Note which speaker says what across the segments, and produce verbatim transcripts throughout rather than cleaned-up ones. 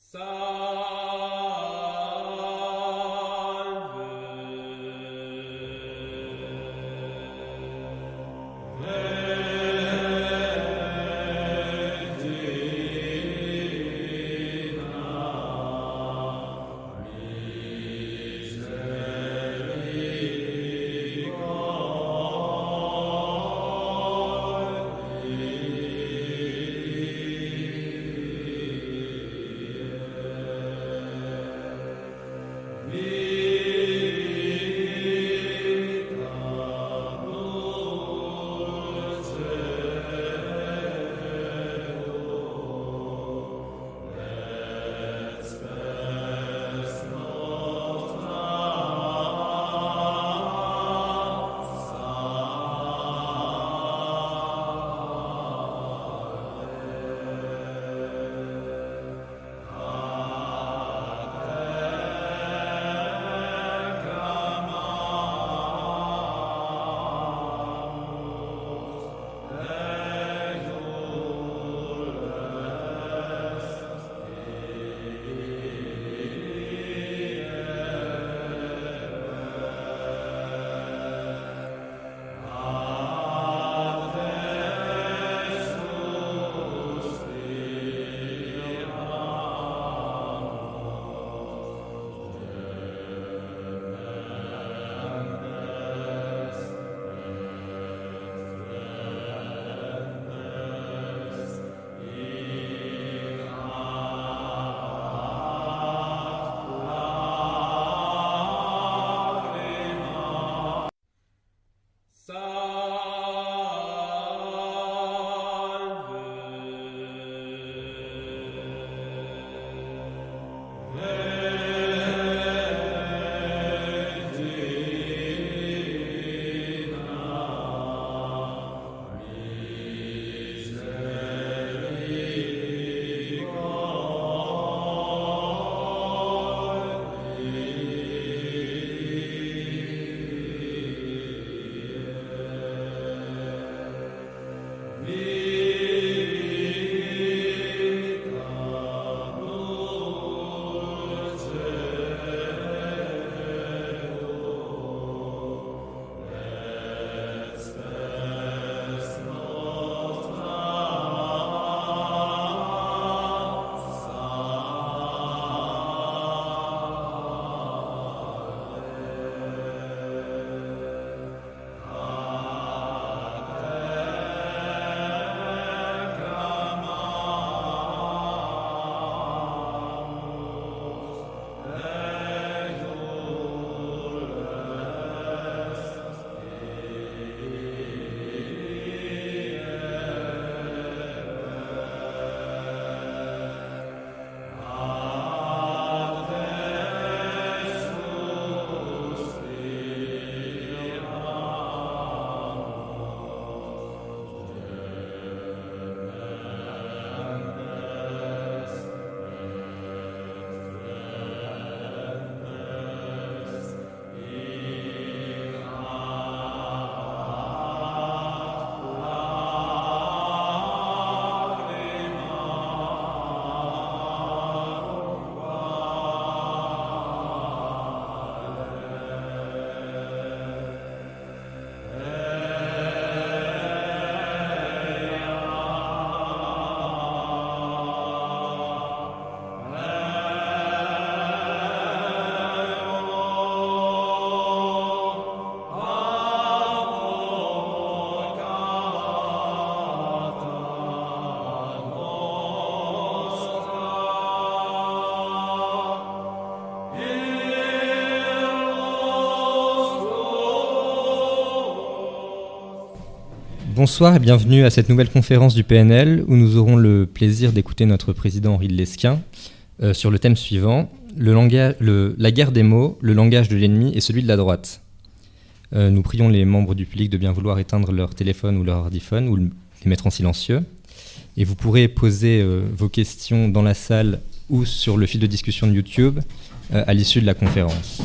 Speaker 1: Bonsoir et bienvenue à cette nouvelle conférence du P N L où nous aurons le plaisir d'écouter notre président Henri de Lesquen euh, sur le thème suivant, le langage, le, la guerre des mots, le langage de l'ennemi et celui de la droite. Euh, nous prions les membres du public de bien vouloir éteindre leur téléphone ou leur ordiphone ou les mettre en silencieux. Et vous pourrez poser euh, vos questions dans la salle ou sur le fil de discussion de YouTube euh, à l'issue de la conférence.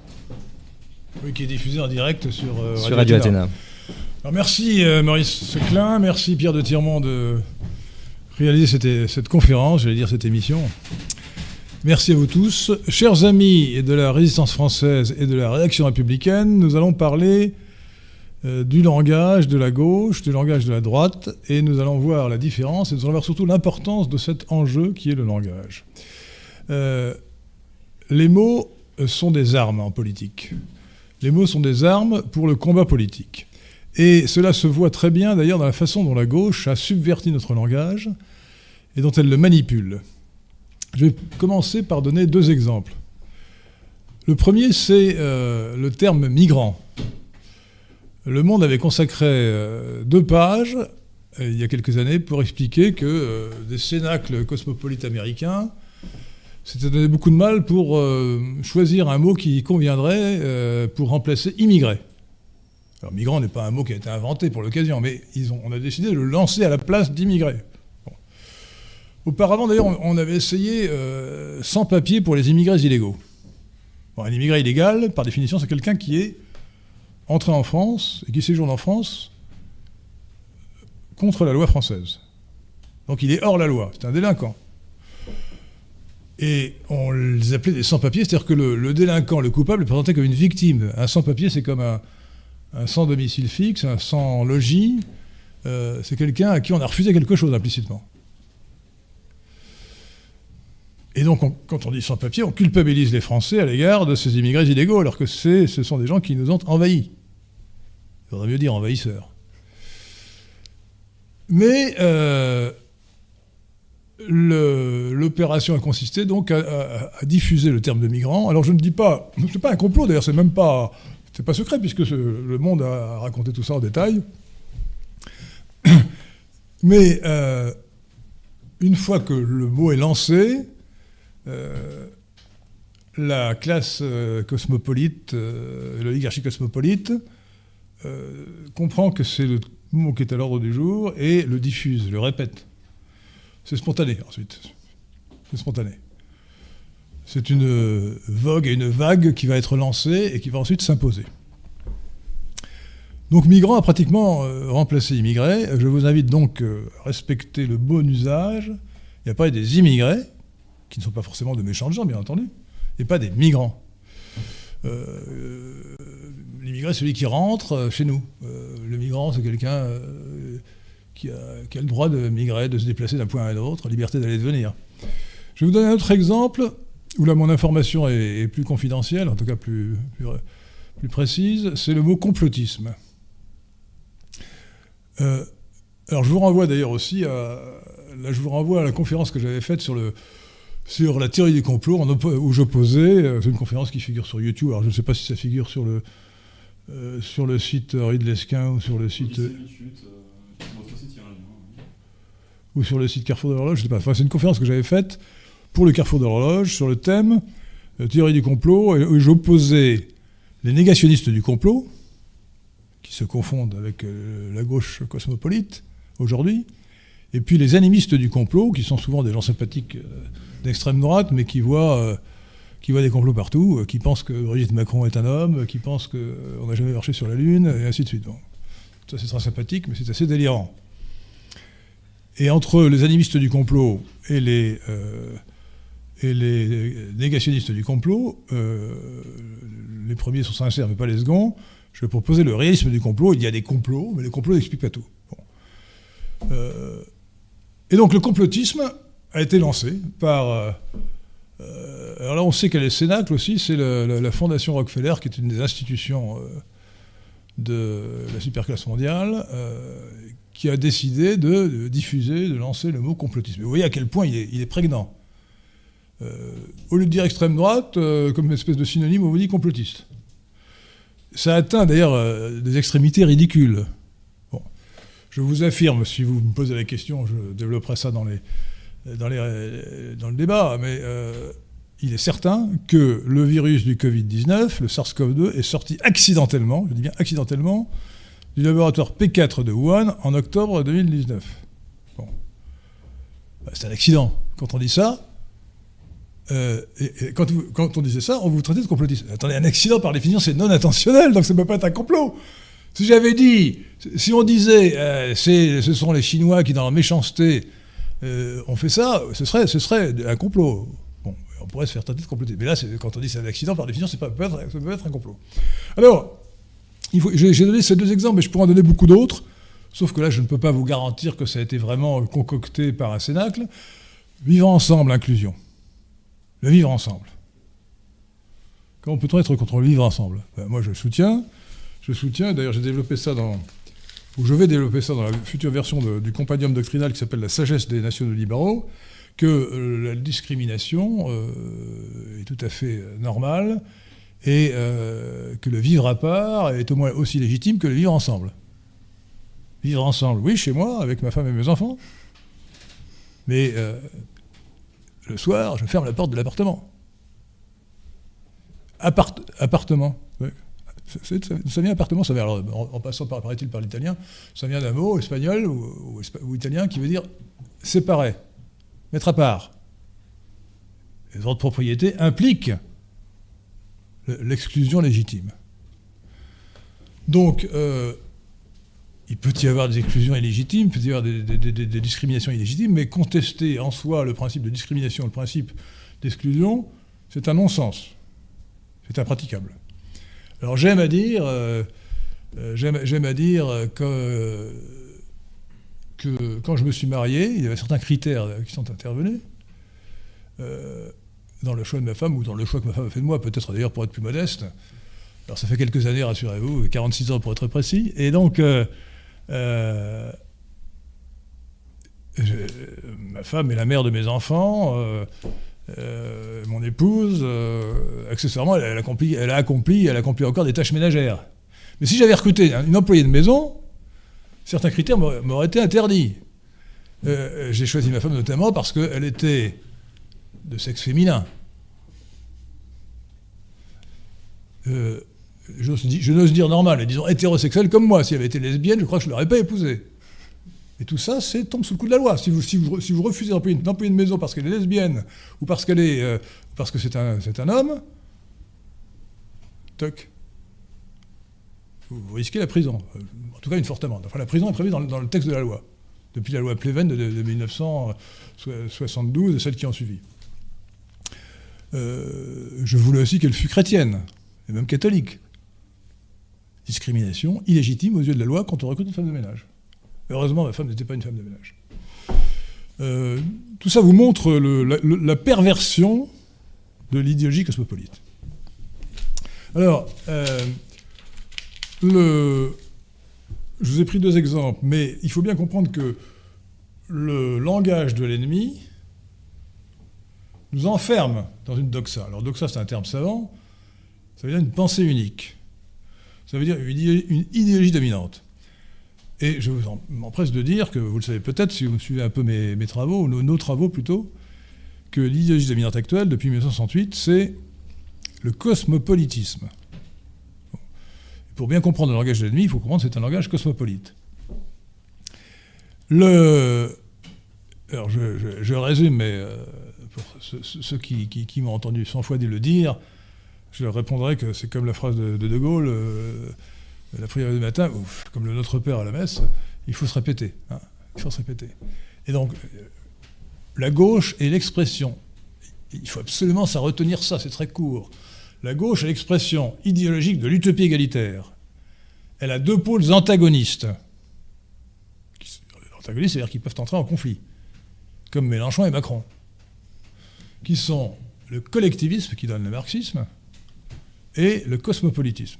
Speaker 2: Oui, qui est diffusé en direct sur, euh,
Speaker 1: sur Radio Athéna.
Speaker 2: Alors merci euh, Maurice Seclin, merci Pierre de Tirmont de réaliser cette, cette conférence, j'allais dire cette émission. Merci à vous tous. Chers amis de la résistance française et de la réaction républicaine, nous allons parler euh, du langage de la gauche, du langage de la droite, et nous allons voir la différence, et nous allons voir surtout l'importance de cet enjeu qui est le langage. Euh, les mots sont des armes en politique. Les mots sont des armes pour le combat politique. Et cela se voit très bien d'ailleurs dans la façon dont la gauche a subverti notre langage et dont elle le manipule. Je vais commencer par donner deux exemples. Le premier, c'est euh, le terme migrant. Le Monde avait consacré euh, deux pages, euh, il y a quelques années, pour expliquer que euh, des cénacles cosmopolites américains s'étaient donné beaucoup de mal pour euh, choisir un mot qui conviendrait euh, pour remplacer immigré. Alors, migrant n'est pas un mot qui a été inventé pour l'occasion, mais ils ont, on a décidé de le lancer à la place d'immigré. Auparavant, d'ailleurs, on avait essayé euh, sans papier pour les immigrés illégaux. Bon, un immigré illégal, par définition, c'est quelqu'un qui est entré en France et qui séjourne en France contre la loi française. Donc il est hors la loi, c'est un délinquant. Et on les appelait des sans-papiers, c'est-à-dire que le, le délinquant, le coupable, est présenté comme une victime. Un sans-papier, c'est comme un, un sans-domicile fixe, un sans-logis. Euh, c'est quelqu'un à qui on a refusé quelque chose implicitement. Et donc, on, quand on dit sans-papiers, on culpabilise les Français à l'égard de ces immigrés illégaux, alors que ce sont des gens qui nous ont envahis. Il faudrait mieux dire envahisseurs. Mais euh, l'opération a consisté donc à, à, à diffuser le terme de migrant. Alors je ne dis pas, c'est pas un complot d'ailleurs, c'est même pas, c'est pas secret puisque ce, le Monde a raconté tout ça en détail. Mais euh, une fois que le mot est lancé, Euh, la classe euh, cosmopolite, euh, l'oligarchie cosmopolite, euh, comprend que c'est le mot qui est à l'ordre du jour et le diffuse, le répète. C'est spontané ensuite. C'est spontané. C'est une vogue et une vague qui va être lancée et qui va ensuite s'imposer. Donc migrant a pratiquement euh, remplacé immigré. Je vous invite donc euh, à respecter le bon usage et à parler des immigrés, qui ne sont pas forcément de méchants gens, bien entendu, et pas des migrants. Euh, L'immigré, c'est celui qui rentre chez nous. Euh, le migrant, c'est quelqu'un euh, qui, qui a le droit de migrer, de se déplacer d'un point à un autre, liberté d'aller et de venir. Je vais vous donner un autre exemple, où là, mon information est, est plus confidentielle, en tout cas plus, plus, plus précise, c'est le mot complotisme. Euh, alors, je vous renvoie d'ailleurs aussi à... Là, je vous renvoie à la conférence que j'avais faite sur le... sur la théorie du complot, où j'opposais, c'est une conférence qui figure sur YouTube, alors je ne sais pas si ça figure sur le, euh, sur le site Henri de Lesquin ou sur le site... Euh, ou sur le site Carrefour de l'Horloge, je ne sais pas. Enfin, c'est une conférence que j'avais faite pour le Carrefour de l'Horloge sur le thème euh, théorie du complot, et où j'opposais les négationnistes du complot, qui se confondent avec euh, la gauche cosmopolite aujourd'hui, et puis les animistes du complot, qui sont souvent des gens sympathiques euh, d'extrême droite, mais qui voient, euh, qui voient des complots partout, euh, qui pensent que Brigitte Macron est un homme, qui pensent qu'on euh, n'a jamais marché sur la Lune, et ainsi de suite. Bon. Ça, c'est très sympathique, mais c'est assez délirant. Et entre les animistes du complot et les, euh, et les négationnistes du complot, euh, les premiers sont sincères, mais pas les seconds, je vais proposer le réalisme du complot. Il y a des complots, mais les complots n'expliquent pas tout. Bon. Euh, et donc le complotisme a été lancé par... Euh, euh, alors là, on sait qu'elle est Cénacle aussi, c'est le, la, la Fondation Rockefeller, qui est une des institutions euh, de la superclasse mondiale, euh, qui a décidé de, de diffuser, de lancer le mot complotisme. Et vous voyez à quel point il est, il est prégnant. Euh, au lieu de dire extrême droite, euh, comme une espèce de synonyme, on vous dit complotiste. Ça atteint d'ailleurs euh, des extrémités ridicules. Bon. Je vous affirme, si vous me posez la question, je développerai ça dans, les, dans, les, dans le débat, mais euh, il est certain que le virus du covid dix-neuf, le SARS-CoV deux, est sorti accidentellement, je dis bien accidentellement, du laboratoire P quatre de Wuhan en octobre deux mille dix-neuf. Bon. Bah, c'est un accident. Quand on dit ça, euh, et, et quand, vous, quand on disait ça, on vous traitait de complotiste. Attendez, un accident par définition c'est non intentionnel, donc ça ne peut pas être un complot. Si j'avais dit, si on disait, euh, c'est, ce sont les Chinois qui dans leur méchanceté euh, ont fait ça, ce serait, ce serait un complot. Bon, on pourrait se faire tenter de comploter. Mais là, quand on dit c'est un accident, par définition, pas, ça peut, être, ça peut être un complot. Alors, j'ai donné ces deux exemples, mais je pourrais en donner beaucoup d'autres, sauf que là, je ne peux pas vous garantir que ça a été vraiment concocté par un cénacle. Vivre ensemble, inclusion. Le vivre ensemble. Comment peut-on être contre le vivre ensemble? Ben, moi, je soutiens. Je soutiens, d'ailleurs, j'ai développé ça dans... ou je vais développer ça dans la future version de, du compendium doctrinal qui s'appelle « La sagesse des nationaux libéraux », que euh, la discrimination euh, est tout à fait normale et euh, que le vivre à part est au moins aussi légitime que le vivre ensemble. Vivre ensemble, oui, chez moi, avec ma femme et mes enfants, mais euh, le soir, je ferme la porte de l'appartement. Appart appartement, oui. C'est, ça, ça vient appartement, ça vient, alors, en, en passant par, paraît-il par l'italien, ça vient d'un mot espagnol ou, ou, ou italien qui veut dire séparer, mettre à part. Les droits de propriété impliquent l'exclusion légitime. Donc, euh, il peut y avoir des exclusions illégitimes, il peut y avoir des, des, des, des discriminations illégitimes, mais contester en soi le principe de discrimination, le principe d'exclusion, c'est un non-sens. C'est impraticable. Alors j'aime à dire, euh, j'aime, j'aime à dire que, que quand je me suis marié, il y avait certains critères qui sont intervenus euh, dans le choix de ma femme ou dans le choix que ma femme a fait de moi, peut-être d'ailleurs pour être plus modeste. Alors ça fait quelques années, rassurez-vous, quarante-six ans pour être précis. Et donc, euh, euh, je, ma femme est la mère de mes enfants. Euh, Euh, mon épouse, euh, accessoirement, elle, elle, accomplit, elle a accompli, elle accomplit encore des tâches ménagères. Mais si j'avais recruté une employée de maison, certains critères m'auraient, m'auraient été interdits. Euh, j'ai choisi ma femme notamment parce qu'elle était de sexe féminin. Euh, j'ose, je n'ose dire normale, disons hétérosexuelle comme moi. Si elle avait été lesbienne, je crois que je ne l'aurais pas épousée. Et tout ça, c'est tombe sous le coup de la loi. Si vous, si vous, si vous refusez d'employer une, d'employer une maison parce qu'elle est lesbienne ou parce qu'elle est, euh, parce que c'est un, c'est un homme, toc, vous, vous risquez la prison. En tout cas, une forte amende. Enfin, la prison est prévue dans, dans le texte de la loi, depuis la loi Pleven de, de, de mille neuf cent soixante-douze et celles qui ont suivi. Euh, je voulais aussi qu'elle fût chrétienne, et même catholique. Discrimination illégitime aux yeux de la loi quand on recrute une femme de ménage. Heureusement, ma femme n'était pas une femme de ménage. Euh, tout ça vous montre le, la, la perversion de l'idéologie cosmopolite. Alors, euh, le, je vous ai pris deux exemples, mais il faut bien comprendre que le langage de l'ennemi nous enferme dans une doxa. Alors, doxa, c'est un terme savant, ça veut dire une pensée unique. Ça veut dire une idéologie, une idéologie dominante. Et je m'empresse de dire que, vous le savez peut-être, si vous suivez un peu mes, mes travaux, ou nos, nos travaux plutôt, que l'idéologie dominante actuelle, depuis mille neuf cent soixante-huit, c'est le cosmopolitisme. Bon. Pour bien comprendre le langage de l'ennemi, il faut comprendre que c'est un langage cosmopolite. Le... Alors, je, je, je résume, mais euh, pour ceux, ceux qui, qui, qui m'ont entendu cent fois le dire, je leur répondrai que c'est comme la phrase de De, de Gaulle... Euh, la prière du matin, ouf, comme le Notre Père à la messe, il faut se répéter. Hein, il faut se répéter. Et donc, la gauche est l'expression, il faut absolument ça retenir ça, c'est très court. La gauche est l'expression idéologique de l'utopie égalitaire. Elle a deux pôles antagonistes. Antagonistes, c'est-à-dire qu'ils peuvent entrer en conflit, comme Mélenchon et Macron, qui sont le collectivisme qui donne le marxisme et le cosmopolitisme.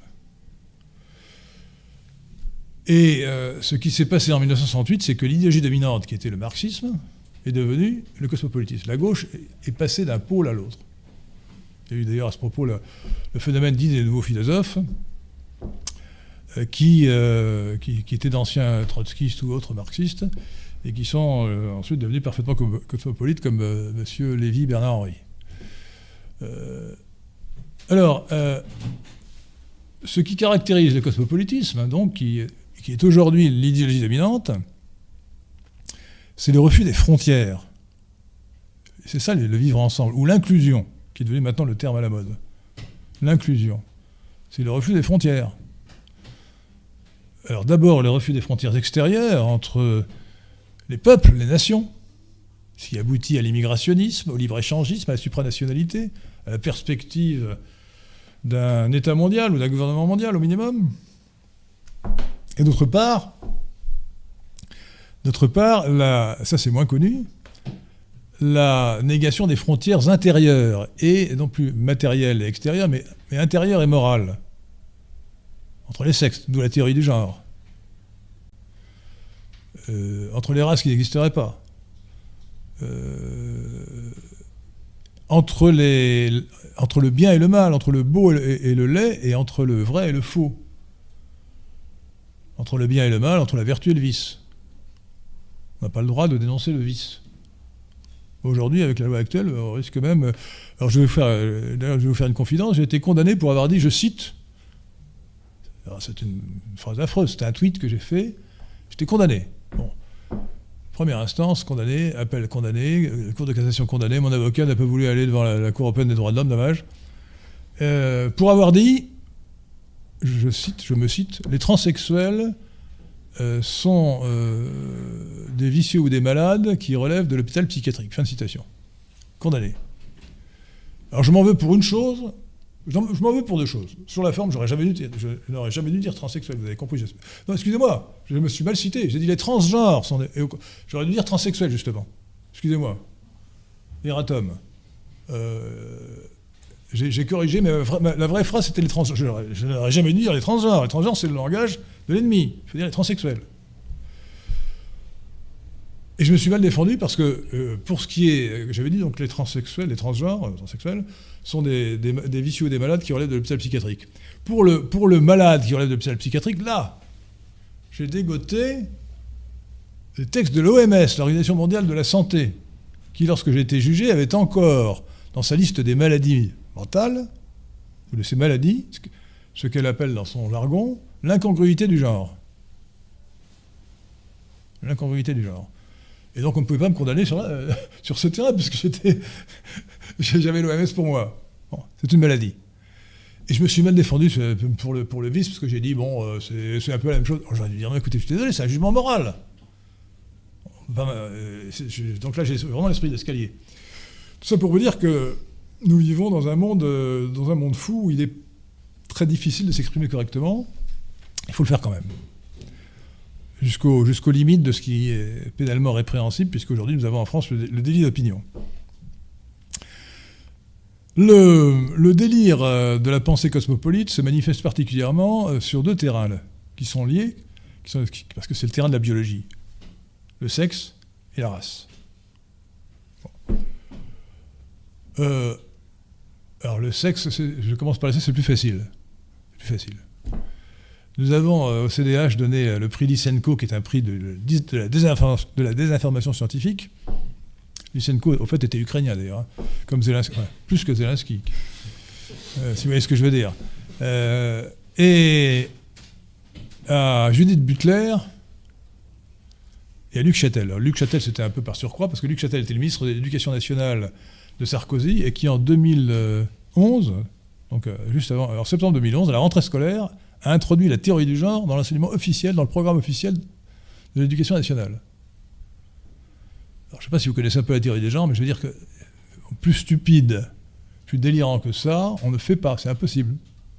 Speaker 2: Et euh, ce qui s'est passé en mille neuf cent soixante-huit, c'est que l'idéologie dominante, qui était le marxisme, est devenue le cosmopolitisme. La gauche est passée d'un pôle à l'autre. Il y a eu d'ailleurs à ce propos le, le phénomène dit des nouveaux philosophes, euh, qui, euh, qui, qui étaient d'anciens trotskistes ou autres marxistes, et qui sont euh, ensuite devenus parfaitement cosmopolites, comme euh, M. Lévy-Bernard-Henri. Euh, alors, euh, ce qui caractérise le cosmopolitisme, donc, qui qui est aujourd'hui l'idéologie dominante, c'est le refus des frontières. C'est ça le vivre ensemble, ou l'inclusion, qui est devenu maintenant le terme à la mode. L'inclusion, c'est le refus des frontières. Alors d'abord, le refus des frontières extérieures entre les peuples, les nations. ce qui aboutit à l'immigrationnisme, au libre-échangisme, à la supranationalité, à la perspective d'un État mondial ou d'un gouvernement mondial au minimum. Et d'autre part, d'autre part, la, ça c'est moins connu, la négation des frontières intérieures, et non plus matérielles et extérieures, mais, mais intérieures et morales, entre les sexes, d'où la théorie du genre, euh, entre les races qui n'existeraient pas, euh, entre, les, entre le bien et le mal, entre le beau et le, et le laid, et entre le vrai et le faux, entre le bien et le mal, entre la vertu et le vice. On n'a pas le droit de dénoncer le vice. Aujourd'hui, avec la loi actuelle, on risque même... Alors je vais vous faire, d'ailleurs, je vais vous faire une confidence, j'ai été condamné pour avoir dit, je cite, alors c'est une phrase affreuse, c'était un tweet que j'ai fait, j'étais condamné. Bon. Première instance, condamné, appel condamné, Cour de cassation condamné, mon avocat n'a pas voulu aller devant la, la Cour européenne des droits de l'homme, dommage, euh, pour avoir dit, je cite, je me cite, les transsexuels Euh, sont euh, des vicieux ou des malades qui relèvent de l'hôpital psychiatrique. Fin de citation. Condamné. Alors je m'en veux pour une chose, je m'en veux pour deux choses. Sur la forme, j'aurais jamais dû dire, je n'aurais jamais dû dire transsexuel, vous avez compris. Je... Non, excusez-moi, je me suis mal cité. J'ai dit les transgenres sont des... J'aurais dû dire transsexuel, justement. Excusez-moi. Erratum. Euh... J'ai corrigé, mais la vraie phrase, c'était les transgenres. Je n'aurais jamais dû dire les transgenres. Les transgenres, c'est le langage de l'ennemi. Il faut dire les transsexuels. Et je me suis mal défendu parce que, euh, pour ce qui est... J'avais dit donc les transsexuels, les transgenres, les transsexuels, sont des, des, des vicieux ou des malades qui relèvent de l'hôpital psychiatrique. Pour le, pour le malade qui relève de l'hôpital psychiatrique, là, j'ai dégoté les textes de l'O M S, l'Organisation mondiale de la santé, qui, lorsque j'ai été jugé, avait encore, dans sa liste des maladies mentale, ou de ces maladies, ce qu'elle appelle dans son jargon, l'incongruité du genre. L'incongruité du genre. Et donc on ne pouvait pas me condamner sur, euh, sur ce terrain, parce que j'étais, j'avais l'O M S pour moi. Bon, c'est une maladie. Et je me suis mal défendu pour le, pour le vice, parce que j'ai dit, bon, euh, c'est, c'est un peu la même chose. J'aurais dû dire, non, écoutez, je suis désolé, c'est un jugement moral. Enfin, euh, je, donc là, j'ai vraiment l'esprit d'escalier. Tout ça pour vous dire que nous vivons dans un monde, euh, dans un monde fou où il est très difficile de s'exprimer correctement. Il faut le faire quand même. Jusqu'au, jusqu'aux limites de ce qui est pénalement répréhensible, puisqu'aujourd'hui nous avons en France le, le délit d'opinion. Le, le délire de la pensée cosmopolite se manifeste particulièrement sur deux terrains là, qui sont liés, qui sont, parce que c'est le terrain de la biologie. Le sexe et la race. Bon. Euh, alors le sexe, je commence par le sexe, c'est le plus facile. C'est plus facile. Nous avons euh, au C D H donné euh, le prix Lysenko, qui est un prix de, de, de, la, désinformation, de la désinformation scientifique. Lysenko, au fait, était ukrainien d'ailleurs, hein, comme Zelensky, ouais, plus que Zelensky, euh, si vous voyez ce que je veux dire. Euh, et à Judith Butler et à Luc Châtel. Alors, Luc Châtel, c'était un peu par surcroît, parce que Luc Châtel était le ministre de l'Éducation nationale de Sarkozy, et qui en deux mille onze, donc euh, juste avant, en septembre deux mille onze, à la rentrée scolaire, a introduit la théorie du genre dans l'enseignement officiel, dans le programme officiel de l'éducation nationale. Alors, je ne sais pas si vous connaissez un peu la théorie des genres, mais je veux dire que plus stupide, plus délirant que ça, on ne fait pas, c'est impossible.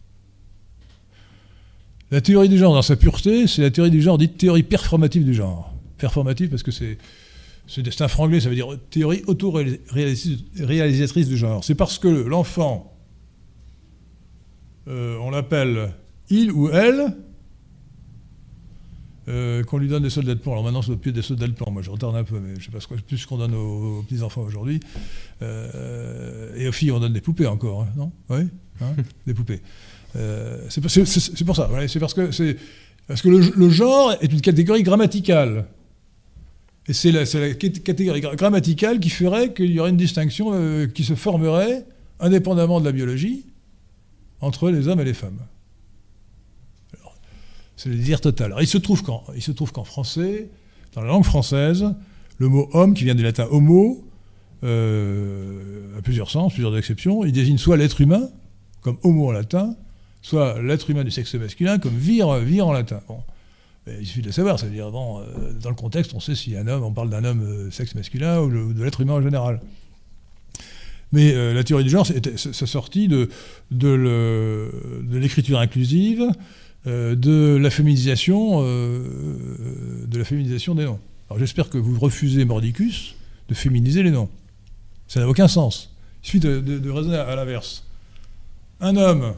Speaker 2: La théorie du genre, dans sa pureté, c'est la théorie du genre dite théorie performative du genre. Performative parce que c'est, c'est un franglais, ça veut dire théorie auto-réalisatrice du genre. C'est parce que l'enfant, euh, on l'appelle il ou elle, euh, qu'on lui donne des soldats de plomb. Alors maintenant, ça ne doit plus être des soldats de plomb. Moi, je retarde un peu, mais je ne sais pas ce, plus ce qu'on donne aux, aux petits-enfants aujourd'hui. Euh, et aux filles, on donne des poupées encore, hein, non ? Oui, hein, des poupées. Euh, c'est, c'est, c'est, c'est pour ça. Ouais, c'est parce que, c'est, parce que le, le genre est une catégorie grammaticale. Et c'est la, c'est la catégorie grammaticale qui ferait qu'il y aurait une distinction euh, qui se formerait, indépendamment de la biologie, entre les hommes et les femmes. Alors, c'est le désir total. Alors, il se trouve qu'en, il se trouve qu'en français, dans la langue française, le mot homme, qui vient du latin homo, euh, a plusieurs sens, plusieurs exceptions. Il désigne soit l'être humain, comme homo en latin, soit l'être humain du sexe masculin, comme vir, vir en latin. Bon. Mais il suffit de le savoir, ça veut dire, bon, euh, dans le contexte, on sait si un homme, on parle d'un homme euh, sexe masculin ou, le, ou de l'être humain en général. Mais euh, la théorie du genre, c'est, c'est sorti de, de, le, de l'écriture inclusive, euh, de la féminisation, euh, de la féminisation des noms. Alors j'espère que vous refusez mordicus de féminiser les noms. Ça n'a aucun sens. Il suffit de, de, de raisonner à l'inverse. Un homme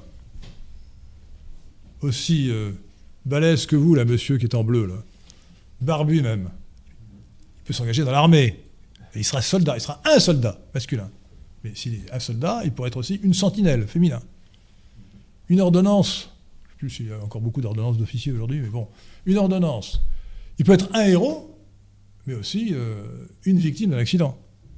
Speaker 2: aussi euh, balèze que vous, là, monsieur qui est en bleu, là, barbu même, il peut s'engager dans l'armée. Et il sera soldat, il sera un soldat masculin. Mais s'il est un soldat, il pourrait être aussi une sentinelle féminin. Une ordonnance, je ne sais plus s'il y a encore beaucoup d'ordonnances d'officiers aujourd'hui, mais bon, une ordonnance. Il peut être un héros, mais aussi euh, une victime d'un accident.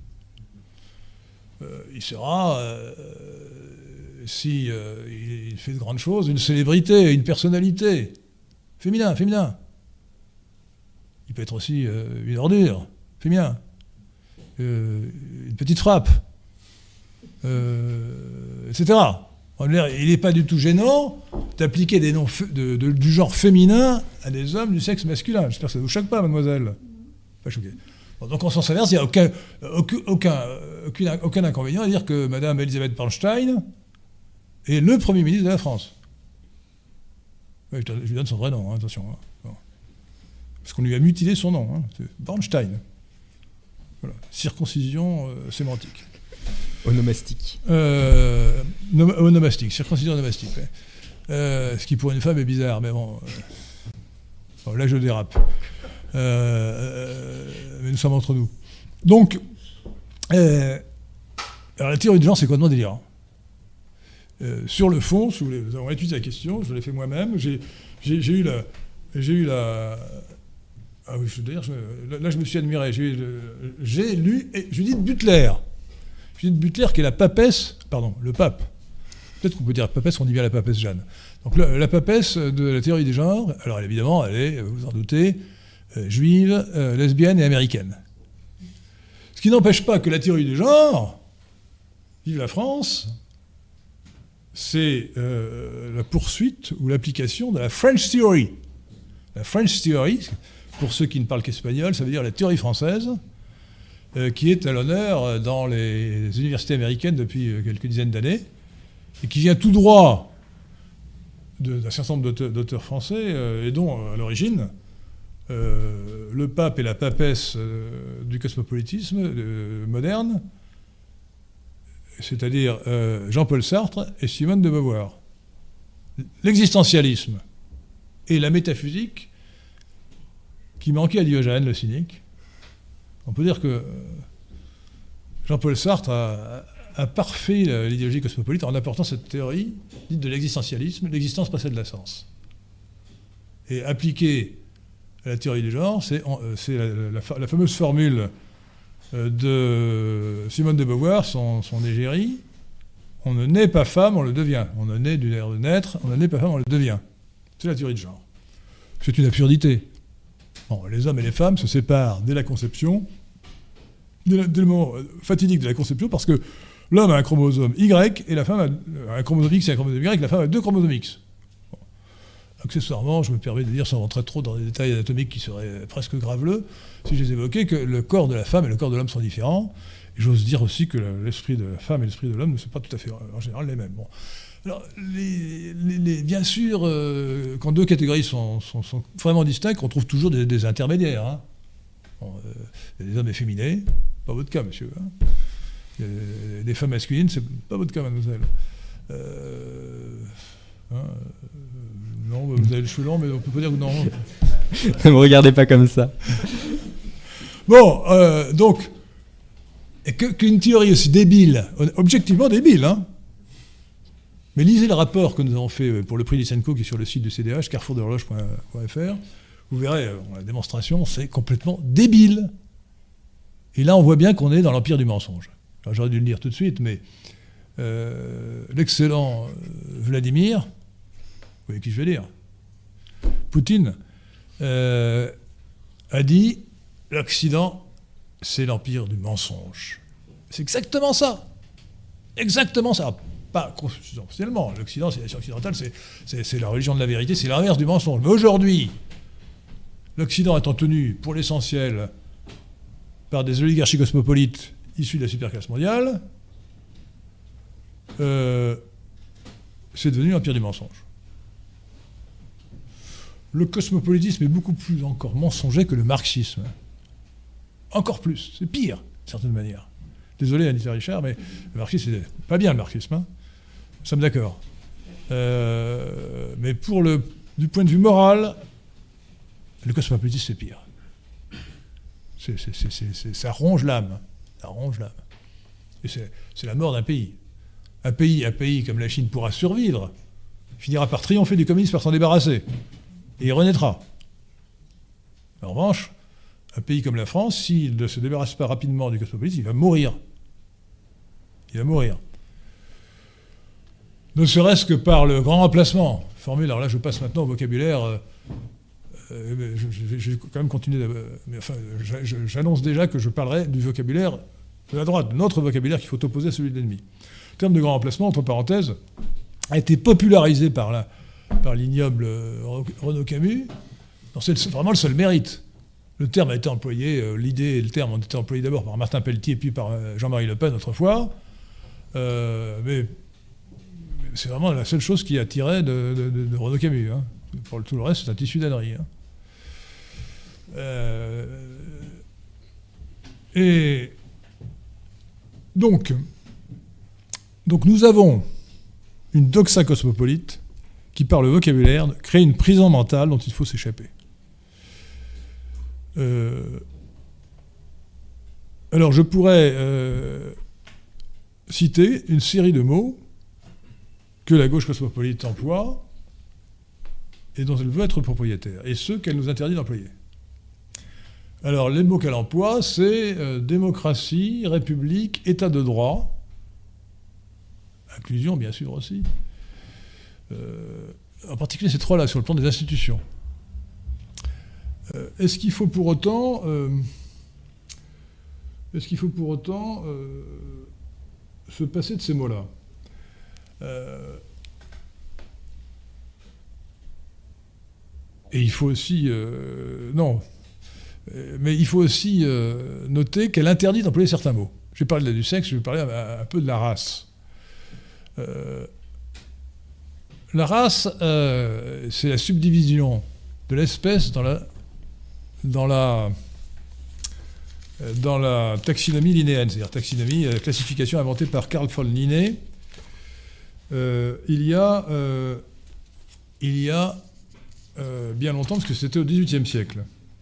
Speaker 2: Euh, il sera, euh, si euh, il fait de grandes choses, une célébrité, une personnalité. Féminin, féminin. Il peut être aussi euh, une ordure, féminin. Euh, une petite frappe, euh, et cetera. Il n'est pas du tout gênant d'appliquer des noms de, de, du genre féminin à des hommes du sexe masculin. J'espère que ça ne vous choque pas, mademoiselle. Pas choqué. Bon, donc en sens inverse, il n'y a aucun, aucun, aucun, aucun, aucun inconvénient à dire que Madame Elisabeth Bernstein est le Premier ministre de la France. Ouais, je, je lui donne son vrai nom, hein, attention. Hein. Bon. Parce qu'on lui a mutilé son nom. Hein. C'est Bernstein. Voilà. Circoncision euh, sémantique.
Speaker 1: Onomastique.
Speaker 2: Euh, nom, onomastique, circoncision onomastique. Ouais. Euh, ce qui pour une femme est bizarre, mais bon. Euh, bon là, je dérape. Euh, euh, mais nous sommes entre nous. Donc, euh, alors la théorie du genre, c'est complètement délirant. Euh, sur le fond, si vous voulez, nous avons étudié la question, je l'ai fait moi-même. J'ai, j'ai, j'ai eu la, j'ai eu la. Ah oui, je veux dire, je, là, je me suis admiré. J'ai, eu le, j'ai lu Judith Butler. Judith Butler, qui est la papesse, pardon, le pape. Peut-être qu'on peut dire papesse, on dit bien la papesse Jeanne. Donc la, la papesse de la théorie des genres, alors évidemment, elle est, vous vous en doutez, euh, juive, euh, lesbienne et américaine. Ce qui n'empêche pas que la théorie des genres, vive la France, c'est euh, la poursuite ou l'application de la French Theory. La French Theory, pour ceux qui ne parlent qu'espagnol, ça veut dire la théorie française, euh, qui est à l'honneur dans les universités américaines depuis quelques dizaines d'années, et qui vient tout droit de, d'un certain nombre d'auteurs, d'auteurs français, euh, et dont, à l'origine, euh, le pape et la papesse euh, du cosmopolitisme euh, moderne, c'est-à-dire euh, Jean-Paul Sartre et Simone de Beauvoir. L'existentialisme et la métaphysique qui manquait à Diogène, le cynique. On peut dire que Jean-Paul Sartre a, a parfait l'idéologie cosmopolite en apportant cette théorie dite de l'existentialisme, l'existence précède la sens. Et appliquée à la théorie du genre, c'est, c'est la, la, la fameuse formule de Simone de Beauvoir, son, son égérie: on ne naît pas femme, on le devient. On ne naît du nerf de naître, on ne naît pas femme, on le devient. C'est la théorie de genre. C'est une absurdité. Bon, les hommes et les femmes se séparent dès la conception, dès, la, dès le moment fatidique de la conception, parce que l'homme a un chromosome Y et la femme a un chromosome X et un chromosome Y, la femme a deux chromosomes X. Bon. Accessoirement, je me permets de dire, sans rentrer trop dans des détails anatomiques qui seraient presque graveleux, si je les évoquais, que le corps de la femme et le corps de l'homme sont différents. Et j'ose dire aussi que l'esprit de la femme et l'esprit de l'homme ne sont pas tout à fait, en général, les mêmes. Bon. Alors, les, les, les, bien sûr, euh, quand deux catégories sont, sont, sont vraiment distinctes, on trouve toujours des, des intermédiaires. Hein. Bon, euh, des hommes efféminés, pas votre cas, monsieur. Hein. Des, des femmes masculines, c'est pas votre cas, mademoiselle. Euh, hein, euh, non, vous avez le cheveu long, mais on peut pas dire que non.
Speaker 1: Ne me regardez pas comme ça.
Speaker 2: Bon, euh, donc, et que, qu'une théorie aussi débile, objectivement débile, hein. Mais lisez le rapport que nous avons fait pour le prix Lysenko, qui est sur le site du C D H, carrefour de l'horloge point f r. Vous verrez, la démonstration, c'est complètement débile. Et là, on voit bien qu'on est dans l'empire du mensonge. Alors, j'aurais dû le dire tout de suite, mais euh, l'excellent Vladimir, vous voyez qui je vais dire, Poutine, euh, a dit « L'Occident, c'est l'empire du mensonge ». C'est exactement ça. Exactement ça. Pas constitutionnellement. L'Occident, c'est la nation occidentale, c'est, c'est, c'est la religion de la vérité, c'est l'inverse du mensonge. Mais aujourd'hui, l'Occident étant tenu, pour l'essentiel, par des oligarchies cosmopolites issus de la superclasse mondiale, euh, c'est devenu l'empire du mensonge. Le cosmopolitisme est beaucoup plus encore mensonger que le marxisme. Encore plus, c'est pire, d'une certaine manière. Désolé, Anita Richard, mais le marxisme, c'est pas bien le marxisme, hein. Nous sommes d'accord. Euh, mais pour le, du point de vue moral, le cosmopolitisme, c'est pire. C'est, c'est, c'est, c'est, c'est, ça ronge l'âme. Ça ronge l'âme. Et c'est, c'est la mort d'un pays. Un pays, un pays comme la Chine pourra survivre, finira par triompher du communisme, par s'en débarrasser. Et il renaîtra. En revanche, un pays comme la France, s'il ne se débarrasse pas rapidement du cosmopolitisme, il va mourir. Il va mourir. Ne serait-ce que par le grand remplacement. Formule, alors là, je passe maintenant au vocabulaire. Euh, euh, je, je, je vais quand même continuer. Euh, mais enfin, j'annonce déjà que je parlerai du vocabulaire de la droite, de notre vocabulaire qu'il faut opposer à celui de l'ennemi. Le terme de grand remplacement, entre parenthèses, a été popularisé par, la, par l'ignoble euh, Renaud Camus. Non, c'est le, vraiment le seul mérite. Le terme a été employé, euh, l'idée et le terme ont été employés d'abord par Martin Pelletier puis par euh, Jean-Marie Le Pen autrefois. Euh, mais c'est vraiment la seule chose qui attirait de, de, de, de Renaud Camus. Hein. Pour tout le reste, c'est un tissu d'ânerie. Hein. Euh, et donc, donc, nous avons une doxa cosmopolite qui, par le vocabulaire, crée une prison mentale dont il faut s'échapper. Euh, alors, je pourrais euh, citer une série de mots que la gauche cosmopolite emploie et dont elle veut être propriétaire, et ceux qu'elle nous interdit d'employer. Alors, les mots qu'elle emploie, c'est euh, démocratie, république, état de droit, inclusion, bien sûr, aussi. Euh, en particulier, ces trois-là, sur le plan des institutions. Euh, est-ce qu'il faut pour autant... Euh, est-ce qu'il faut pour autant euh, se passer de ces mots-là ? euh, Et il faut aussi... Euh, non. Mais il faut aussi euh, noter qu'elle interdit d'employer certains mots. Je vais parler du sexe, je vais parler un, un peu de la race. Euh, la race, euh, c'est la subdivision de l'espèce dans la, dans la, dans la taxinomie linnéenne, c'est-à-dire taxinomie, la classification inventée par Carl von Linné. Euh, il y a, euh, il y a euh, bien longtemps, parce que c'était au dix-huitième siècle.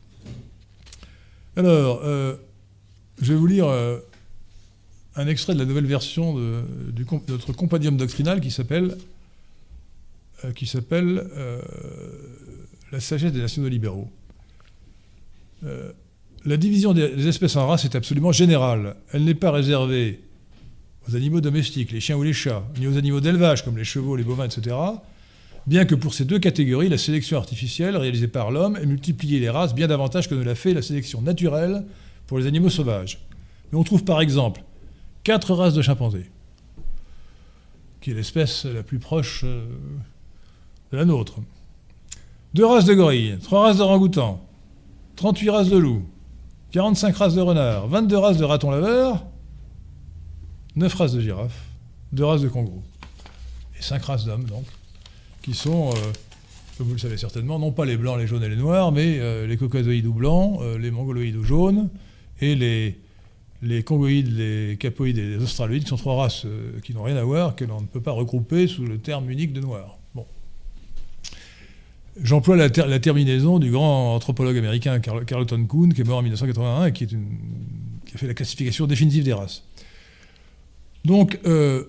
Speaker 2: Alors, euh, je vais vous lire euh, un extrait de la nouvelle version de, du, de notre compendium doctrinal qui s'appelle euh, qui s'appelle euh, La sagesse des nationaux libéraux. Euh, la division des, des espèces en races est absolument générale. Elle n'est pas réservée aux animaux domestiques, les chiens ou les chats, ni aux animaux d'élevage comme les chevaux, les bovins, et cetera, bien que pour ces deux catégories, la sélection artificielle réalisée par l'homme ait multiplié les races bien davantage que ne l'a fait la sélection naturelle pour les animaux sauvages. Mais on trouve par exemple quatre races de chimpanzés, qui est l'espèce la plus proche de la nôtre, deux races de gorilles, trois races d'orang-outans, trente-huit races de loups, quarante-cinq races de renards, vingt-deux races de ratons laveurs, neuf races de girafes, deux races de kangourous, et cinq races d'hommes, donc, qui sont, euh, comme vous le savez certainement, non pas les blancs, les jaunes et les noirs, mais euh, les caucasoïdes ou blancs, euh, les mongoloïdes ou jaunes, et les, les congoïdes, les capoïdes et les australoïdes, qui sont trois races euh, qui n'ont rien à voir, que l'on ne peut pas regrouper sous le terme unique de noir. Bon. J'emploie la, ter la terminaison du grand anthropologue américain Carl Carleton Coon, qui est mort en mille neuf cent quatre-vingt-un et qui, est une, qui a fait la classification définitive des races. Donc, euh,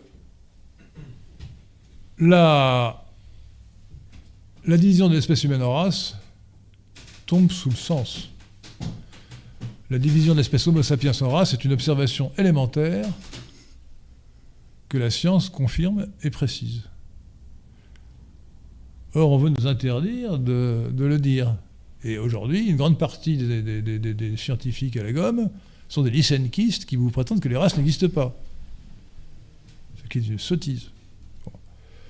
Speaker 2: la... La division de l'espèce humaine en races tombe sous le sens. La division de l'espèce Homo sapiens en races est une observation élémentaire que la science confirme et précise. Or, on veut nous interdire de, de le dire. Et aujourd'hui, une grande partie des, des, des, des, des scientifiques à la gomme sont des lysenkistes qui vous prétendent que les races n'existent pas. Ce qui est une sottise.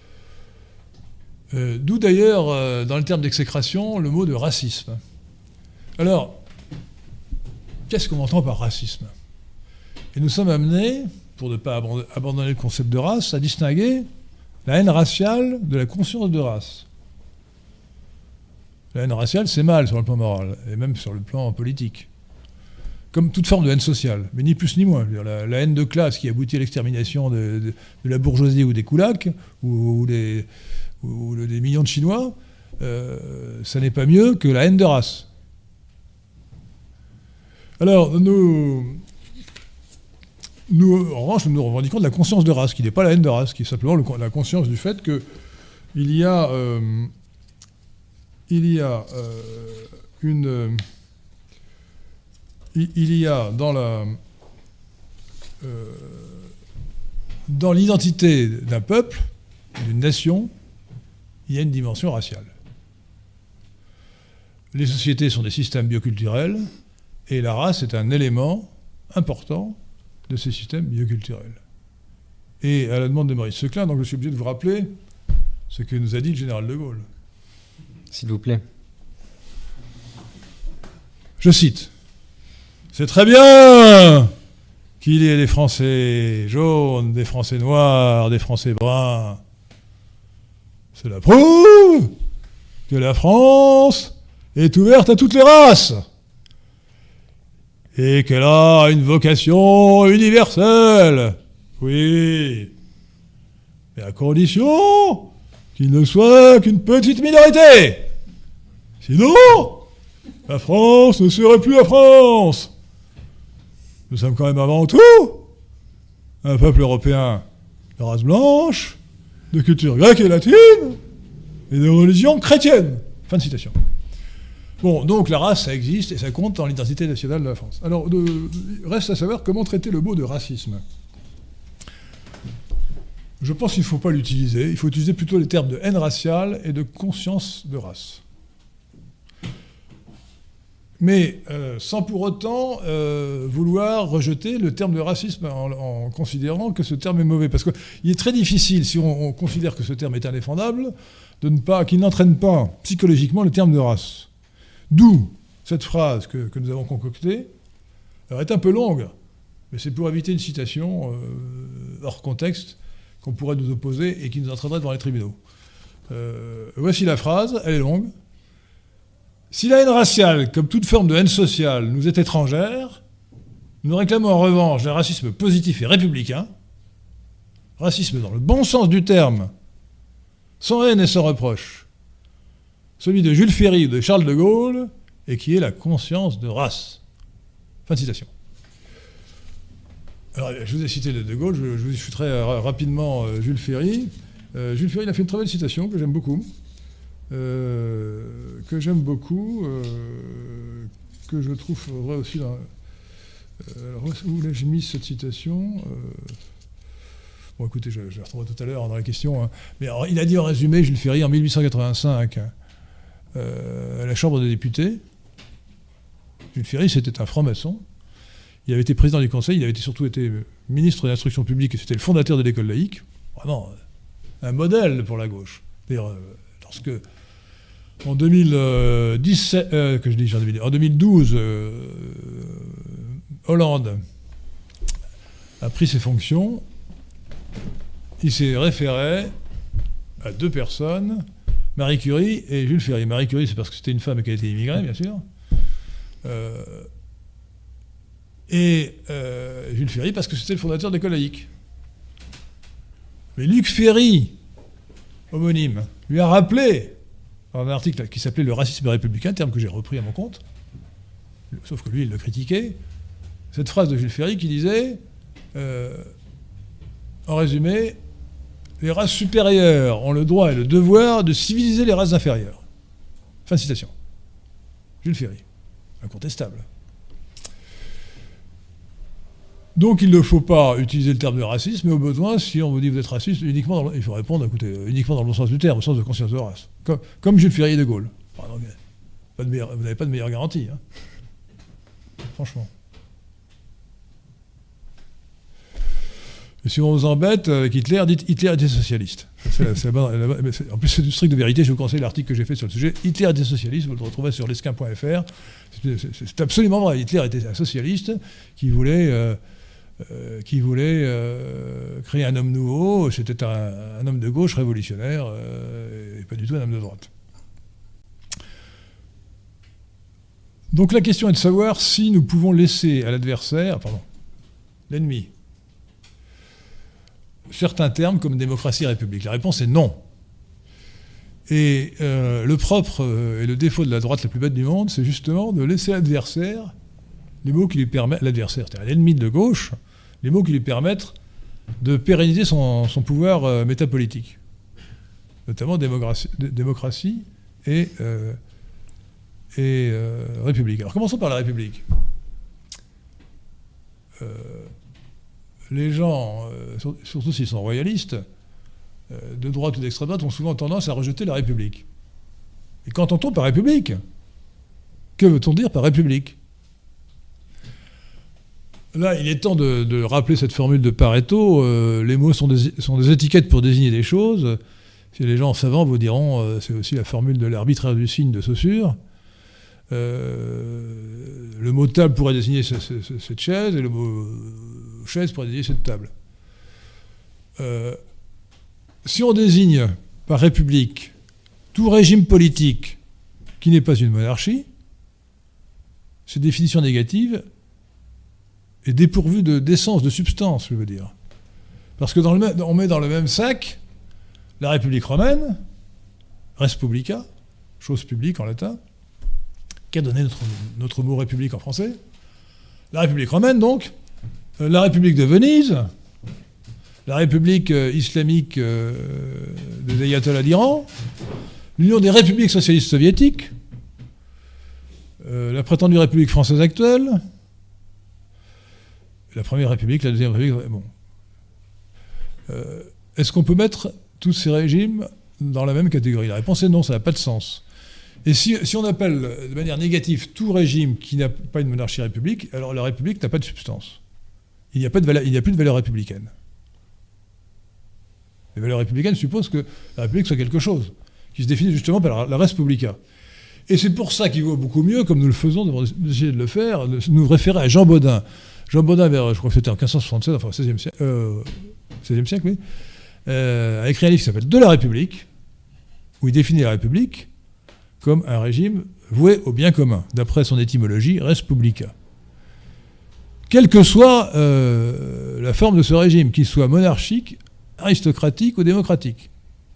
Speaker 2: Euh, D'où d'ailleurs, euh, dans le terme d'exécration, le mot de racisme. Alors, qu'est-ce qu'on entend par racisme? Et nous sommes amenés, pour ne pas abandonner le concept de race, à distinguer la haine raciale de la conscience de race. La haine raciale, c'est mal sur le plan moral, et même sur le plan politique. Comme toute forme de haine sociale, mais ni plus ni moins. La, la haine de classe qui aboutit à l'extermination de, de, de la bourgeoisie ou des koulaks, ou, ou, des, ou le, des millions de Chinois, euh, ça n'est pas mieux que la haine de race. Alors, nous, nous, en revanche, nous nous revendiquons de la conscience de race, qui n'est pas la haine de race, qui est simplement le, la conscience du fait qu'il y a, euh, il y a euh, une... Il y a dans la euh, dans l'identité d'un peuple, d'une nation, il y a une dimension raciale. Les sociétés sont des systèmes bioculturels et la race est un élément important de ces systèmes bioculturels. Et à la demande de Maurice Seclin, donc je suis obligé de vous rappeler ce que nous a dit le général de Gaulle.
Speaker 1: S'il vous plaît.
Speaker 2: Je cite. C'est très bien qu'il y ait des Français jaunes, des Français noirs, des Français bruns. Cela prouve que la France est ouverte à toutes les races et qu'elle a une vocation universelle. Oui, mais à condition qu'il ne soit qu'une petite minorité. Sinon, la France ne serait plus la France. Nous sommes quand même avant tout un peuple européen de race blanche, de culture grecque et latine, et de religion chrétienne. Fin de citation. Bon, donc la race, ça existe et ça compte dans l'identité nationale de la France. Alors, de, reste à savoir comment traiter le mot de racisme. Je pense qu'il ne faut pas l'utiliser. Il faut utiliser plutôt les termes de haine raciale et de conscience de race. Mais euh, sans pour autant euh, vouloir rejeter le terme de racisme en, en considérant que ce terme est mauvais. Parce qu'il est très difficile, si on, on considère que ce terme est indéfendable, de ne pas, qu'il n'entraîne pas psychologiquement le terme de race. D'où cette phrase que, que nous avons concoctée. Elle est un peu longue, mais c'est pour éviter une citation euh, hors contexte qu'on pourrait nous opposer et qui nous entraînerait devant les tribunaux. Euh, voici la phrase, elle est longue. Si la haine raciale, comme toute forme de haine sociale, nous est étrangère, nous réclamons en revanche un racisme positif et républicain, racisme dans le bon sens du terme, sans haine et sans reproche, celui de Jules Ferry ou de Charles de Gaulle, et qui est la conscience de race. Fin de citation. Alors, je vous ai cité de Gaulle, je, je vous citerai euh, rapidement euh, Jules Ferry. Euh, Jules Ferry il a fait une très belle citation que j'aime beaucoup. Euh, que j'aime beaucoup, euh, que je trouve vrai aussi dans... Euh, alors, où l'ai-je mis cette citation euh, Bon, écoutez, je, je la retrouverai tout à l'heure dans la question. Hein. Mais alors, il a dit en résumé, Jules Ferry, en mille huit cent quatre-vingt-cinq, euh, à la Chambre des députés, Jules Ferry, c'était un franc-maçon. Il avait été président du Conseil, il avait été, surtout été ministre de l'Instruction publique, et c'était le fondateur de l'école laïque. Vraiment, un modèle pour la gauche. D'ailleurs, lorsque... En deux mille dix-sept, euh, que je dis, en deux mille douze, euh, Hollande a pris ses fonctions. Il s'est référé à deux personnes, Marie Curie et Jules Ferry. Marie Curie, c'est parce que c'était une femme et qu'elle était immigrée, bien sûr. Euh, et euh, Jules Ferry, parce que c'était le fondateur de l'école laïque. Mais Luc Ferry, homonyme, lui a rappelé, dans un article qui s'appelait « Le racisme républicain », terme que j'ai repris à mon compte, sauf que lui, il le critiquait, cette phrase de Jules Ferry qui disait, euh, en résumé, « Les races supérieures ont le droit et le devoir de civiliser les races inférieures ». Fin de citation. Jules Ferry. Incontestable. Donc il ne faut pas utiliser le terme de racisme, mais au besoin, si on vous dit que vous êtes raciste, uniquement dans le, il faut répondre, écoutez, uniquement dans le bon sens du terme, au sens de conscience de race. Comme, comme Jules Ferry et de Gaulle. Enfin, donc, pas de meilleure, vous n'avez pas de meilleure garantie. Hein. Franchement. Et si on vous embête avec Hitler, dites Hitler était socialiste. C'est la, c'est la bonne, la, c'est, en plus, c'est du strict de vérité. Je vous conseille l'article que j'ai fait sur le sujet. Hitler était socialiste. Vous le retrouvez sur lesquin point f r. C'est, c'est, c'est absolument vrai. Hitler était un socialiste qui voulait, euh, euh, qui voulait euh, créer un homme nouveau. C'était un, un homme de gauche révolutionnaire euh, et pas du tout un homme de droite. Donc la question est de savoir si nous pouvons laisser à l'adversaire, pardon, l'ennemi, certains termes comme démocratie et république. La réponse est non. Et euh, le propre euh, et le défaut de la droite la plus bête du monde, c'est justement de laisser à l'adversaire les mots qui lui permettent, l'adversaire, c'est-à-dire l'ennemi de gauche, les mots qui lui permettent de pérenniser son, son pouvoir euh, métapolitique, notamment démocratie, démocratie et, euh, et euh, république. Alors commençons par la république. Euh, Les gens, euh, surtout s'ils sont royalistes, euh, de droite ou d'extrême droite, ont souvent tendance à rejeter la République. Et qu'entend-on par République? Que veut-on dire par République? Là, il est temps de, de rappeler cette formule de Pareto. Euh, les mots sont des, sont des étiquettes pour désigner des choses. Si les gens savants vous diront, euh, c'est aussi la formule de l'arbitraire du signe de Saussure. Euh, le mot table pourrait désigner ce, ce, ce, cette chaise, et le mot chaise pourrait désigner cette table. Euh, si on désigne par république tout régime politique qui n'est pas une monarchie, cette définition négative est dépourvue de, d'essence, de substance, je veux dire. Parce que dans le même, on met dans le même sac la République romaine, res publica, chose publique en latin, qui a donné notre, notre mot République en français. La République romaine, donc, euh, la République de Venise, la République euh, islamique euh, des ayatollahs d'Iran, l'Union des républiques socialistes soviétiques, euh, la prétendue République française actuelle, la première République, la deuxième République... Bon. Euh, est-ce qu'on peut mettre tous ces régimes dans la même catégorie? La réponse est non, ça n'a pas de sens. Et si, si on appelle de manière négative tout régime qui n'a pas une monarchie république, alors la République n'a pas de substance. Il n'y a, pas de valeur, il n'y a plus de valeur républicaine. Les valeurs républicaines supposent que la République soit quelque chose, qui se définit justement par la, la res publica. Et c'est pour ça qu'il vaut beaucoup mieux, comme nous le faisons, nous essayer de le faire, de nous référer à Jean Bodin. Jean Bodin, vers, je crois que c'était en quinze cent soixante-sept, enfin seizième siècle, euh, seizième siècle, oui, euh, a écrit un livre qui s'appelle « De la République », où il définit la République comme un régime voué au bien commun, d'après son étymologie, res publica. Quelle que soit euh, la forme de ce régime, qu'il soit monarchique, aristocratique ou démocratique.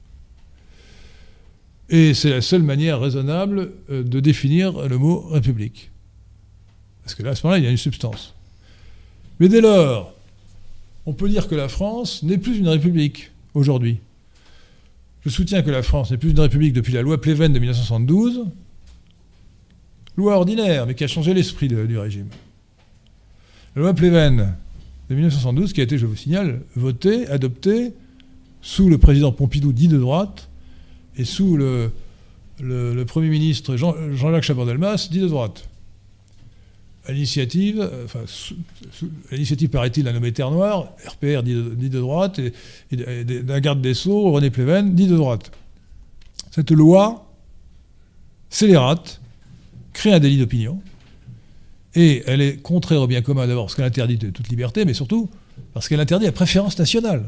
Speaker 2: Et c'est la seule manière raisonnable euh, de définir le mot république. Parce que là, à ce moment-là, il y a une substance. Mais dès lors, on peut dire que la France n'est plus une république aujourd'hui. Je soutiens que la France n'est plus une république depuis la loi Pleven de mille neuf cent soixante-douze, loi ordinaire, mais qui a changé l'esprit de, du régime. La loi Pleven de mille neuf cent soixante-douze, qui a été, je vous signale, votée, adoptée, sous le président Pompidou, dit de droite, et sous le, le, le Premier ministre Jean, Jean-Jacques Chaban-Delmas, dit de droite. À l'initiative, enfin, sous, sous, à l'initiative, paraît-il, d'un nommé Terre Noire, R P R dit de, dit de droite, et, et, et d'un garde des Sceaux, René Pleven, dit de droite. Cette loi scélérate crée un délit d'opinion, et elle est contraire au bien commun, d'abord parce qu'elle interdit toute liberté, mais surtout parce qu'elle interdit la préférence nationale.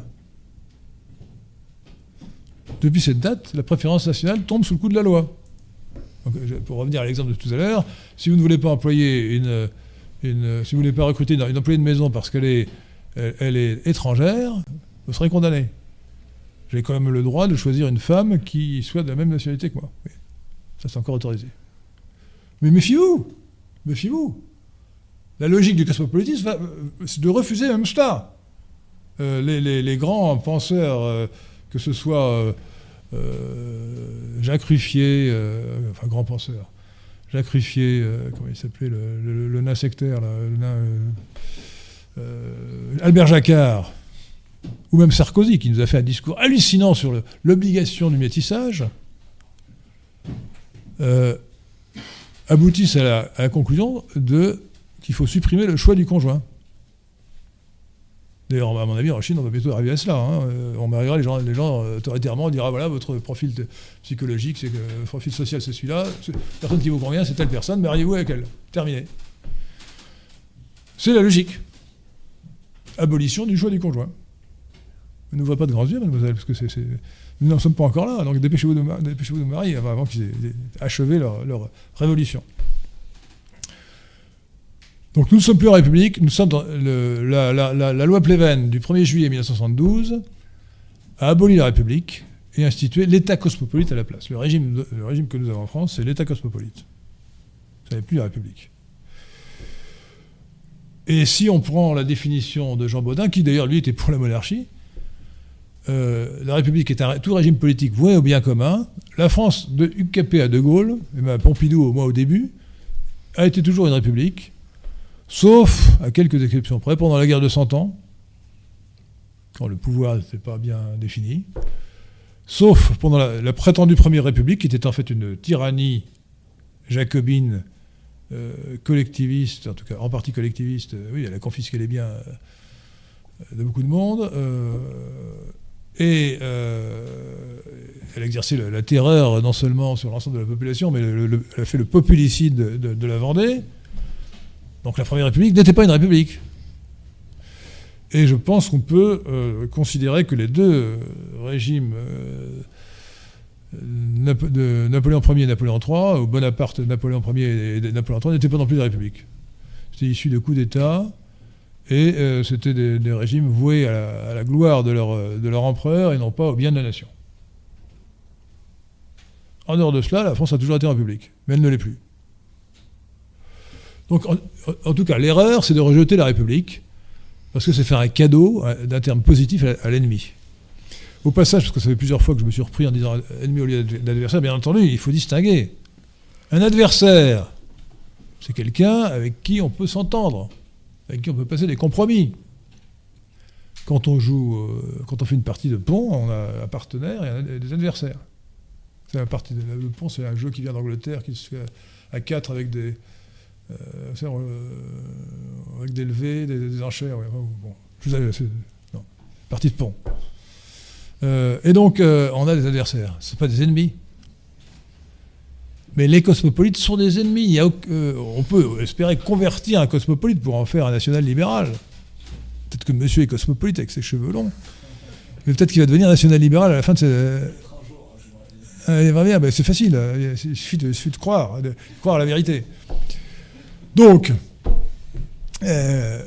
Speaker 2: Depuis cette date, la préférence nationale tombe sous le coup de la loi. Donc, pour revenir à l'exemple de tout à l'heure, si vous ne voulez pas employer une, une si vous ne voulez pas recruter une, une employée de maison parce qu'elle est, elle, elle est étrangère, vous serez condamné. J'ai quand même le droit de choisir une femme qui soit de la même nationalité que moi. Oui. Ça, c'est encore autorisé. Mais méfiez-vous, méfiez-vous. La logique du cosmopolitisme, c'est de refuser même cela. Euh, les, les, les grands penseurs, euh, que ce soit euh, euh, Jacques Ruffier, euh, enfin grand penseur, Jacques Ruffier, euh, comment il s'appelait, le, le, le nain sectaire, là, le nain, euh, euh, Albert Jacquard, ou même Sarkozy, qui nous a fait un discours hallucinant sur le, l'obligation du métissage, euh, aboutissent à la, à la conclusion de, qu'il faut supprimer le choix du conjoint. D'ailleurs, à mon avis, en Chine, on va bientôt arriver à cela. Hein. On mariera les gens, les gens autoritairement, on dira voilà, votre profil psychologique, c'est que le profil social, c'est celui-là. La personne qui vous convient, c'est telle personne, mariez-vous avec elle. Terminé. C'est la logique. Abolition du choix du conjoint. Ne nous voit pas de grands yeux, mademoiselle, parce que c'est, c'est... nous n'en sommes pas encore là. Donc dépêchez-vous de, mar... dépêchez-vous de marier avant qu'ils aient achevé leur, leur révolution. Donc nous ne sommes plus en République, nous sommes dans le, la, la, la, la loi Pleven du premier juillet mille neuf cent soixante-douze a aboli la République et institué l'État cosmopolite à la place. Le régime, le régime que nous avons en France, c'est l'État cosmopolite. Ça n'est plus la République. Et si on prend la définition de Jean Bodin, qui d'ailleurs lui était pour la monarchie, euh, la République est un, tout régime politique voué au bien commun. La France, de U K P à De Gaulle, et même Pompidou au moins au début, a été toujours une république, sauf à quelques exceptions près, pendant la guerre de Cent Ans, quand le pouvoir n'était pas bien défini, sauf pendant la, la prétendue Première République, qui était en fait une tyrannie jacobine, euh, collectiviste, en tout cas en partie collectiviste. Euh, oui, elle a confisqué les biens euh, de beaucoup de monde, euh, et euh, elle a exercé la, la terreur non seulement sur l'ensemble de la population, mais le, le, elle a fait le populicide de, de, de la Vendée. Donc la Première République n'était pas une république. Et je pense qu'on peut euh, considérer que les deux euh, régimes euh, Nap- de Napoléon Ier et Napoléon trois, ou Bonaparte, Napoléon Ier et Napoléon trois, n'étaient pas non plus des républiques. C'était issu de coups d'État, et euh, c'était des, des régimes voués à la, à la gloire de leur, de leur empereur et non pas au bien de la nation. En dehors de cela, la France a toujours été république, mais elle ne l'est plus. Donc, en, en tout cas, l'erreur, c'est de rejeter la République, parce que c'est faire un cadeau d'un terme positif à, à l'ennemi. Au passage, parce que ça fait plusieurs fois que je me suis repris en disant ennemi au lieu d'adversaire, bien entendu, il faut distinguer. Un adversaire, c'est quelqu'un avec qui on peut s'entendre, avec qui on peut passer des compromis. Quand on joue, euh, quand on fait une partie de pont, on a un partenaire et un, des adversaires. C'est un partie de, le pont, c'est un jeu qui vient d'Angleterre, qui se fait à quatre avec des Euh, euh, avec des levées, des, des enchères. Ouais, bon, je vous avais, c'est, non, partie de pont. Euh, et donc, euh, on a des adversaires. Ce ne sont pas des ennemis. Mais les cosmopolites sont des ennemis. Il y a, euh, on peut espérer convertir un cosmopolite pour en faire un national-libéral. Peut-être que monsieur est cosmopolite avec ses cheveux longs. Mais peut-être qu'il va devenir national-libéral à la fin de ses... Euh, bien, ben, c'est facile. Il suffit de, il suffit de croire, de croire à la vérité. Donc, euh,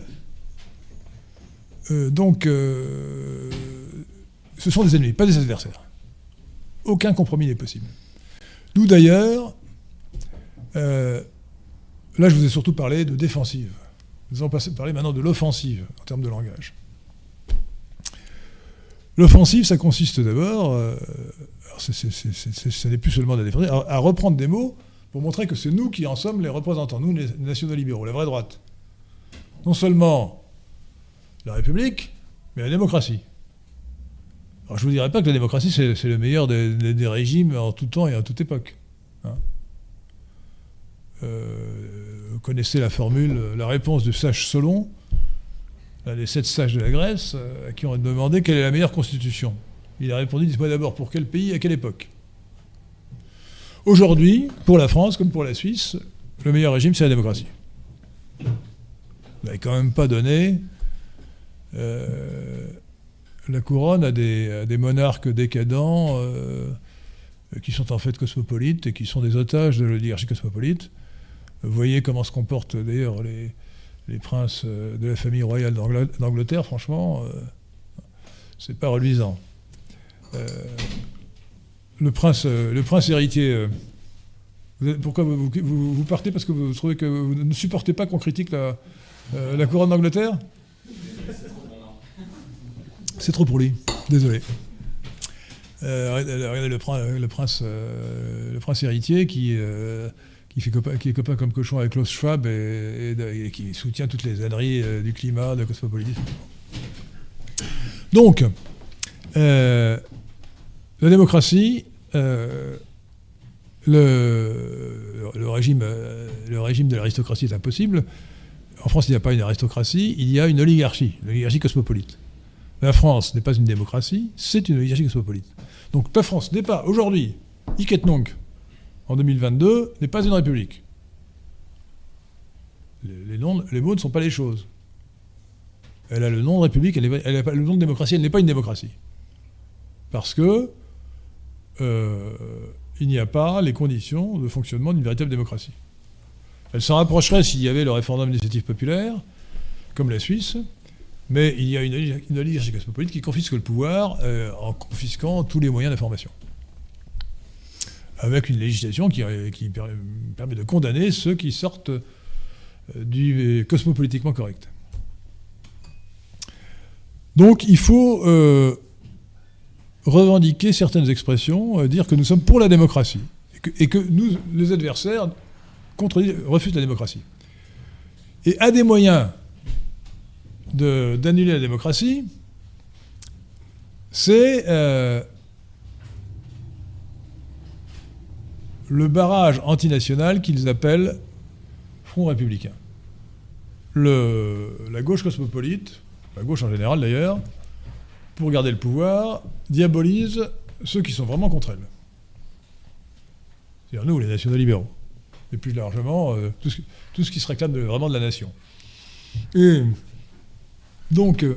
Speaker 2: euh, donc euh, ce sont des ennemis, pas des adversaires. Aucun compromis n'est possible. D'où d'ailleurs, euh, là je vous ai surtout parlé de défensive. Nous allons parler maintenant de l'offensive en termes de langage. L'offensive, ça consiste d'abord, euh, alors c'est, c'est, c'est, c'est, ce n'est plus seulement de la défensive, à, à reprendre des mots pour montrer que c'est nous qui en sommes les représentants, nous les nationaux-libéraux, la vraie droite. Non seulement la République, mais la démocratie. Alors je ne vous dirais pas que la démocratie, c'est, c'est le meilleur des, des, des régimes en tout temps et en toute époque. Hein. Euh, vous connaissez la formule, la réponse du sage Solon, l'un des sept sages de la Grèce, à qui on a demandé quelle est la meilleure constitution. Il a répondu, dites-moi d'abord pour quel pays, à quelle époque. Aujourd'hui, pour la France comme pour la Suisse, le meilleur régime, c'est la démocratie. Vous n'avez quand même pas donné euh, la couronne à des, à des monarques décadents euh, qui sont en fait cosmopolites et qui sont des otages de l'oligarchie cosmopolite. Vous voyez comment se comportent d'ailleurs les, les princes de la famille royale d'Angleterre, franchement, euh, c'est pas reluisant. Euh, Le prince, le prince héritier, vous, pourquoi vous, vous, vous partez parce que vous trouvez que vous ne supportez pas qu'on critique la, euh, la couronne d'Angleterre ? C'est trop pour lui, désolé. Euh, regardez le prince, le prince, euh, le prince héritier qui, euh, qui, fait copain, qui est copain comme cochon avec Klaus Schwab et, et, et qui soutient toutes les âneries euh, du climat, de la cosmopolitisme. Donc, euh, la démocratie, euh, le, le, régime, euh, le régime de l'aristocratie est impossible. en France, il n'y a pas une aristocratie, il y a une oligarchie, une oligarchie cosmopolite. La France n'est pas une démocratie, c'est une oligarchie cosmopolite. Donc la France n'est pas, aujourd'hui, hic nunc, en deux mille vingt-deux, n'est pas une république. Les, les, noms, les mots ne sont pas les choses. Elle a le nom de république, elle, est, elle a pas le nom de démocratie, elle n'est pas une démocratie. Parce que euh, il n'y a pas les conditions de fonctionnement d'une véritable démocratie. Elle s'en rapprocherait s'il y avait le référendum d'initiative populaire, comme la Suisse, mais il y a une, une oligarchie cosmopolite qui confisque le pouvoir euh, en confisquant tous les moyens d'information. Avec une législation qui, qui permet de condamner ceux qui sortent du cosmopolitiquement correct. Donc il faut euh, revendiquer certaines expressions, euh, dire que nous sommes pour la démocratie, et que, et que nous, les adversaires, refusent la démocratie. Et à des moyens de, d'annuler la démocratie, c'est euh, le barrage antinational qu'ils appellent Front républicain. Le, la gauche cosmopolite, la gauche en général d'ailleurs, pour garder le pouvoir, diabolise ceux qui sont vraiment contre elle. C'est-à-dire nous, les nationaux libéraux. Et plus largement, euh, tout, ce, tout ce qui se réclame de, vraiment de la nation. Et donc, euh,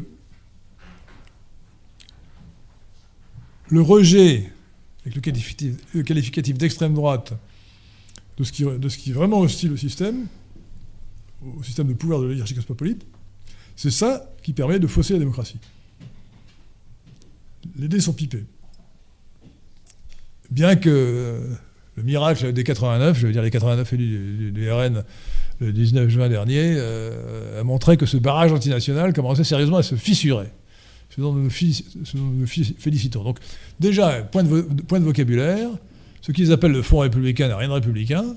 Speaker 2: le rejet, avec le qualificatif, le qualificatif d'extrême droite, de ce, qui, de ce qui est vraiment hostile au système, au système de pouvoir de l'oligarchie cosmopolite, c'est ça qui permet de fausser la démocratie. Les dés sont pipés. Bien que euh, le miracle des quatre-vingt-neuf, je veux dire les quatre-vingt-neuf élus du, du, du R N le dix-neuf juin dernier, euh, a montré que ce barrage antinational commençait sérieusement à se fissurer. Ce dont nous nous, fi- ce dont nous nous félicitons. Donc déjà, point de, vo- point de vocabulaire, ce qu'ils appellent le Front républicain n'a rien de républicain,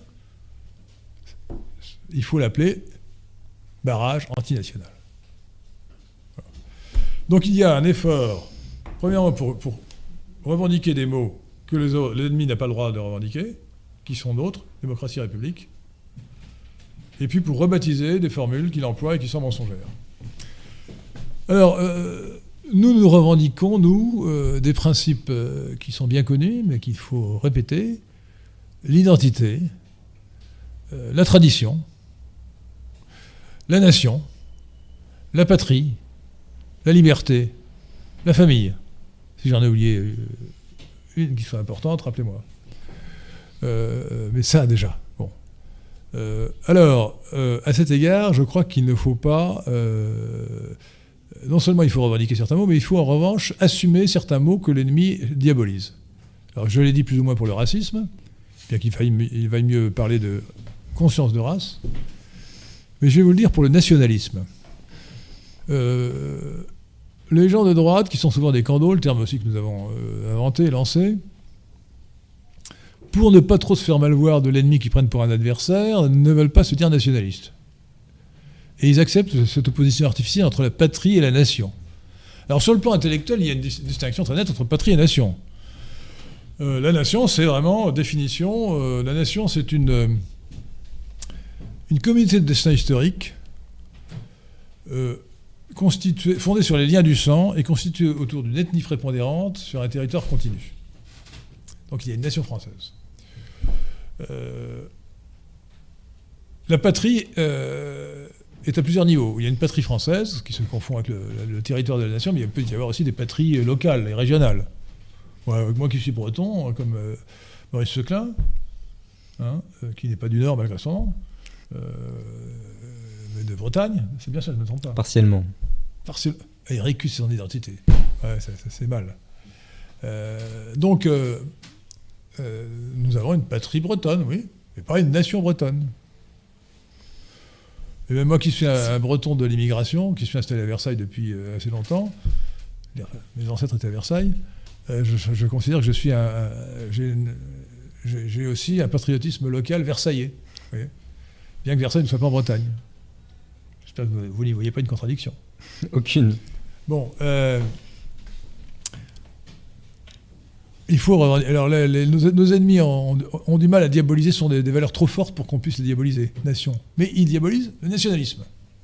Speaker 2: il faut l'appeler barrage antinational. Voilà. Donc il y a un effort, premièrement pour, pour revendiquer des mots que les autres, l'ennemi n'a pas le droit de revendiquer, qui sont d'autres, démocratie, république, et puis pour rebaptiser des formules qu'il emploie et qui sont mensongères. Alors, euh, nous nous revendiquons, nous, euh, des principes euh, qui sont bien connus, mais qu'il faut répéter, l'identité, euh, la tradition, la nation, la patrie, la liberté, la famille. Si j'en ai oublié euh, une qui soit importante, rappelez-moi. Euh, mais ça, déjà. Bon. Euh, alors, euh, à cet égard, je crois qu'il ne faut pas... Euh, non seulement il faut revendiquer certains mots, mais il faut en revanche assumer certains mots que l'ennemi diabolise. Alors, je l'ai dit plus ou moins pour le racisme, bien qu'il faille, il vaille mieux parler de conscience de race. Mais je vais vous le dire pour le nationalisme. Euh, les gens de droite, qui sont souvent des candos, le terme aussi que nous avons euh, inventé et lancé, pour ne pas trop se faire mal voir de l'ennemi qu'ils prennent pour un adversaire, ne veulent pas se dire nationalistes. Et ils acceptent cette opposition artificielle entre la patrie et la nation. Alors sur le plan intellectuel, il y a une dis- distinction très nette entre patrie et nation. Euh, la nation, c'est vraiment, définition, euh, la nation, c'est une... Euh, Une communauté de destin historique euh, constituée, fondée sur les liens du sang et constituée autour d'une ethnie prépondérante sur un territoire continu. Donc il y a une nation française. Euh, la patrie euh, est à plusieurs niveaux. Il y a une patrie française qui se confond avec le, le territoire de la nation, mais il peut y avoir aussi des patries locales et régionales. Ouais, moi qui suis breton, comme euh, Maurice Seclin, hein, euh, qui n'est pas du Nord malgré son nom, Euh, mais de Bretagne, c'est bien ça, je ne me trompe pas.
Speaker 1: Partiellement.
Speaker 2: Partiel... Il récuse son identité. Ouais, ça, ça, c'est mal. Euh, donc, euh, euh, nous avons une patrie bretonne, oui, mais pas une nation bretonne. Et même moi qui suis un, un breton de l'immigration, qui suis installé à Versailles depuis euh, assez longtemps, mes ancêtres étaient à Versailles, euh, je, je considère que je suis un, un, j'ai, une, j'ai, j'ai aussi un patriotisme local versaillais. Vous voyez ? Bien que Versailles ne soit pas en Bretagne. J'espère que vous, vous n'y voyez pas une contradiction.
Speaker 1: Aucune.
Speaker 2: Bon, euh, il faut... Alors, les, les, nos, nos ennemis ont, ont du mal à diaboliser, ce sont des, des valeurs trop fortes pour qu'on puisse les diaboliser, nation. Mais ils diabolisent le nationalisme.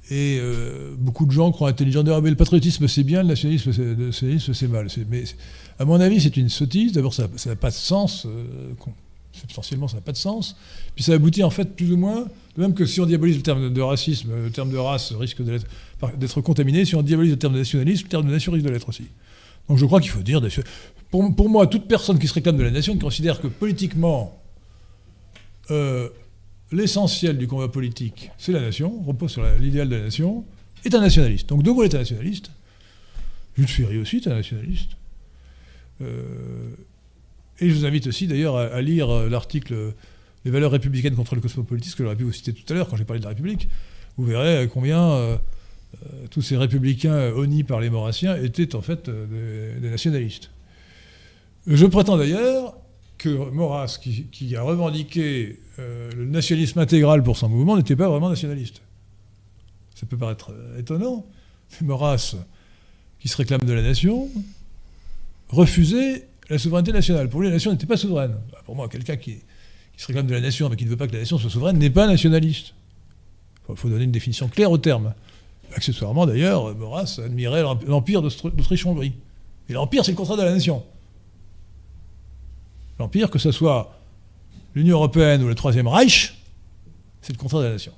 Speaker 2: Et euh, beaucoup de gens croient intelligents, ah, mais le patriotisme c'est bien, le nationalisme c'est, le nationalisme, c'est mal. C'est, mais à mon avis, c'est une sottise. D'abord, ça n'a pas de sens. Euh, substantiellement, ça n'a pas de sens. Puis ça aboutit en fait plus ou moins, de même que si on diabolise le terme de racisme, le terme de race risque de l'être, d'être contaminé. Si on diabolise le terme de nationalisme, le terme de nation risque de l'être aussi. Donc je crois qu'il faut dire, pour, pour moi, toute personne qui se réclame de la nation, qui considère que politiquement, euh, l'essentiel du combat politique, c'est la nation, repose sur la, l'idéal de la nation, est un nationaliste. Donc De Gaulle est un nationaliste. Jules Ferry aussi est un nationaliste. Euh, et je vous invite aussi d'ailleurs à, à lire l'article « Les valeurs républicaines contre le cosmopolitisme » que j'aurais pu vous citer tout à l'heure quand j'ai parlé de la République. Vous verrez combien euh, euh, tous ces républicains honnis par les maurassiens étaient en fait euh, des, des nationalistes. Je prétends d'ailleurs que Maurras, qui, qui a revendiqué euh, le nationalisme intégral pour son mouvement, n'était pas vraiment nationaliste. Ça peut paraître euh, étonnant, mais Maurras, qui se réclame de la nation, refusait la souveraineté nationale. Pour lui, la nation n'était pas souveraine. Bah, pour moi, quelqu'un qui, qui se réclame de la nation mais qui ne veut pas que la nation soit souveraine n'est pas nationaliste. Il faut donner une définition claire au terme. Accessoirement, d'ailleurs, Maurras admirait l'empire d'Autriche-Hongrie. Et l'empire, c'est le contraire de la nation. L'empire, que ce soit l'Union européenne ou le Troisième Reich, c'est le contraire de la nation.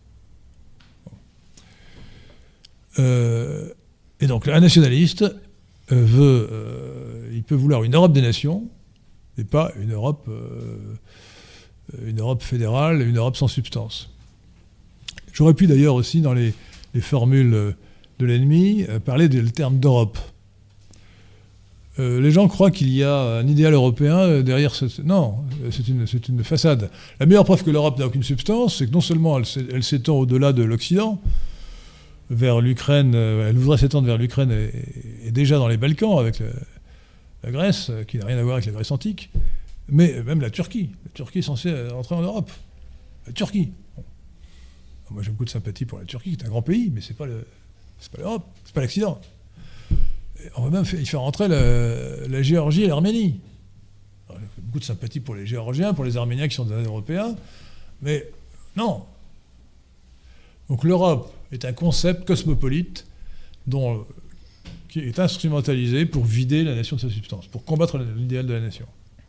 Speaker 2: Euh, et donc, un nationaliste euh, veut, euh, il peut vouloir une Europe des nations, et pas une Europe, euh, une Europe fédérale, une Europe sans substance. J'aurais pu d'ailleurs aussi, dans les, les formules de l'ennemi, euh, parler du terme d'Europe. Euh, les gens croient qu'il y a un idéal européen derrière ce... Non, c'est une, c'est une façade. La meilleure preuve que l'Europe n'a aucune substance, c'est que non seulement elle, elle s'étend au-delà de l'Occident, vers l'Ukraine, elle voudrait s'étendre vers l'Ukraine et, et déjà dans les Balkans, avec le, la Grèce, qui n'a rien à voir avec la Grèce antique, mais même la Turquie. La Turquie est censée entrer en Europe. La Turquie. Bon. Moi j'ai beaucoup de sympathie pour la Turquie, qui est un grand pays, mais c'est pas le, c'est pas l'Europe, c'est pas l'Occident. On va même faire, faire entrer la, la Géorgie et l'Arménie. Alors, j'ai beaucoup de sympathie pour les Géorgiens, pour les Arméniens qui sont des Européens, mais non. Donc l'Europe est un concept cosmopolite dont, qui est instrumentalisé pour vider la nation de sa substance, pour combattre l'idéal de la nation.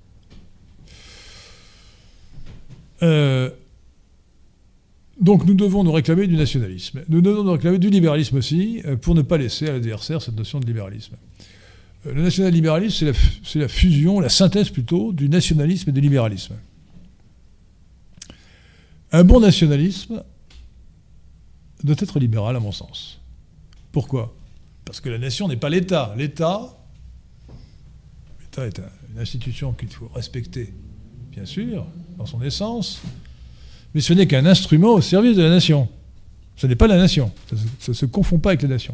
Speaker 2: Euh, donc nous devons nous réclamer du nationalisme. Nous devons nous réclamer du libéralisme aussi, pour ne pas laisser à l'adversaire cette notion de libéralisme. Le national-libéralisme, c'est la, c'est la fusion, la synthèse plutôt, du nationalisme et du libéralisme. Un bon nationalisme doit être libéral, à mon sens. Pourquoi ? Parce que la nation n'est pas l'État. L'État, l'État est un, une institution qu'il faut respecter, bien sûr, dans son essence, mais ce n'est qu'un instrument au service de la nation. Ce n'est pas la nation. Ça ne se confond pas avec la nation.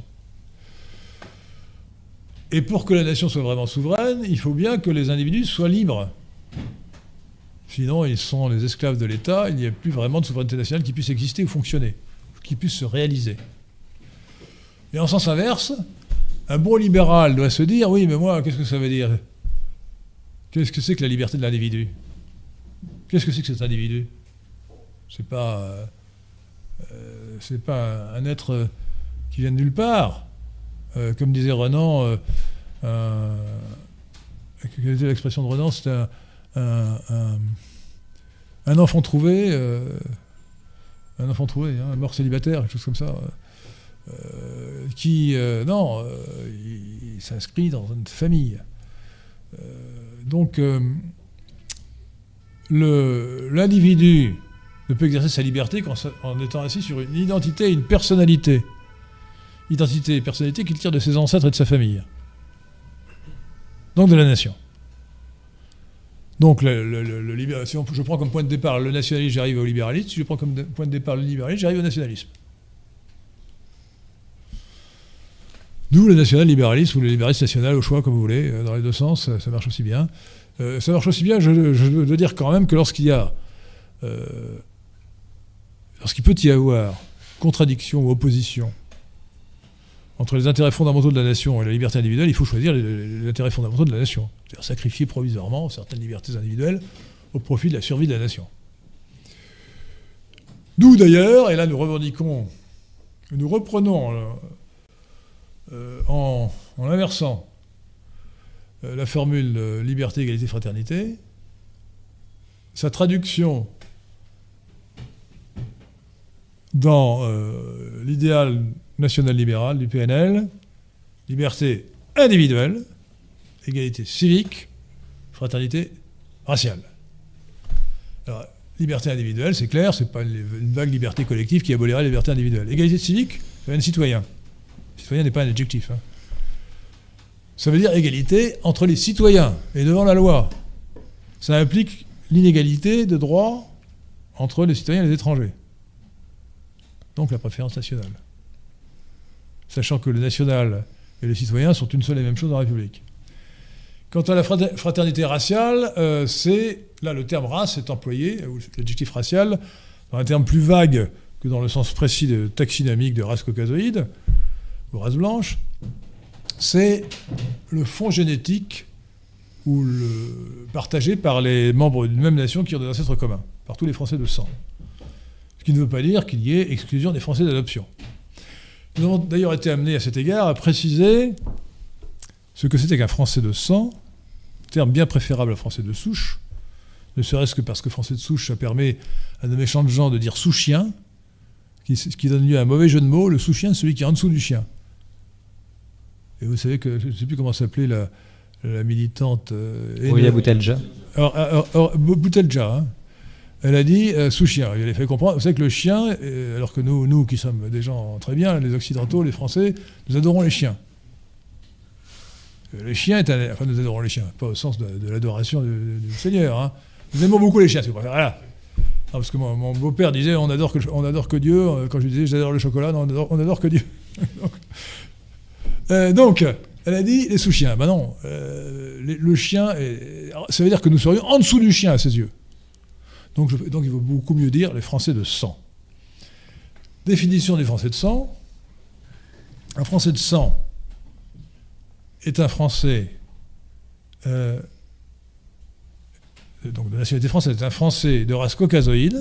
Speaker 2: Et pour que la nation soit vraiment souveraine, il faut bien que les individus soient libres. Sinon, ils sont les esclaves de l'État, il n'y a plus vraiment de souveraineté nationale qui puisse exister ou fonctionner, qui puisse se réaliser. Et en sens inverse, un bon libéral doit se dire, oui, mais moi, qu'est-ce que ça veut dire ? Qu'est-ce que c'est que la liberté de l'individu ? Qu'est-ce que c'est que cet individu ? C'est pas, euh, euh, c'est pas un, un être euh, qui vient de nulle part. Euh, comme disait Renan, euh, euh, quelle était l'expression de Renan ? C'était un, un, un, un enfant trouvé, euh, un enfant trouvé, hein, un mort célibataire, quelque chose comme ça, euh, qui, euh, non, euh, il, il s'inscrit dans une famille. Euh, donc, euh, le, l'individu ne peut exercer sa liberté qu'en, en étant assis sur une identité et une personnalité. Identité et personnalité qu'il tire de ses ancêtres et de sa famille. Donc de la nation. Donc, le, le, le, le, si on, je prends comme point de départ le nationalisme, j'arrive au libéralisme. Si je prends comme de, point de départ le libéralisme, j'arrive au nationalisme. D'où le national-libéralisme ou le libéralisme national, au choix, comme vous voulez. Dans les deux sens, ça, ça marche aussi bien. Euh, ça marche aussi bien, je, je dois dire quand même que lorsqu'il y a... Euh, lorsqu'il peut y avoir contradiction ou opposition entre les intérêts fondamentaux de la nation et la liberté individuelle, il faut choisir les, les intérêts fondamentaux de la nation. C'est-à-dire sacrifier provisoirement certaines libertés individuelles au profit de la survie de la nation. D'où d'ailleurs, et là nous revendiquons nous reprenons euh, euh, en, en inversant euh, la formule euh, liberté, égalité, fraternité, sa traduction dans euh, l'idéal national libéral du P N L, liberté individuelle, égalité civique, fraternité raciale. Alors, liberté individuelle, c'est clair, c'est pas une vague liberté collective qui abolirait la liberté individuelle. Égalité civique, ça vient de citoyen. Citoyen n'est pas un adjectif. Hein. Ça veut dire égalité entre les citoyens et devant la loi. Ça implique l'inégalité de droit entre les citoyens et les étrangers. Donc la préférence nationale. Sachant que le national et les citoyens sont une seule et même chose dans la République. Quant à la fraternité raciale, euh, c'est, là le terme race est employé, ou l'adjectif racial, dans un terme plus vague que dans le sens précis de taxonomique de race caucasoïde, ou race blanche, c'est le fond génétique ou le, partagé par les membres d'une même nation qui ont des ancêtres communs, par tous les Français de sang. Ce qui ne veut pas dire qu'il y ait exclusion des Français d'adoption. Nous avons d'ailleurs été amenés à cet égard à préciser ce que c'était qu'un Français de sang, terme bien préférable à Français de souche, ne serait-ce que parce que Français de souche, ça permet à de méchants gens de dire sous-chien, qui, qui donne lieu à un mauvais jeu de mots, le sous-chien, c'est celui qui est en dessous du chien. Et vous savez que, je ne sais plus comment s'appelait la, la militante... Euh,
Speaker 1: Rouya Boutelja.
Speaker 2: Alors, alors, alors, Boutelja, hein, elle a dit euh, sous-chien. Elle a fait comprendre, vous savez que le chien, euh, alors que nous, nous qui sommes des gens très bien, les Occidentaux, les Français, nous adorons les chiens. Le chien est un... Enfin, nous adorons les chiens, pas au sens de, de l'adoration du, du Seigneur. Hein. Nous aimons beaucoup les chiens, si vous préférez. Voilà. Non, parce que mon, mon beau-père disait on adore que, on adore que Dieu. Quand je lui disais j'adore le chocolat, non, on adore, on adore que Dieu. donc, euh, donc, elle a dit les sous-chiens. Ben non, euh, les, le chien, est, ça veut dire que nous serions en dessous du chien à ses yeux. Donc, je, donc il vaut beaucoup mieux dire les Français de sang. Définition des Français de sang. Un Français de sang est un Français, euh, donc de nationalité française, est un Français de race caucasoïde,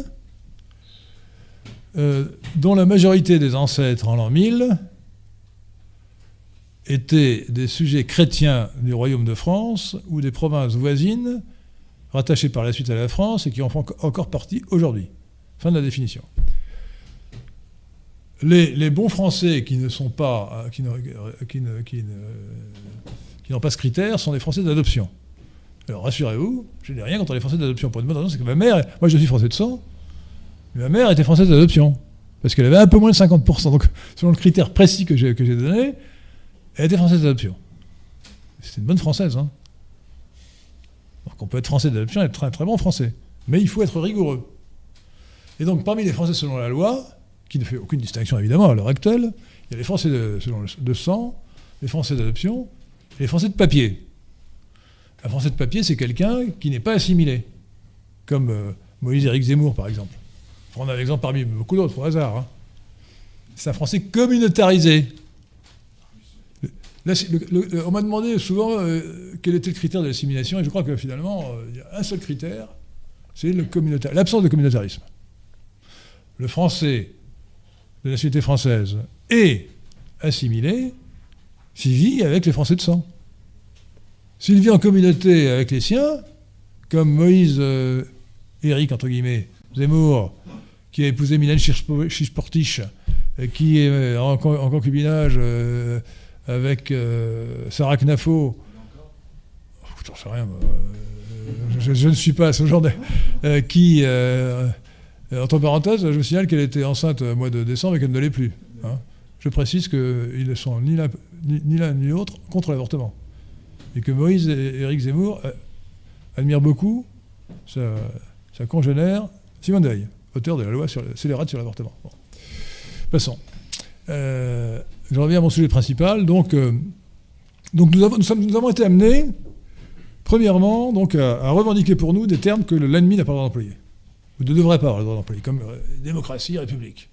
Speaker 2: euh, dont la majorité des ancêtres en l'an mille étaient des sujets chrétiens du royaume de France ou des provinces voisines rattachées par la suite à la France et qui en font encore partie aujourd'hui. Fin de la définition. Les, les bons Français qui ne sont pas, qui, ne, qui, ne, qui, ne, qui n'ont pas ce critère sont des Français d'adoption. Alors rassurez-vous, je n'ai rien contre les Français d'adoption. Pour une bonne raison, c'est que ma mère, moi je suis Français de sang, mais ma mère était Française d'adoption parce qu'elle avait un peu moins de cinquante pour cent. Donc selon le critère précis que j'ai, que j'ai donné, elle était Française d'adoption. C'est une bonne Française. Hein. Donc on peut être Français d'adoption et être un très bon Français, mais il faut être rigoureux. Et donc parmi les Français selon la loi, qui ne fait aucune distinction évidemment à l'heure actuelle, il y a les Français de, selon le, de sang, les Français d'adoption et les Français de papier. Un Français de papier, c'est quelqu'un qui n'est pas assimilé, comme euh, Moïse-Éric Zemmour par exemple. On a l'exemple parmi beaucoup d'autres au hasard. Hein. C'est un Français communautarisé. Là, le, le, le, on m'a demandé souvent euh, quel était le critère de l'assimilation, et je crois que finalement, euh, il y a un seul critère, c'est le communautar- l'absence de communautarisme. Le Français de nationalité française est assimilé s'il vit avec les Français de sang. S'il vit en communauté avec les siens, comme Moïse, euh, Éric, entre guillemets, Zemmour, qui a épousé Mylène Chichportiche, qui est euh, en, en concubinage euh, avec euh, Sarah Knafo. Oh, j'en sais rien, moi. Je, je ne suis pas ce genre de... Euh, qui... Euh, Entre parenthèses, je me signale qu'elle était enceinte au mois de décembre et qu'elle ne l'est plus. Hein. Je précise qu'ils ne sont ni l'un ni, ni, l'un, ni l'autre contre l'avortement. Et que Moïse et Éric Zemmour euh, admirent beaucoup sa, sa congénère Simone Veil, auteur de la loi sur le, scélérate sur l'avortement. Bon. Passons. Euh, je reviens à mon sujet principal. Donc, euh, donc nous, avons, nous, sommes, nous avons été amenés, premièrement, donc, à, à revendiquer pour nous des termes que l'ennemi n'a pas le droit d'employer. Ou ne devrait pas avoir le droit d'employer, comme euh, démocratie, république.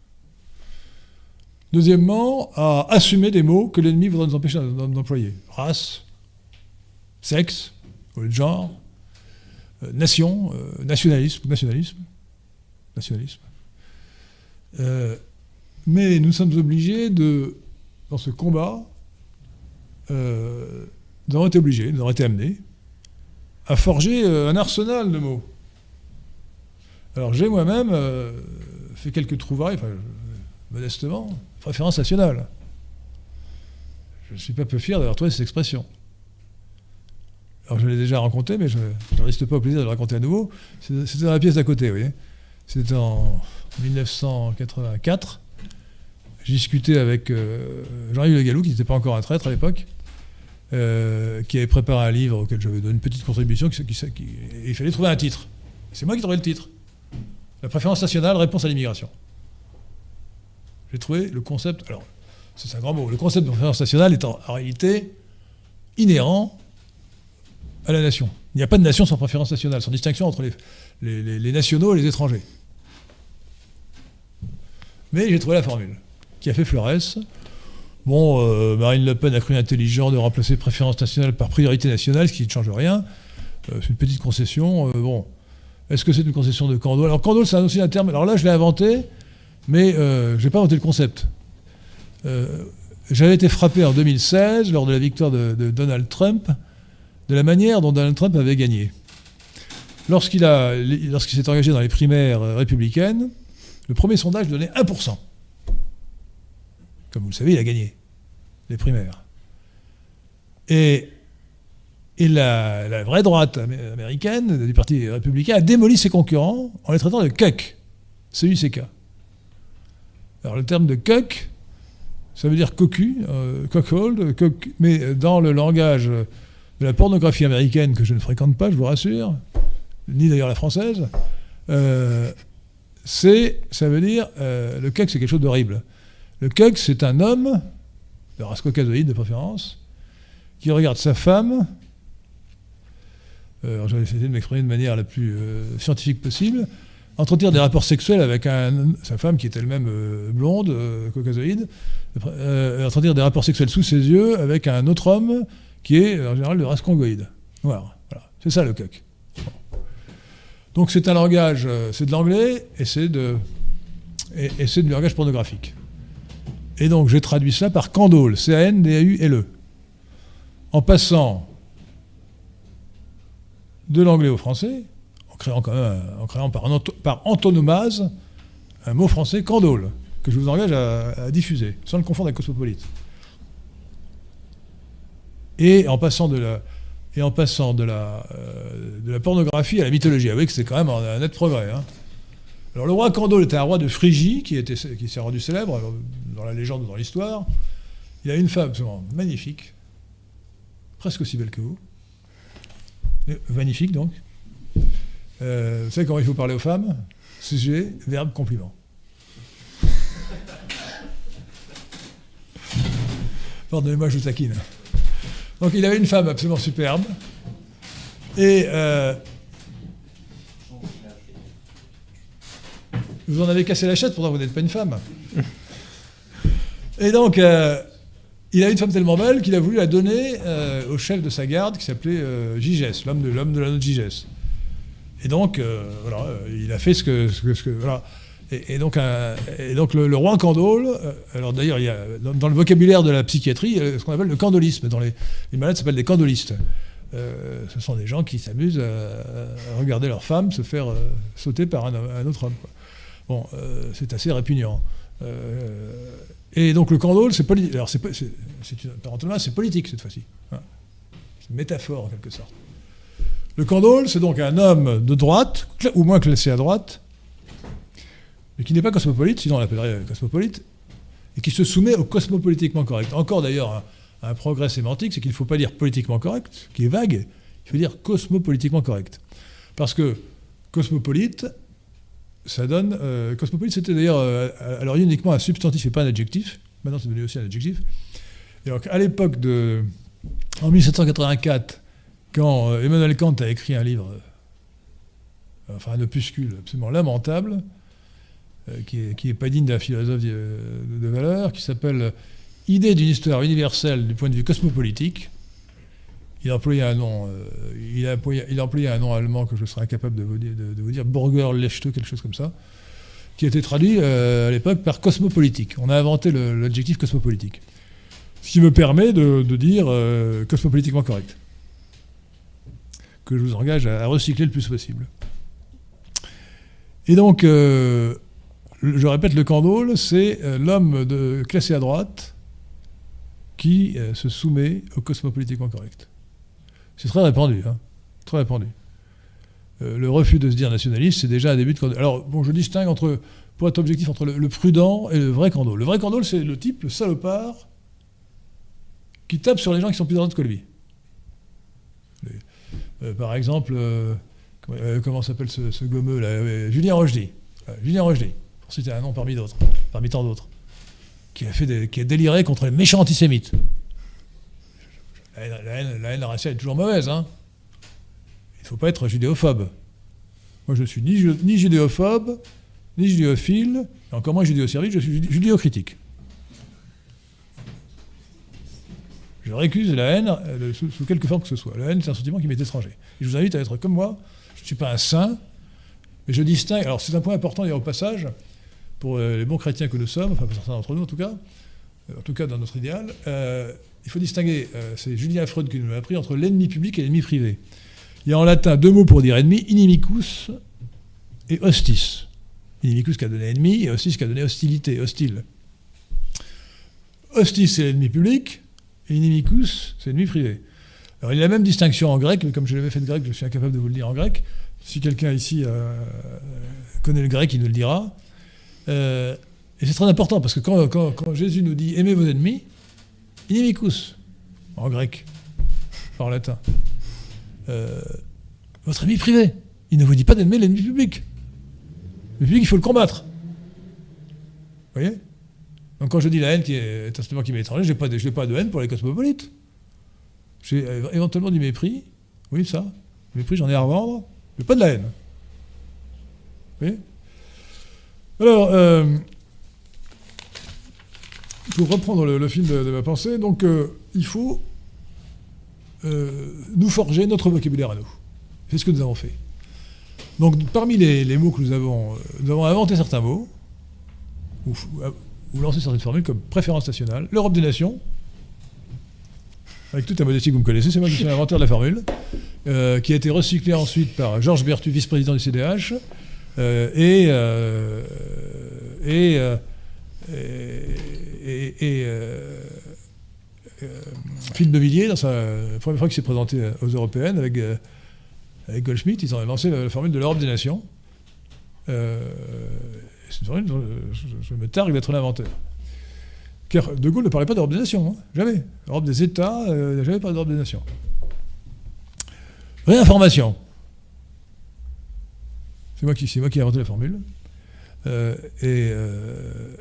Speaker 2: Deuxièmement, à assumer des mots que l'ennemi voudrait nous empêcher d'employer. Race, sexe, au lieu de genre, euh, nation, euh, nationalisme, nationalisme, nationalisme. Euh, mais nous sommes obligés de, dans ce combat, euh, nous avons été obligés, nous avons été amenés à forger euh, un arsenal de mots. Alors j'ai moi-même euh, fait quelques trouvailles, enfin, modestement, préférence nationale. Je ne suis pas peu fier d'avoir trouvé cette expression. Alors je l'ai déjà raconté, mais je ne résiste pas au plaisir de le raconter à nouveau. C'était dans la pièce d'à côté, vous voyez. C'était en mille neuf cent quatre-vingt-quatre. J'ai discuté avec euh, Jean-Yves Le Gallou, qui n'était pas encore un traître à l'époque, euh, qui avait préparé un livre auquel j'avais donné une petite contribution. Qui, qui, qui, et il fallait trouver un titre. C'est moi qui trouvais le titre. La préférence nationale, réponse à l'immigration. J'ai trouvé le concept... Alors, c'est un grand mot. Le concept de préférence nationale est en, en réalité inhérent à la nation. Il n'y a pas de nation sans préférence nationale, sans distinction entre les, les, les, les nationaux et les étrangers. Mais j'ai trouvé la formule qui a fait Fleurès. Bon, euh, Marine Le Pen a cru intelligent de remplacer préférence nationale par priorité nationale, ce qui ne change rien. Euh, c'est une petite concession. Euh, bon, est-ce que c'est une concession de Candolle? Alors Candolle, c'est aussi un terme. Alors là, je l'ai inventé, mais euh, je n'ai pas inventé le concept. Euh, J'avais été frappé en deux mille seize, lors de la victoire de, de Donald Trump, de la manière dont Donald Trump avait gagné. Lorsqu'il a, lorsqu'il s'est engagé dans les primaires républicaines, le premier sondage donnait un pour cent. Comme vous le savez, il a gagné les primaires. Et, et la, la vraie droite américaine, du Parti républicain, a démoli ses concurrents en les traitant de cuck, C U C K. Alors le terme de cuck, ça veut dire cocu, euh, cockhold, coq, mais dans le langage de la pornographie américaine, que je ne fréquente pas, je vous rassure, ni d'ailleurs la française, euh, c'est, ça veut dire, euh, le cuck, c'est quelque chose d'horrible. Le cuck, c'est un homme, de race caucasoïde de préférence, qui regarde sa femme, euh, j'avais essayé de m'exprimer de manière la plus euh, scientifique possible, entretenir des rapports sexuels avec un, sa femme qui est elle-même euh, blonde, euh, caucasoïde, euh, entretenir des rapports sexuels sous ses yeux avec un autre homme qui est en général de race congoïde. Noir. Voilà. C'est ça le cuck. Bon. Donc c'est un langage, euh, c'est de l'anglais et c'est de, et, et c'est du langage pornographique. Et donc j'ai traduit ça par Candolle, C A N D A U L E, en passant de l'anglais au français, en créant, quand même, en créant par, par antonomase un mot français, Candolle, que je vous engage à, à diffuser, sans le confondre avec cosmopolite. Et en passant de la, et en passant de la, euh, de la pornographie à la mythologie. Vous voyez que c'est quand même un, un net progrès. Hein. Alors le roi Candolle était un roi de Phrygie, qui, était, qui s'est rendu célèbre dans la légende ou dans l'histoire. Il a une femme absolument magnifique, presque aussi belle que vous. Magnifique donc. Euh, vous savez comment il faut parler aux femmes? Sujet, verbe, compliment. Pardonnez-moi, je vous taquine. Donc il avait une femme absolument superbe. Et euh, vous en avez cassé la chatte, pourtant vous n'êtes pas une femme. Et donc, euh, il a une femme tellement belle qu'il a voulu la donner euh, au chef de sa garde qui s'appelait euh, Gigès, l'homme de, l'homme de l'anneau de Gigès. Et donc, euh, voilà, il a fait ce que... Ce que, ce que voilà. Et, et donc, un, et donc le, le roi Candolle, euh, alors d'ailleurs, il y a, dans, dans le vocabulaire de la psychiatrie, il y a ce qu'on appelle le candolisme. Dans les, les malades s'appellent des candolistes. Euh, ce sont des gens qui s'amusent à, à regarder leur femme se faire euh, sauter par un, un autre homme, quoi. Bon, euh, c'est assez répugnant. Euh, et donc le Candolle, c'est politique. Alors c'est, c'est, c'est une parenthèse, c'est politique cette fois-ci. Hein. C'est une métaphore en quelque sorte. Le Candolle, c'est donc un homme de droite, ou moins classé à droite, mais qui n'est pas cosmopolite, sinon on l'appellerait cosmopolite, et qui se soumet au cosmopolitiquement correct. Encore d'ailleurs un, un progrès sémantique, c'est qu'il ne faut pas dire politiquement correct, qui est vague, il faut dire cosmopolitiquement correct. Parce que cosmopolite, ça donne... Euh, cosmopolite, c'était d'ailleurs euh, à l'origine uniquement un substantif et pas un adjectif. Maintenant, c'est devenu aussi un adjectif. Et donc, à l'époque de... En mille sept cent quatre-vingt-quatre, quand euh, Emmanuel Kant a écrit un livre, euh, enfin un opuscule absolument lamentable, euh, qui n'est qui est pas digne d'un philosophe de, de valeur, qui s'appelle « Idée d'une histoire universelle du point de vue cosmopolitique », il a employé un nom, euh, il, a employé, il a employé un nom allemand que je serais incapable de vous dire, de, de vous dire Burgerlechte, quelque chose comme ça. qui a été traduit euh, à l'époque par cosmopolitique. On a inventé le, l'adjectif cosmopolitique. Ce qui me permet de, de dire euh, cosmopolitiquement correct. Que je vous engage à, à recycler le plus possible. Et donc, euh, je répète, le Candolle, c'est euh, l'homme de, classé à droite qui euh, se soumet au cosmopolitiquement correct. C'est très répandu, hein, très répandu. Euh, le refus de se dire nationaliste, c'est déjà un début de Candolle. Alors, bon, je distingue entre, pour être objectif, entre le, le prudent et le vrai Candolle. Le vrai Candolle, c'est le type, le salopard, qui tape sur les gens qui sont plus droite que lui. Euh, par exemple, euh, euh, comment s'appelle ce, ce gommeux là, euh, Julien Rochdy. Euh, Julien Rochdy, pour citer un nom parmi d'autres, parmi tant d'autres, qui a fait des, qui a déliré contre les méchants antisémites. La haine, la haine, la haine raciale est toujours mauvaise, hein. Il ne faut pas être judéophobe. Moi, je suis ni, ni judéophobe, ni judéophile, et encore moins judéo-servile, je suis judéocritique. Je récuse la haine euh, sous, sous quelque forme que ce soit. La haine, c'est un sentiment qui m'est étranger. Et je vous invite à être comme moi. Je ne suis pas un saint, mais je distingue. Alors, c'est un point important, et au passage, pour euh, les bons chrétiens que nous sommes, enfin, pour certains d'entre nous en tout cas, euh, en tout cas dans notre idéal, euh, il faut distinguer, euh, c'est Julien Freud qui nous l'a appris, entre l'ennemi public et l'ennemi privé. Il y a en latin deux mots pour dire ennemi, inimicus et hostis. Inimicus qui a donné ennemi, et hostis qui a donné hostilité, hostile. Hostis, c'est l'ennemi public. Et inimicus, c'est l'ennemi privé. Alors il y a la même distinction en grec, mais comme je l'avais fait de grec, je suis incapable de vous le dire en grec. Si quelqu'un ici euh, connaît le grec, il nous le dira. Euh, et c'est très important, parce que quand, quand, quand Jésus nous dit « aimez vos ennemis », inimicus, en grec, en latin, euh, votre ennemi privé. Il ne vous dit pas d'aimer l'ennemi public. Le public, il faut le combattre. Vous voyez ? Donc quand je dis la haine qui est un sentiment qui m'est étranger, je n'ai pas, de, pas de haine pour les cosmopolites. J'ai éventuellement du mépris. Oui, ça. Du mépris, j'en ai à revendre. Mais pas de la haine. Vous voyez ? Alors, euh, pour reprendre le, le fil de, de ma pensée, donc euh, il faut euh, nous forger notre vocabulaire à nous. C'est ce que nous avons fait. Donc parmi les, les mots que nous avons, nous avons inventé certains mots, ou, ou lancé certaines formules comme préférence nationale, l'Europe des nations, avec toute la modestie que vous me connaissez, c'est moi qui suis l'inventeur de la formule, euh, qui a été recyclée ensuite par Georges Berthu, vice-président du C D H, euh, et, euh, et, euh, et, et euh, euh, Philippe de Villiers, dans sa première fois qu'il s'est présenté aux Européennes, avec, euh, avec Goldschmidt, ils ont lancé la, la formule de l'Europe des nations. Euh, c'est une formule dont je, je me targue d'être l'inventeur. Car De Gaulle ne parlait pas d'Europe des nations, hein, jamais. L'Europe des États, euh, il n'a jamais parlé d'Europe des nations. Réinformation. C'est moi qui, c'est moi qui ai inventé la formule. Euh, et euh,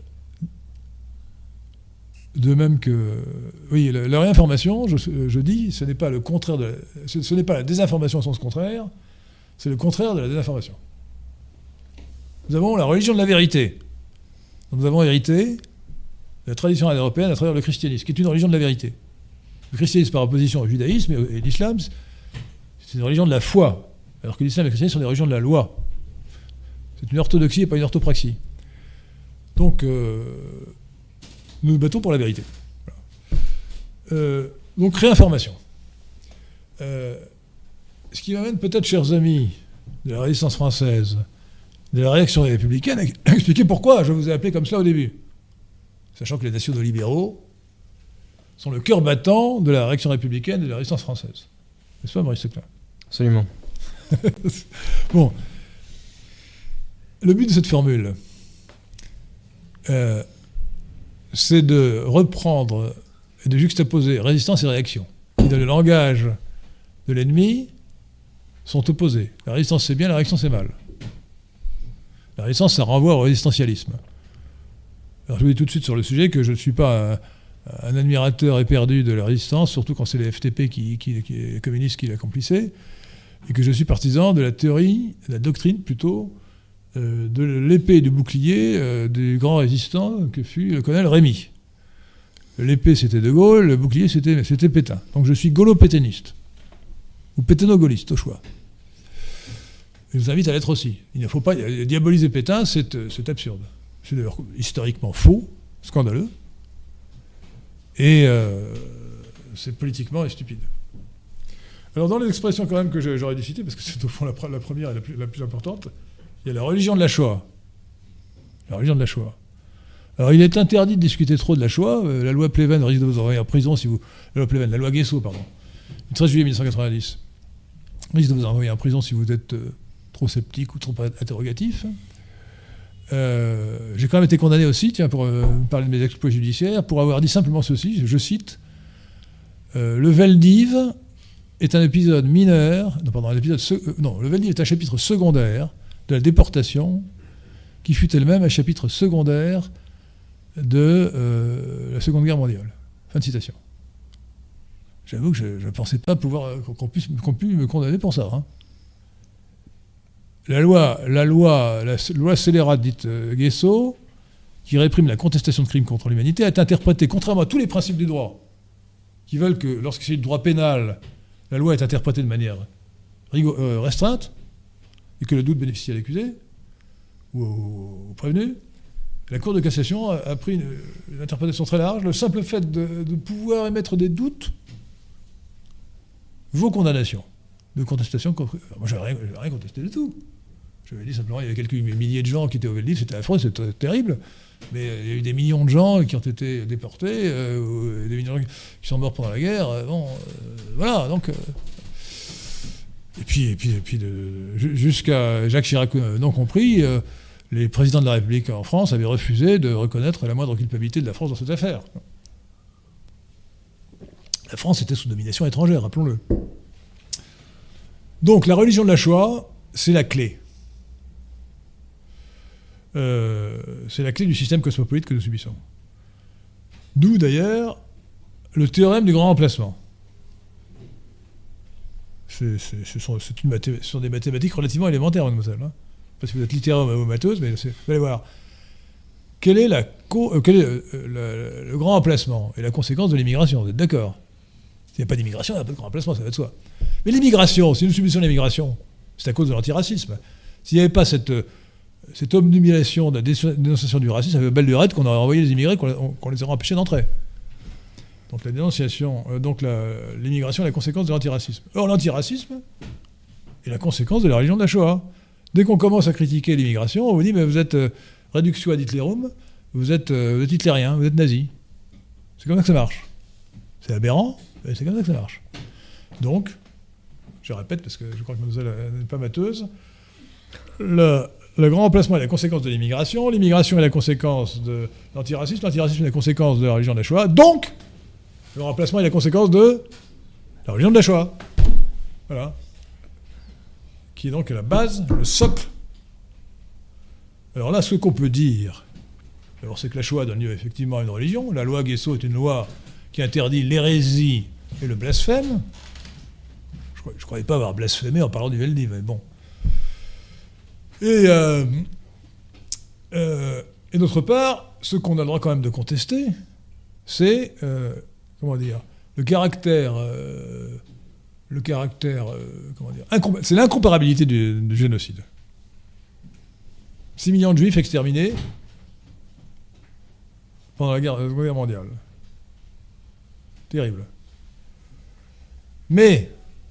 Speaker 2: de même que... Oui, la, la réinformation, je, je dis, ce n'est pas le contraire de... La, ce, ce n'est pas la désinformation au sens contraire, c'est le contraire de la désinformation. Nous avons la religion de la vérité. Nous avons hérité la tradition européenne à travers le christianisme, qui est une religion de la vérité. Le christianisme par opposition au judaïsme et l'islam, c'est une religion de la foi, alors que l'islam et le christianisme sont des religions de la loi. C'est une orthodoxie et pas une orthopraxie. Donc, euh, nous nous battons pour la vérité. Voilà. Euh, donc, réinformation. Euh, ce qui m'amène peut-être, chers amis de la résistance française, de la réaction républicaine, à expliquer pourquoi je vous ai appelé comme cela au début. Sachant que les nationaux libéraux sont le cœur battant de la réaction républicaine et de la résistance française. N'est-ce pas, Maurice Seclin ?
Speaker 1: Absolument.
Speaker 2: Bon. Le but de cette formule, euh, c'est de reprendre et de juxtaposer résistance et réaction, qui, dans le langage de l'ennemi, sont opposés. La résistance, c'est bien, la réaction, c'est mal. La résistance, ça renvoie au résistentialisme. Alors je vous dis tout de suite sur le sujet que je ne suis pas un, un admirateur éperdu de la résistance, surtout quand c'est les F T P, qui, qui, qui, les communistes qui l'accomplissaient, et que je suis partisan de la théorie, de la doctrine plutôt, euh, de l'épée et du bouclier euh, du grand résistant que fut le colonel Rémy. L'épée c'était De Gaulle, le bouclier c'était, c'était Pétain. Donc je suis gaulo-pétainiste, ou pétaino-gaulliste au choix. Je vous invite à l'être aussi. Il ne faut pas diaboliser Pétain, c'est, c'est absurde. C'est d'ailleurs historiquement faux, scandaleux, et euh, c'est politiquement et stupide. Alors dans les expressions quand même que j'aurais dû citer, parce que c'est au fond la, la première et la plus, la plus importante, il y a la religion de la Shoah. La religion de la Shoah. Alors il est interdit de discuter trop de la Shoah. Euh, la loi Pleven risque de vous envoyer en prison si vous... La loi Pleven, la loi Guesso, pardon. Le treize juillet mille neuf cent quatre-vingt-dix. Risque de vous envoyer en prison si vous êtes euh, trop sceptique ou trop interrogatif. Euh, j'ai quand même été condamné aussi, tiens, pour euh, parler de mes exploits judiciaires, pour avoir dit simplement ceci, je cite, euh, le Veldiv est un épisode mineur, non, pardon, un épisode, euh, non, le Veldiv est un chapitre secondaire de la déportation, qui fut elle-même un chapitre secondaire de euh, la Seconde Guerre mondiale. Fin de citation. J'avoue que je ne pensais pas pouvoir qu'on puisse, qu'on puisse me condamner pour ça. Hein. La loi, la loi, la loi scélérate dite euh, Guesso, qui réprime la contestation de crimes contre l'humanité, est interprétée, contrairement à tous les principes du droit, qui veulent que, lorsqu'il s'agit de droit pénal, la loi est interprétée de manière rigo- euh, restreinte, et que le doute bénéficie à l'accusé, ou au, au prévenu. La Cour de cassation a, a pris une, une interprétation très large. Le simple fait de, de pouvoir émettre des doutes vaut condamnation. De contestation. Moi, je n'ai rien, rien contesté du tout. J'avais dit simplement qu'il y avait quelques milliers de gens qui étaient au Veldiv, c'était affreux, c'était terrible. Mais il y a eu des millions de gens qui ont été déportés, euh, des millions de gens qui sont morts pendant la guerre. Euh, bon, euh, voilà, donc... Euh, et puis, et puis, et puis de, jusqu'à Jacques Chirac non compris, euh, les présidents de la République en France avaient refusé de reconnaître la moindre culpabilité de la France dans cette affaire. La France était sous domination étrangère, rappelons-le. Donc la religion de la Shoah, c'est la clé. Euh, c'est la clé du système cosmopolite que nous subissons. D'où d'ailleurs le théorème du grand remplacement. C'est, c'est, ce, sont, c'est une mathé- ce sont des mathématiques relativement élémentaires, mademoiselle. Hein. Parce que vous êtes littéraire ou matheuse, mais c'est, vous allez voir. Quel est, la co- euh, quel est euh, le, le grand remplacement et la conséquence de l'immigration? Vous êtes d'accord? S'il n'y a pas d'immigration, il n'y a pas de grand remplacement, ça va de soi. Mais l'immigration, si nous subissons l'immigration, c'est à cause de l'antiracisme. S'il n'y avait pas cette, cette obnubilation de la dénonciation du racisme, ça fait belle lurette qu'on aurait envoyé les immigrés, qu'on, qu'on les aurait empêchés d'entrer. Donc la dénonciation, euh, donc la, l'immigration est la conséquence de l'antiracisme. Or, l'antiracisme est la conséquence de la religion de la Shoah. Dès qu'on commence à critiquer l'immigration, on vous dit, mais vous êtes euh, réductio ad Hitlerum, vous êtes, euh, vous êtes hitlérien, vous êtes nazi. C'est comme ça que ça marche. C'est aberrant, mais c'est comme ça que ça marche. Donc, je répète, parce que je crois que mademoiselle n'est pas matheuse, le, le grand remplacement est la conséquence de l'immigration, l'immigration est la conséquence de l'antiracisme, l'antiracisme est la conséquence de la religion de la Shoah, donc le remplacement est la conséquence de la religion de la Shoah. Voilà. Qui est donc la base, le socle. Alors là, ce qu'on peut dire, alors c'est que la Shoah donne lieu effectivement à une religion. La loi Guesso est une loi qui interdit l'hérésie et le blasphème. Je ne croyais pas avoir blasphémé en parlant du Veldiv, mais bon. Et, euh, euh, et d'autre part, ce qu'on a le droit quand même de contester, c'est, euh, comment dire, le caractère, euh, le caractère, euh, comment dire, incompa- c'est l'incomparabilité du, du génocide. six millions de juifs exterminés pendant la guerre, la Seconde Guerre mondiale. Terrible. Mais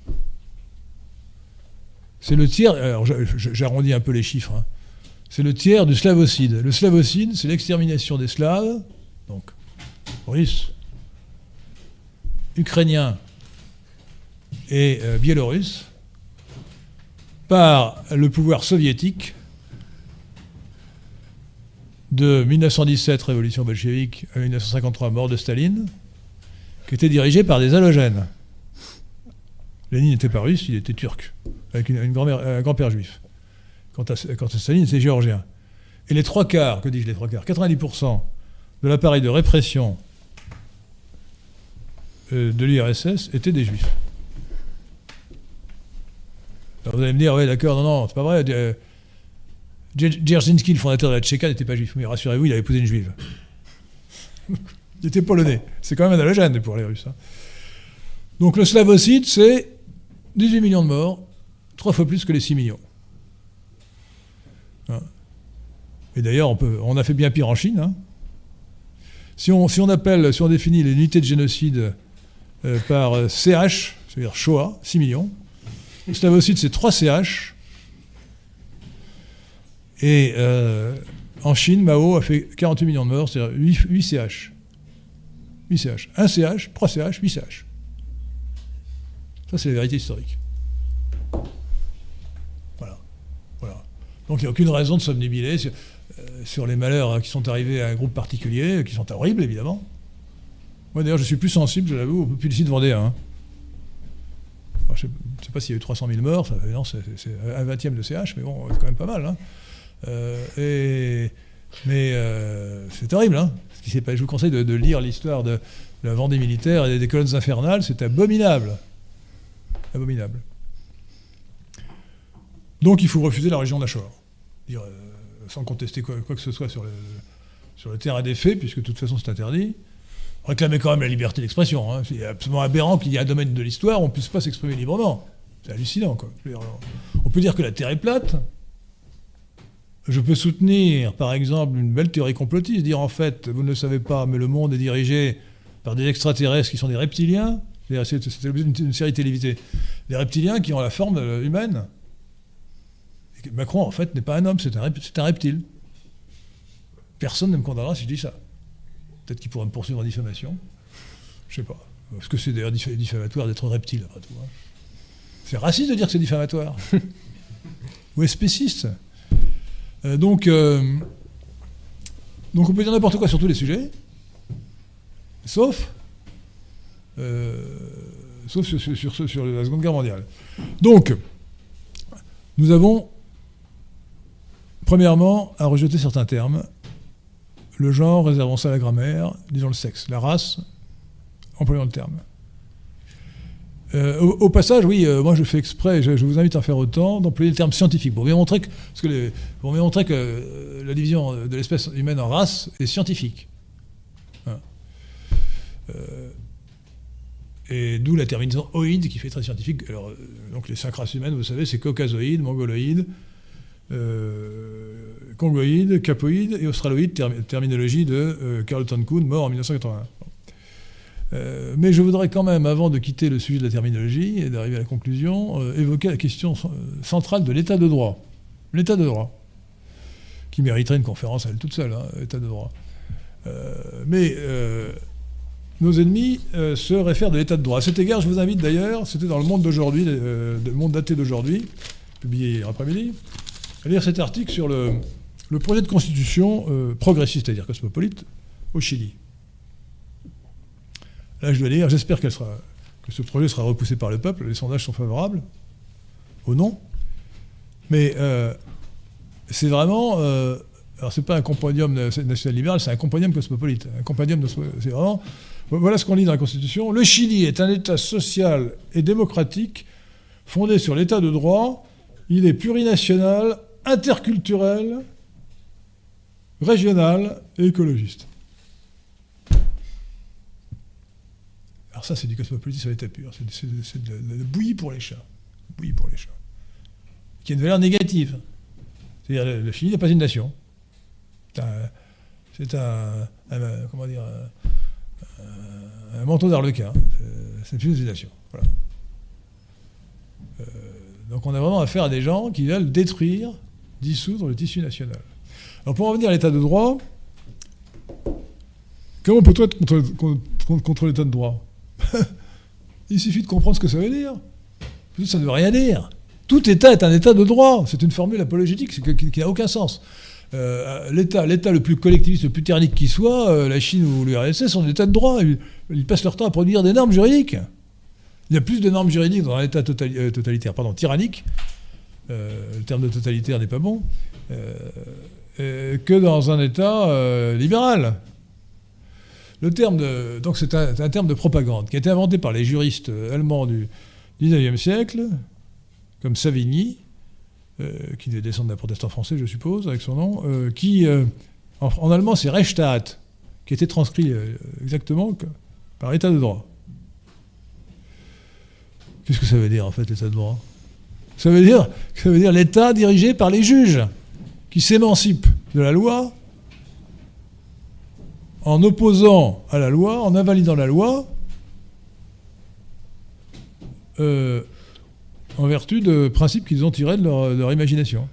Speaker 2: c'est le tiers, alors j'arrondis un peu les chiffres, hein. C'est le tiers du slavocide. Le slavocide, c'est l'extermination des Slaves, donc russes, ukrainiens et euh, biélorusses, par le pouvoir soviétique de mille neuf cent dix-sept, révolution bolchevique, à mille neuf cent cinquante-trois, mort de Staline, qui était dirigé par des halogènes. Lénine n'était pas russe, il était turc, avec une, une grand-mère, un grand-père juif. Quant à, quant à Staline, c'est géorgien. Et les trois quarts, que dis-je les trois quarts, quatre-vingt-dix pour cent de l'appareil de répression euh, de l'U R S S étaient des juifs. Alors vous allez me dire, oui d'accord, non, non, c'est pas vrai. Euh, Dzerzhinsky, le fondateur de la Tchéka, n'était pas juif. Mais rassurez-vous, il avait épousé une juive. Il était polonais. C'est quand même un halogène pour les Russes. Hein. Donc le slavocide, c'est dix-huit millions de morts, trois fois plus que les six millions. Et d'ailleurs, on, peut, on a fait bien pire en Chine. Hein. Si, on, si on appelle, si on définit les unités de génocide euh, par C H, c'est-à-dire Shoah, six millions, Slavocide, c'est trois C H. Et euh, en Chine, Mao a fait quarante-huit millions de morts, c'est-à-dire huit C H. huit C H. un C H, trois C H, huit C H. Ça, c'est la vérité historique. Voilà. Voilà. Donc, il n'y a aucune raison de s'obnubiler sur, euh, sur les malheurs hein, qui sont arrivés à un groupe particulier, qui sont horribles, évidemment. Moi, d'ailleurs, je suis plus sensible, je l'avoue, au populicide vendéen. Hein. Alors, je ne sais, sais pas s'il y a eu trois cent mille morts, ça, non, c'est, c'est un vingtième de C H, mais bon, c'est quand même pas mal. Hein. Euh, et, mais euh, c'est horrible. Hein, ce qui s'est passé. Je vous conseille de, de lire l'histoire de, de la Vendée militaire et des, des colonnes infernales, c'est abominable. Abominable. Donc il faut refuser la région d'Achor. Dire, euh, sans contester quoi, quoi que ce soit sur le, sur le terrain des faits, puisque de toute façon c'est interdit. Réclamer quand même la liberté d'expression. Hein. C'est absolument aberrant qu'il y ait un domaine de l'histoire où on ne puisse pas s'exprimer librement. C'est hallucinant, quoi. Je veux dire, on peut dire que la Terre est plate. Je peux soutenir, par exemple, une belle théorie complotiste, dire en fait, vous ne le savez pas, mais le monde est dirigé par des extraterrestres qui sont des reptiliens. C'est, c'est l'objet d'une série télévisée. Des reptiliens qui ont la forme humaine. Et Macron, en fait, n'est pas un homme, c'est un, c'est un reptile. Personne ne me condamnera si je dis ça. Peut-être qu'il pourra me poursuivre en diffamation. Je sais pas. Parce que c'est d'ailleurs diffamatoire d'être reptile, après tout. Hein. C'est raciste de dire que c'est diffamatoire. Ou spéciste. Euh, donc, euh, donc on peut dire n'importe quoi sur tous les sujets, sauf, euh, sauf sur, sur, sur, sur la Seconde Guerre mondiale. Donc, nous avons, premièrement, à rejeter certains termes. Le genre, réservons ça à la grammaire, disons le sexe. La race, employons le terme. Euh, au, au passage, oui, euh, moi je fais exprès, je, je vous invite à faire autant, d'employer le terme scientifique, pour bien montrer que, parce que les, pour bien montrer que euh, la division de l'espèce humaine en race est scientifique. Hein. Euh, et d'où la terminaison oïde qui fait très scientifique. Alors, euh, donc les cinq races humaines, vous savez, c'est caucasoïde, mongoloïde, euh, congoïde, capoïde et australoïde, term- terminologie de euh, Carlton Kuhn, mort en mille neuf cent quatre-vingt-un. Euh, mais je voudrais quand même, avant de quitter le sujet de la terminologie et d'arriver à la conclusion, euh, évoquer la question centrale de l'état de droit. L'état de droit, qui mériterait une conférence à elle toute seule, hein, l'état de droit. Euh, mais euh, nos ennemis euh, se réfèrent de l'état de droit. À cet égard, je vous invite d'ailleurs, c'était dans le Monde d'aujourd'hui, euh, le Monde daté d'aujourd'hui, publié hier après-midi, à lire cet article sur le, le projet de constitution euh, progressiste, c'est-à-dire cosmopolite, au Chili. Là, je dois dire, j'espère qu'elle sera, que ce projet sera repoussé par le peuple. Les sondages sont favorables au non. Mais euh, c'est vraiment... Euh, alors, c'est pas un compendium national-libéral, c'est un compendium cosmopolite. Un compendium de, c'est vraiment... Voilà ce qu'on lit dans la Constitution. Le Chili est un État social et démocratique fondé sur l'État de droit. Il est plurinational, interculturel, régional et écologiste. Alors ça, c'est du cosmopolitisme à l'état pur. C'est, c'est, c'est de, la, de la bouillie pour les chats. Bouillie pour les chats. Qui a une valeur négative. C'est-à-dire, le, le Chili n'est pas une nation. C'est un, c'est un, un comment dire, un, un manteau d'arlequin. C'est, c'est plus une nation. Voilà. Euh, donc on a vraiment affaire à des gens qui veulent détruire, dissoudre le tissu national. Alors pour en revenir à l'état de droit, comment peut-on être contre, contre, contre l'état de droit ? Il suffit de comprendre ce que ça veut dire. Ça ne veut rien dire. Tout État est un État de droit. C'est une formule apologétique c'est que, qui, qui n'a aucun sens. Euh, l'État, l'État le plus collectiviste, le plus tyrannique qui soit, euh, la Chine ou l'U R S S sont des États de droit. Ils, ils passent leur temps à produire des normes juridiques. Il y a plus de normes juridiques dans un État totali- euh, totalitaire, pardon, tyrannique. Euh, le terme de totalitaire n'est pas bon. Euh, euh, que dans un État euh, libéral. Le terme de, donc c'est un, un terme de propagande qui a été inventé par les juristes allemands du dix-neuvième siècle, comme Savigny, euh, qui devait descendre d'un protestant français, je suppose, avec son nom, euh, qui, euh, en, en allemand, c'est Rechtsstaat, qui était transcrit euh, exactement par l'état de droit. Qu'est-ce que ça veut dire, en fait, l'état de droit ? Ça veut dire, ça veut dire l'État dirigé par les juges, qui s'émancipent de la loi en opposant à la loi, en invalidant la loi, euh, en vertu de principes qu'ils ont tirés de leur, de leur imagination.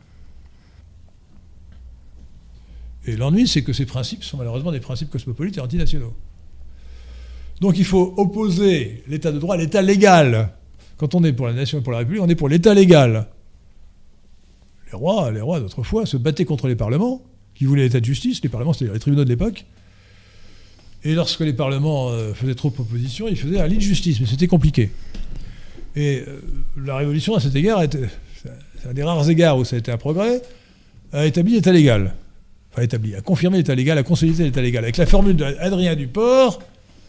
Speaker 2: Et l'ennui, c'est que ces principes sont malheureusement des principes cosmopolites et antinationaux. Donc il faut opposer l'état de droit à l'état légal. Quand on est pour la nation et pour la République, on est pour l'état légal. Les rois, les rois d'autrefois se battaient contre les parlements, qui voulaient l'état de justice. Les parlements, c'était les tribunaux de l'époque. Et lorsque les parlements euh, faisaient trop d'opposition, ils faisaient un lit de justice, mais c'était compliqué. Et euh, la Révolution, à cet égard, était, c'est un des rares égards où ça a été un progrès, a établi l'état légal. Enfin, établi, a confirmé l'état légal, a consolidé l'état légal. Avec la formule d'Adrien Duport,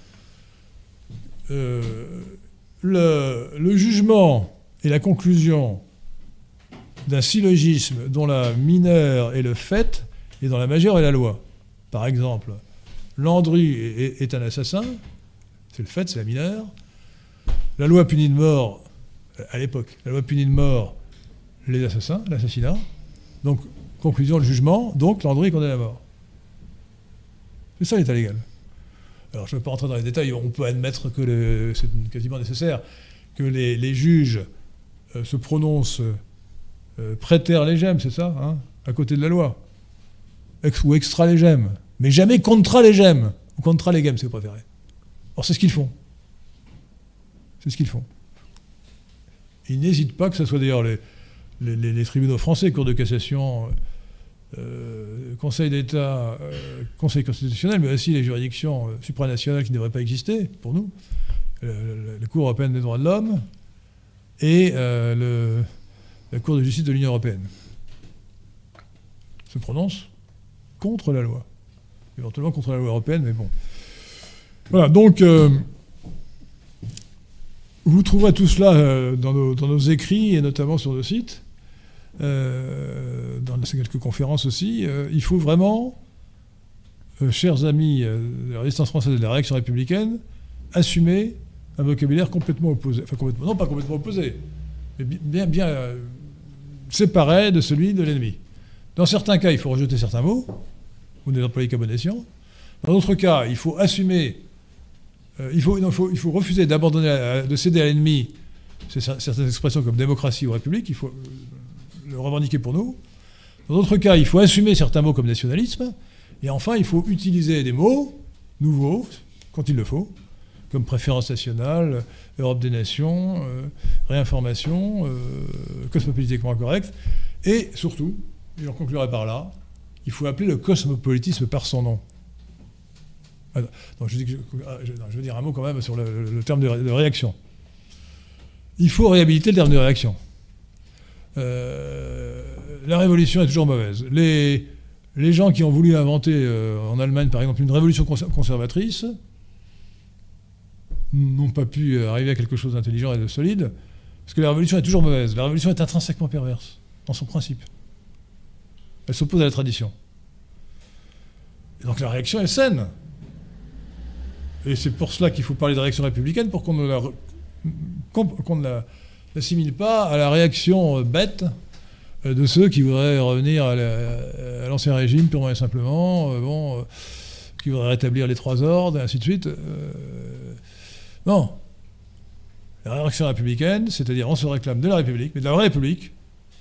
Speaker 2: euh, le, le jugement et la conclusion d'un syllogisme dont la mineure est le fait et dont la majeure est la loi. Par exemple, Landru est, est un assassin, c'est le fait, c'est la mineure. La loi punit de mort, à l'époque, la loi punit de mort les assassins, l'assassinat. Donc, conclusion, le jugement, donc Landru est condamné à mort. C'est ça l'état légal. Alors, je ne vais pas rentrer dans les détails, on peut admettre que le, c'est quasiment nécessaire que les, les juges euh, se prononcent euh, préter légem, c'est ça, hein, à côté de la loi, Ex, ou extra légem, mais jamais contra légem, ou contra legem, si vous préférez. Alors, c'est ce qu'ils font. C'est ce qu'ils font. Ils n'hésitent pas, que ce soit d'ailleurs les, les, les, les tribunaux français, Cour de cassation, euh, Conseil d'État, euh, Conseil constitutionnel, mais aussi les juridictions euh, supranationales qui ne devraient pas exister, pour nous, euh, la Cour européenne des droits de l'homme et euh, le, la Cour de justice de l'Union européenne se prononcent contre la loi. Éventuellement contre la loi européenne, mais bon. Voilà, donc... Euh, vous trouverez tout cela euh, dans, nos, dans nos écrits, et notamment sur nos sites, euh, dans quelques conférences aussi. Euh, il faut vraiment, euh, chers amis euh, de la résistance française et de la réaction républicaine, assumer un vocabulaire complètement opposé. Enfin, complètement, non, pas complètement opposé, mais bien, bien euh, séparé de celui de l'ennemi. Dans certains cas, il faut rejeter certains mots, ou ne les employer qu'à bon escient. Dans d'autres cas, il faut assumer... Euh, il, faut, non, il, faut, il faut refuser d'abandonner, à, de céder à l'ennemi certaines expressions comme démocratie ou république, il faut euh, le revendiquer pour nous. Dans d'autres cas, il faut assumer certains mots comme nationalisme. Et enfin, il faut utiliser des mots nouveaux, quand il le faut, comme préférence nationale, Europe des nations, euh, réinformation, euh, cosmopolitiquement correct. Et surtout, et j'en conclurai par là, il faut appeler le cosmopolitisme par son nom. Ah, non, je, dis que je, je, non, je veux dire un mot quand même sur le, le, le terme de, de réaction. Il faut réhabiliter le terme de réaction. Euh, la révolution est toujours mauvaise. Les, les gens qui ont voulu inventer euh, en Allemagne, par exemple, une révolution conservatrice n'ont pas pu arriver à quelque chose d'intelligent et de solide, parce que la révolution est toujours mauvaise. La révolution est intrinsèquement perverse, dans son principe. Elle s'oppose à la tradition. Et donc la réaction est saine. Et c'est pour cela qu'il faut parler de réaction républicaine, pour qu'on ne, la, qu'on ne la, l'assimile pas à la réaction bête de ceux qui voudraient revenir à, la, à l'ancien régime purement et simplement, euh, bon, euh, qui voudraient rétablir les trois ordres, et ainsi de suite. Euh, non. La réaction républicaine, c'est-à-dire on se réclame de la République, mais de la vraie République,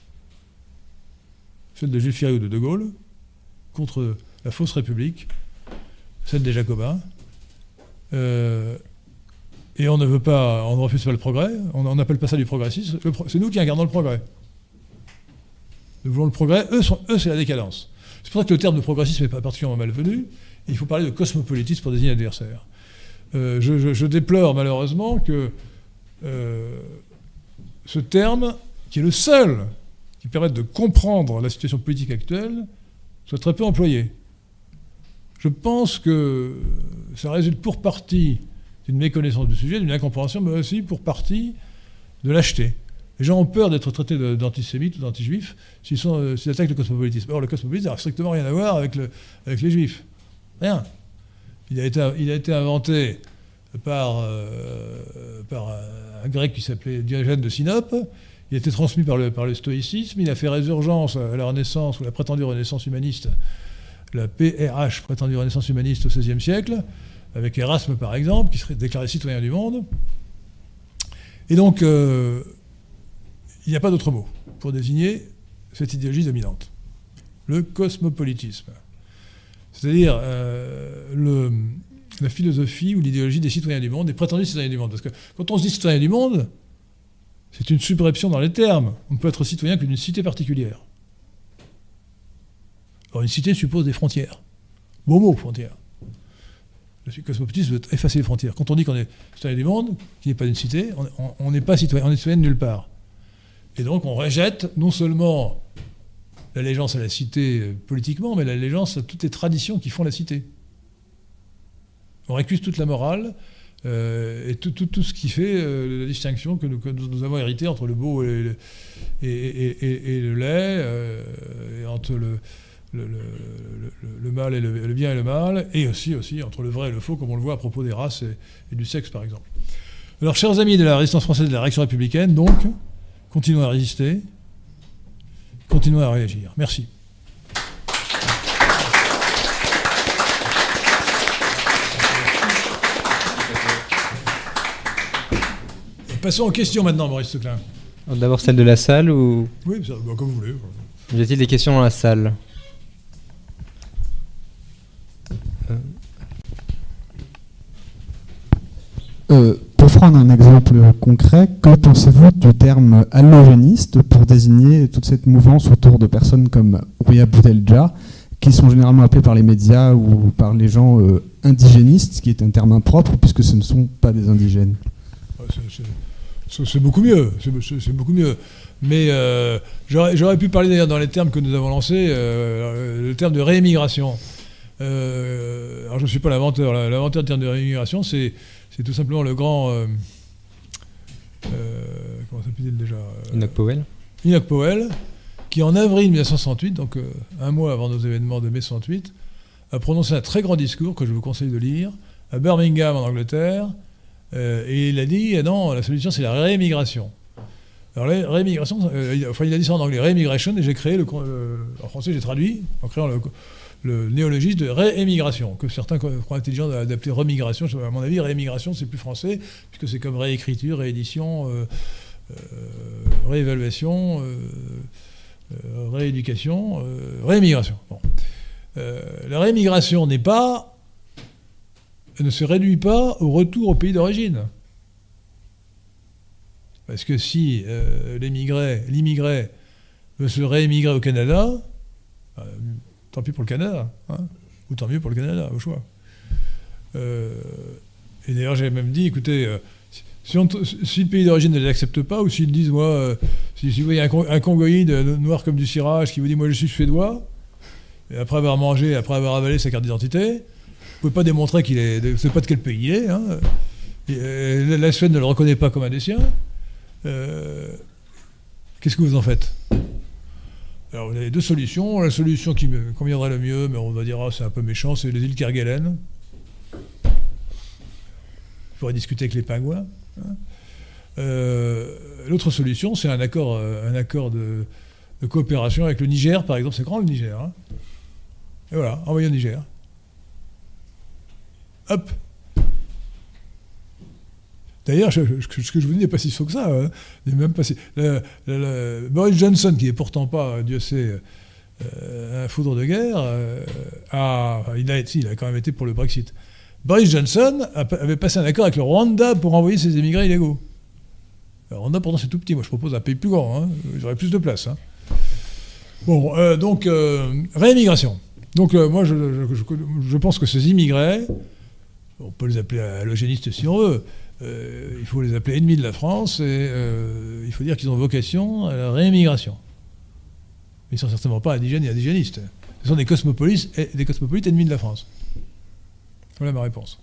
Speaker 2: celle de Jules Ferry ou de De Gaulle, contre la fausse République, celle des Jacobins. Euh, et on ne veut pas, on ne refuse pas le progrès, on n'appelle pas ça du progressisme, le pro, c'est nous qui incarnons le progrès. Nous voulons le progrès, eux, sont, eux c'est la décadence. C'est pour ça que le terme de progressisme n'est pas particulièrement malvenu, et il faut parler de cosmopolitisme pour désigner l'adversaire. Euh, je, je, je déplore malheureusement que euh, ce terme, qui est le seul qui permette de comprendre la situation politique actuelle, soit très peu employé. Je pense que ça résulte pour partie d'une méconnaissance du sujet, d'une incompréhension, mais aussi pour partie de lâcheté. Les gens ont peur d'être traités d'antisémites ou d'anti-juifs s'ils, sont, euh, s'ils attaquent le cosmopolitisme. Or, le cosmopolitisme n'a strictement rien à voir avec, le, avec les juifs. Rien. Il a été, il a été inventé par, euh, par un grec qui s'appelait Diogène de Sinope, il a été transmis par le, par le stoïcisme, il a fait résurgence à la Renaissance, ou la prétendue Renaissance humaniste, la P R H, prétendue Renaissance humaniste au seizième siècle, avec Erasme par exemple, qui serait déclaré citoyen du monde. Et donc, euh, il n'y a pas d'autre mot pour désigner cette idéologie dominante. Le cosmopolitisme. C'est-à-dire euh, le, la philosophie ou l'idéologie des citoyens du monde, des prétendus citoyens du monde. Parce que quand on se dit citoyen du monde, c'est une subrépression dans les termes. On ne peut être citoyen que d'une cité particulière. Alors une cité suppose des frontières. Beau mot, frontières. Le cosmopolitisme veut effacer les frontières. Quand on dit qu'on est citoyen du monde, qui n'est pas d'une cité, on n'est pas citoyen, on est citoyen de nulle part. Et donc on rejette non seulement l'allégeance à la cité politiquement, mais l'allégeance à toutes les traditions qui font la cité. On récuse toute la morale euh, et tout, tout, tout ce qui fait euh, la distinction que nous, que nous avons hérité entre le beau et le, et, et, et, et le laid, euh, et entre le, le, le, le, le mal et le, le bien et le mal, et aussi, aussi entre le vrai et le faux, comme on le voit à propos des races et, et du sexe, par exemple. Alors, chers amis de la résistance française et de la réaction républicaine, donc, continuons à résister, continuons à réagir. Merci. Passons aux questions maintenant, Maurice Seclin.
Speaker 1: D'abord celle de la salle ou...
Speaker 2: Oui, ça, bah, comme vous voulez.
Speaker 1: Y a-t-il des questions dans la salle?
Speaker 3: euh, Pour prendre un exemple concret, que pensez-vous du terme allogéniste pour désigner toute cette mouvance autour de personnes comme Ouria Boutelja, qui sont généralement appelées par les médias ou par les gens euh, indigénistes, ce qui est un terme impropre puisque ce ne sont pas des indigènes?
Speaker 2: C'est beaucoup mieux, c'est beaucoup mieux. Mais euh, j'aurais pu parler d'ailleurs dans les termes que nous avons lancés, euh, le terme de réémigration. Euh, alors je ne suis pas l'inventeur, l'inventeur du terme de réémigration, c'est tout simplement le grand... Euh, euh, comment s'appelle-t-il déjà
Speaker 1: Enoch Powell.
Speaker 2: Enoch Powell, qui en avril mille neuf cent soixante-huit, donc euh, un mois avant nos événements de mai soixante-huit, a prononcé un très grand discours que je vous conseille de lire, à Birmingham en Angleterre, Euh, et il a dit, eh non, la solution c'est la réémigration. Alors la réémigration, euh, il, enfin il a dit ça en anglais, réémigration, et j'ai créé, le, euh, en français j'ai traduit, en créant le, le néologisme de réémigration, que certains croient intelligent d'appeler remigration. À mon avis, réémigration c'est plus français, puisque c'est comme réécriture, réédition, euh, euh, réévaluation, euh, euh, rééducation, euh, réémigration. Bon. Euh, la réémigration n'est pas... ne se réduit pas au retour au pays d'origine. Parce que si euh, l'immigré veut se réémigrer au Canada, euh, tant pis pour le Canada, hein, ou tant mieux pour le Canada, au choix. Euh, et d'ailleurs, j'ai même dit, écoutez, euh, si, on, si le pays d'origine ne l'accepte pas, ou s'ils disent, moi, euh, si, si vous voyez un, un Congoïde noir comme du cirage qui vous dit, moi je suis suédois, et après avoir mangé, après avoir avalé sa carte d'identité, vous ne pouvez pas démontrer qu'il est... Vous ne savez pas de quel pays il est. Hein. Et la Suède ne le reconnaît pas comme un des siens. Euh, Qu'est-ce que vous en faites? Alors, vous avez deux solutions. La solution qui me conviendrait le mieux, mais on va dire, ah, c'est un peu méchant, c'est les îles Kerguelen. Il faudrait discuter avec les pingouins. Hein. Euh, L'autre solution, c'est un accord, un accord de, de coopération avec le Niger, par exemple. C'est grand, le Niger. Hein. Et voilà, envoyez au Niger. Hop. D'ailleurs, ce que je vous dis n'est pas si faux que ça. Hein. Même pas si... le, le, le, Boris Johnson, qui n'est pourtant pas, Dieu sait, euh, un foudre de guerre, euh, a, il, a, il a quand même été pour le Brexit. Boris Johnson a, avait passé un accord avec le Rwanda pour envoyer ses émigrés illégaux. Le Rwanda, pourtant, c'est tout petit. Moi, je propose un pays plus grand. Hein. J'aurais plus de place. Hein. Bon, euh, donc, euh, réémigration. Donc, euh, moi, je, je, je, je pense que ces immigrés... On peut les appeler allogénistes si on veut. Euh, il faut les appeler ennemis de la France et euh, il faut dire qu'ils ont vocation à la réémigration. Mais ils ne sont certainement pas indigènes et indigénistes. Ce sont des cosmopolites, des cosmopolites ennemis de la France. Voilà ma réponse.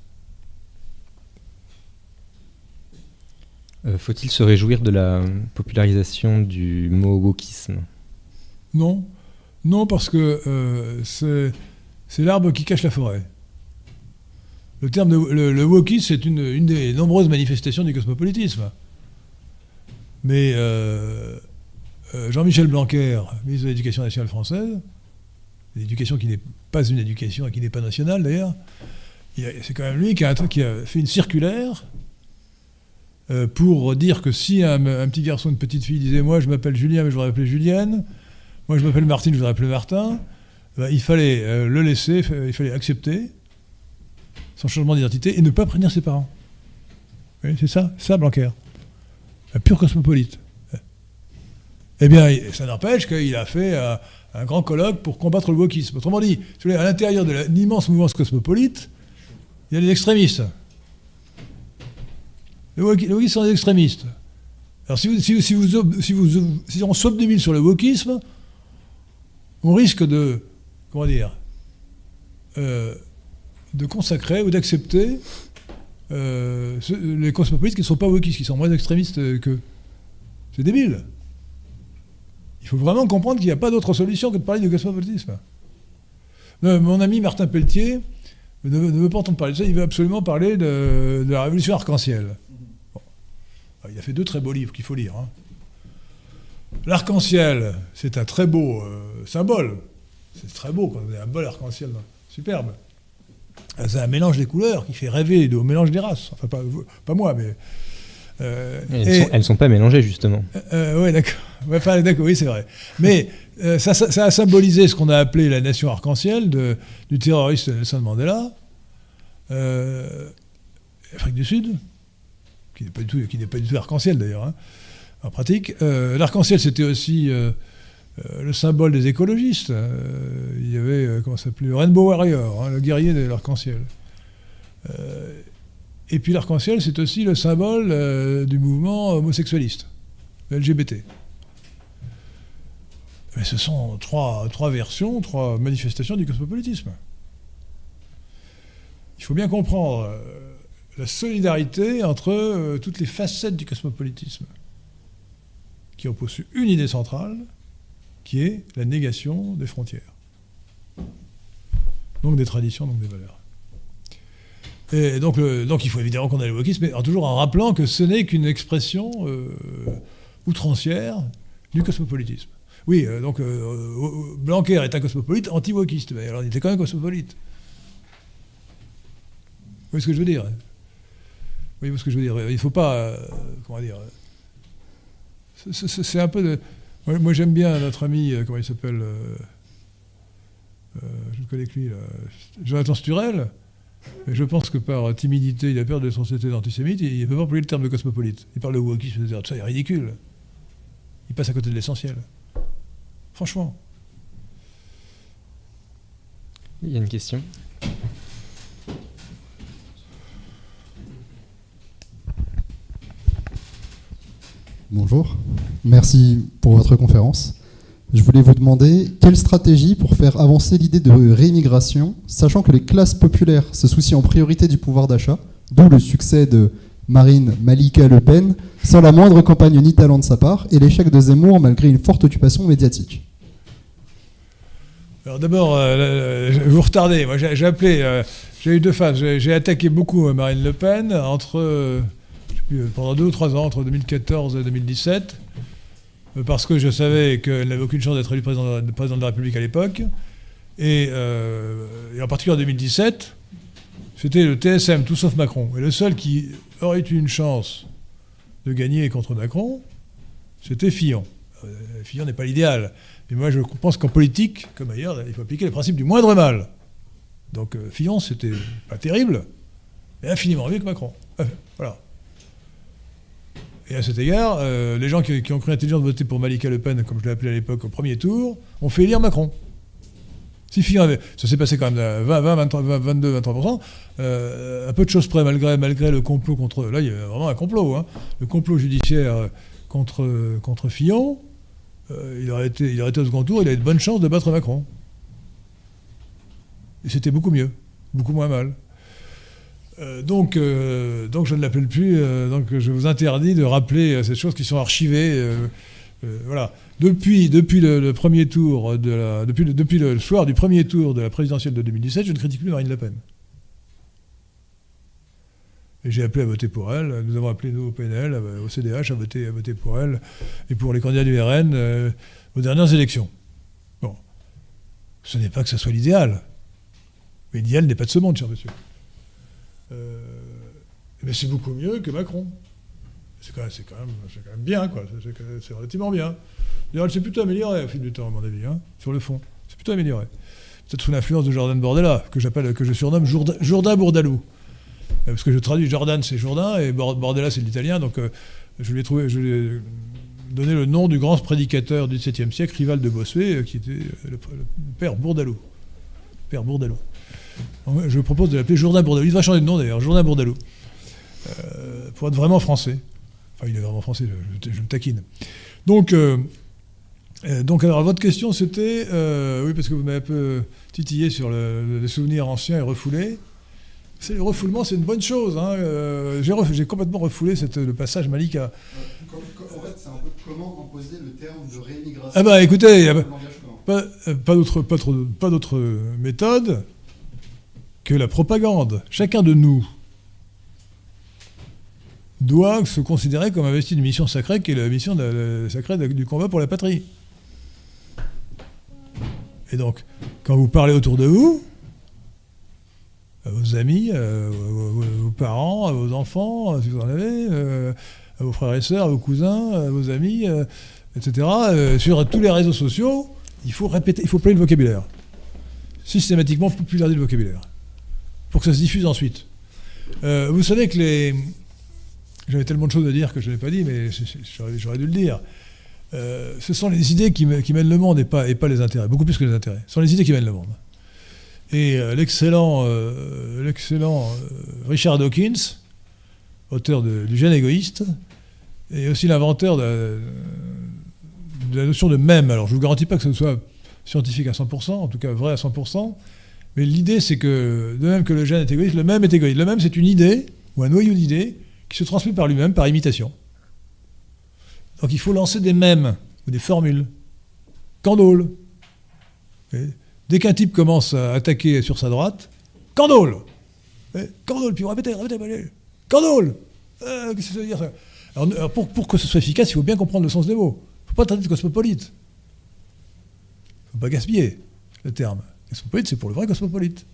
Speaker 1: Euh, Faut-il se réjouir de la popularisation du mot wokisme?
Speaker 2: Non. Non, parce que euh, c'est l'arbre qui cache la forêt. Le terme de le, le wokisme, c'est une, une des nombreuses manifestations du cosmopolitisme. Mais euh, euh, Jean-Michel Blanquer, ministre de l'Éducation nationale française, l'éducation qui n'est pas une éducation et qui n'est pas nationale d'ailleurs, c'est quand même lui qui a, qui a fait une circulaire euh, pour dire que si un, un petit garçon, une petite fille disait « Moi, je m'appelle Julien, mais je voudrais appeler Julienne. Moi, je m'appelle Martine, je voudrais appeler Martin. » Ben, il fallait euh, le laisser, il fallait accepter son changement d'identité et ne pas prévenir ses parents. Oui, c'est ça, ça Blanquer. Un pur cosmopolite. Eh bien, ça n'empêche qu'il a fait un, un grand colloque pour combattre le wokisme. Autrement dit, à l'intérieur de l'immense mouvance cosmopolite, il y a des extrémistes. Les wokistes sont des extrémistes. Alors si, vous, si, si, vous, si, vous, si on s'obnubile sur le wokisme, on risque de, comment dire, euh, de consacrer ou d'accepter euh, ce, les cosmopolites qui ne sont pas wokistes, qui sont moins extrémistes qu'eux. C'est débile. Il faut vraiment comprendre qu'il n'y a pas d'autre solution que de parler du cosmopolitisme. Non, mon ami Martin Pelletier ne, ne veut pas entendre parler de ça, il veut absolument parler de, de la révolution arc-en-ciel. Bon. Il a fait deux très beaux livres qu'il faut lire. Hein. L'arc-en-ciel, c'est un très beau euh, symbole. C'est très beau quand on a un bol arc-en-ciel. Superbe. C'est un mélange des couleurs qui fait rêver au mélange des races. Enfin, pas, pas moi, mais... Euh,
Speaker 1: elles ne sont, sont pas mélangées, justement.
Speaker 2: Euh, oui, d'accord. Enfin, d'accord, oui, c'est vrai. Mais euh, ça, ça, ça a symbolisé ce qu'on a appelé la nation arc-en-ciel de, du terroriste Nelson Mandela, euh, Afrique du Sud, qui n'est pas du tout, qui n'est pas du tout arc-en-ciel d'ailleurs, hein, en pratique. Euh, l'arc-en-ciel, c'était aussi euh, euh, le symbole des écologistes. Euh, il y avait, euh, comment ça s'appelait, le Rainbow Warrior, hein, le guerrier de l'arc-en-ciel. Euh, Et puis l'arc-en-ciel, c'est aussi le symbole euh, du mouvement homosexualiste, L G B T. Mais ce sont trois, trois versions, trois manifestations du cosmopolitisme. Il faut bien comprendre euh, la solidarité entre euh, toutes les facettes du cosmopolitisme, qui opposent une idée centrale, qui est la négation des frontières. Donc des traditions, donc des valeurs. Et donc, le, donc il faut évidemment qu'on ait le wokisme, mais toujours en rappelant que ce n'est qu'une expression euh, outrancière du cosmopolitisme. Oui, euh, donc euh, Blanquer est un cosmopolite anti-wokiste, mais alors il était quand même cosmopolite. Vous voyez ce que je veux dire? Vous voyez ce que je veux dire? Il ne faut pas... Euh, comment dire... C'est un peu de... Moi, moi j'aime bien notre ami, euh, comment il s'appelle euh, euh, je ne connais que lui, là, Jonathan Sturel. Et je pense que par timidité, il a peur de son société d'antisémite, il ne peut pas employer le terme de cosmopolite. Il parle de wokisme, et cetera. Tout ça est ridicule. Il passe à côté de l'essentiel. Franchement.
Speaker 1: Il y a une question.
Speaker 4: Bonjour. Merci pour votre conférence. Je voulais vous demander quelle stratégie pour faire avancer l'idée de réimmigration, sachant que les classes populaires se soucient en priorité du pouvoir d'achat, d'où le succès de Marine Malika Le Pen, sans la moindre campagne ni talent de sa part, et l'échec de Zemmour malgré une forte occupation médiatique.
Speaker 2: Alors d'abord, euh, vous retardez. Moi, j'ai appelé, euh, j'ai eu deux phases. J'ai attaqué beaucoup Marine Le Pen entre, euh, je sais plus, pendant deux ou trois ans, entre deux mille quatorze et deux mille dix-sept. Parce que je savais qu'elle n'avait aucune chance d'être élue président, président de la République à l'époque. Et, euh, et en particulier en deux mille dix-sept, c'était le T S M, tout sauf Macron. Et le seul qui aurait eu une chance de gagner contre Macron, c'était Fillon. Euh, Fillon n'est pas l'idéal. Mais moi, je pense qu'en politique, comme ailleurs, il faut appliquer le principe du moindre mal. Donc euh, Fillon, c'était pas terrible, mais infiniment mieux que Macron. Euh, voilà. Et à cet égard, euh, les gens qui, qui ont cru intelligent de voter pour Malika Le Pen, comme je l'ai appelé à l'époque au premier tour, ont fait élire Macron. Si Fillon avait... Ça s'est passé quand même à vingt, vingt, vingt-trois, vingt-deux, vingt-trois pour cent. Euh, un peu de choses près, malgré, malgré le complot contre... Là, il y a vraiment un complot. Hein, le complot judiciaire contre, contre Fillon, euh, il, aurait été, il aurait été au second tour, il avait de bonnes chances de battre Macron. Et c'était beaucoup mieux, beaucoup moins mal. Euh, donc, euh, donc je ne l'appelle plus, euh, donc je vous interdis de rappeler euh, ces choses qui sont archivées. Euh, euh, voilà. Depuis, depuis le, le premier tour, de la, depuis, le, depuis le soir du premier tour de la présidentielle de deux mille dix-sept, je ne critique plus Marine Le Pen. Et j'ai appelé à voter pour elle. Nous avons appelé, nous, au P N L, au C D H, à voter, à voter pour elle et pour les candidats du R N euh, aux dernières élections. Bon. Ce n'est pas que ce soit l'idéal. Mais l'idéal n'est pas de ce monde, cher monsieur. Euh, mais c'est beaucoup mieux que Macron. C'est quand, quand, quand même bien, quoi. C'est relativement bien. D'ailleurs, elle s'est plutôt améliorée au fil du temps, à mon avis, hein, sur le fond. C'est plutôt amélioré. Peut-être sous l'influence de Jordan Bordella, que j'appelle, que je surnomme Jourdain, Jourdain Bourdalou. Parce que je traduis Jordan, c'est Jourdain, et Bordella, c'est l'italien. Donc, euh, je lui ai trouvé, je lui ai donné le nom du grand prédicateur du dix-septième siècle, rival de Bossuet, qui était le, le père Bourdalou. Père Bourdalou. Donc, je propose de l'appeler Jourdain Bourdalou. Il va changer de nom d'ailleurs, Jourdain Bourdalou. Euh, pour être vraiment français. Enfin, il est vraiment français, je, je, je le taquine. Donc, euh, euh, donc, alors, votre question, c'était... Euh, oui, parce que vous m'avez un peu titillé sur le, le, les souvenirs anciens et refoulés. Le refoulement, c'est une bonne chose. Hein. Euh, J'ai complètement refoulé cette, le passage Malik à...
Speaker 4: En fait, c'est un peu comment imposer le terme de réimmigration.
Speaker 2: Ah bah écoutez, pas, pas d'autre pas pas d'autre méthode que la propagande. Chacun de nous doit se considérer comme investi d'une mission sacrée qui est la mission de, la, sacrée de, du combat pour la patrie. Et donc, quand vous parlez autour de vous, à vos amis, à vos, vos parents, à vos enfants, si vous en avez, euh, à vos frères et sœurs, à vos cousins, à vos amis, euh, et cetera. Euh, sur tous les réseaux sociaux, il faut répéter, il faut plein le vocabulaire. Systématiquement populariser le vocabulaire. Pour que ça se diffuse ensuite. Euh, vous savez que les... J'avais tellement de choses à dire que je n'ai pas dit, mais j'aurais dû le dire. Euh, ce sont les idées qui, me, qui mènent le monde et pas, et pas les intérêts, beaucoup plus que les intérêts. Ce sont les idées qui mènent le monde. Et euh, l'excellent euh, l'excellent euh, Richard Dawkins, auteur de, du Gène égoïste, est aussi l'inventeur de, de la notion de mème. Alors je ne vous garantis pas que ce soit scientifique à cent pour cent, en tout cas vrai à cent pour cent, mais l'idée c'est que, de même que le gène est égoïste, le mème est égoïste. Le mème c'est une idée, ou un noyau d'idées, qui se transmet par lui-même, par imitation. Donc il faut lancer des mèmes, ou des formules. Candole. Dès qu'un type commence à attaquer sur sa droite, Candole. Candole, puis répétez, répétez, allez. Candole. euh, Qu'est-ce que ça veut dire ça? Alors, alors pour, pour que ce soit efficace, il faut bien comprendre le sens des mots. Il ne faut pas traiter de cosmopolite. Il ne faut pas gaspiller le terme. Cosmopolite, c'est pour le vrai cosmopolite.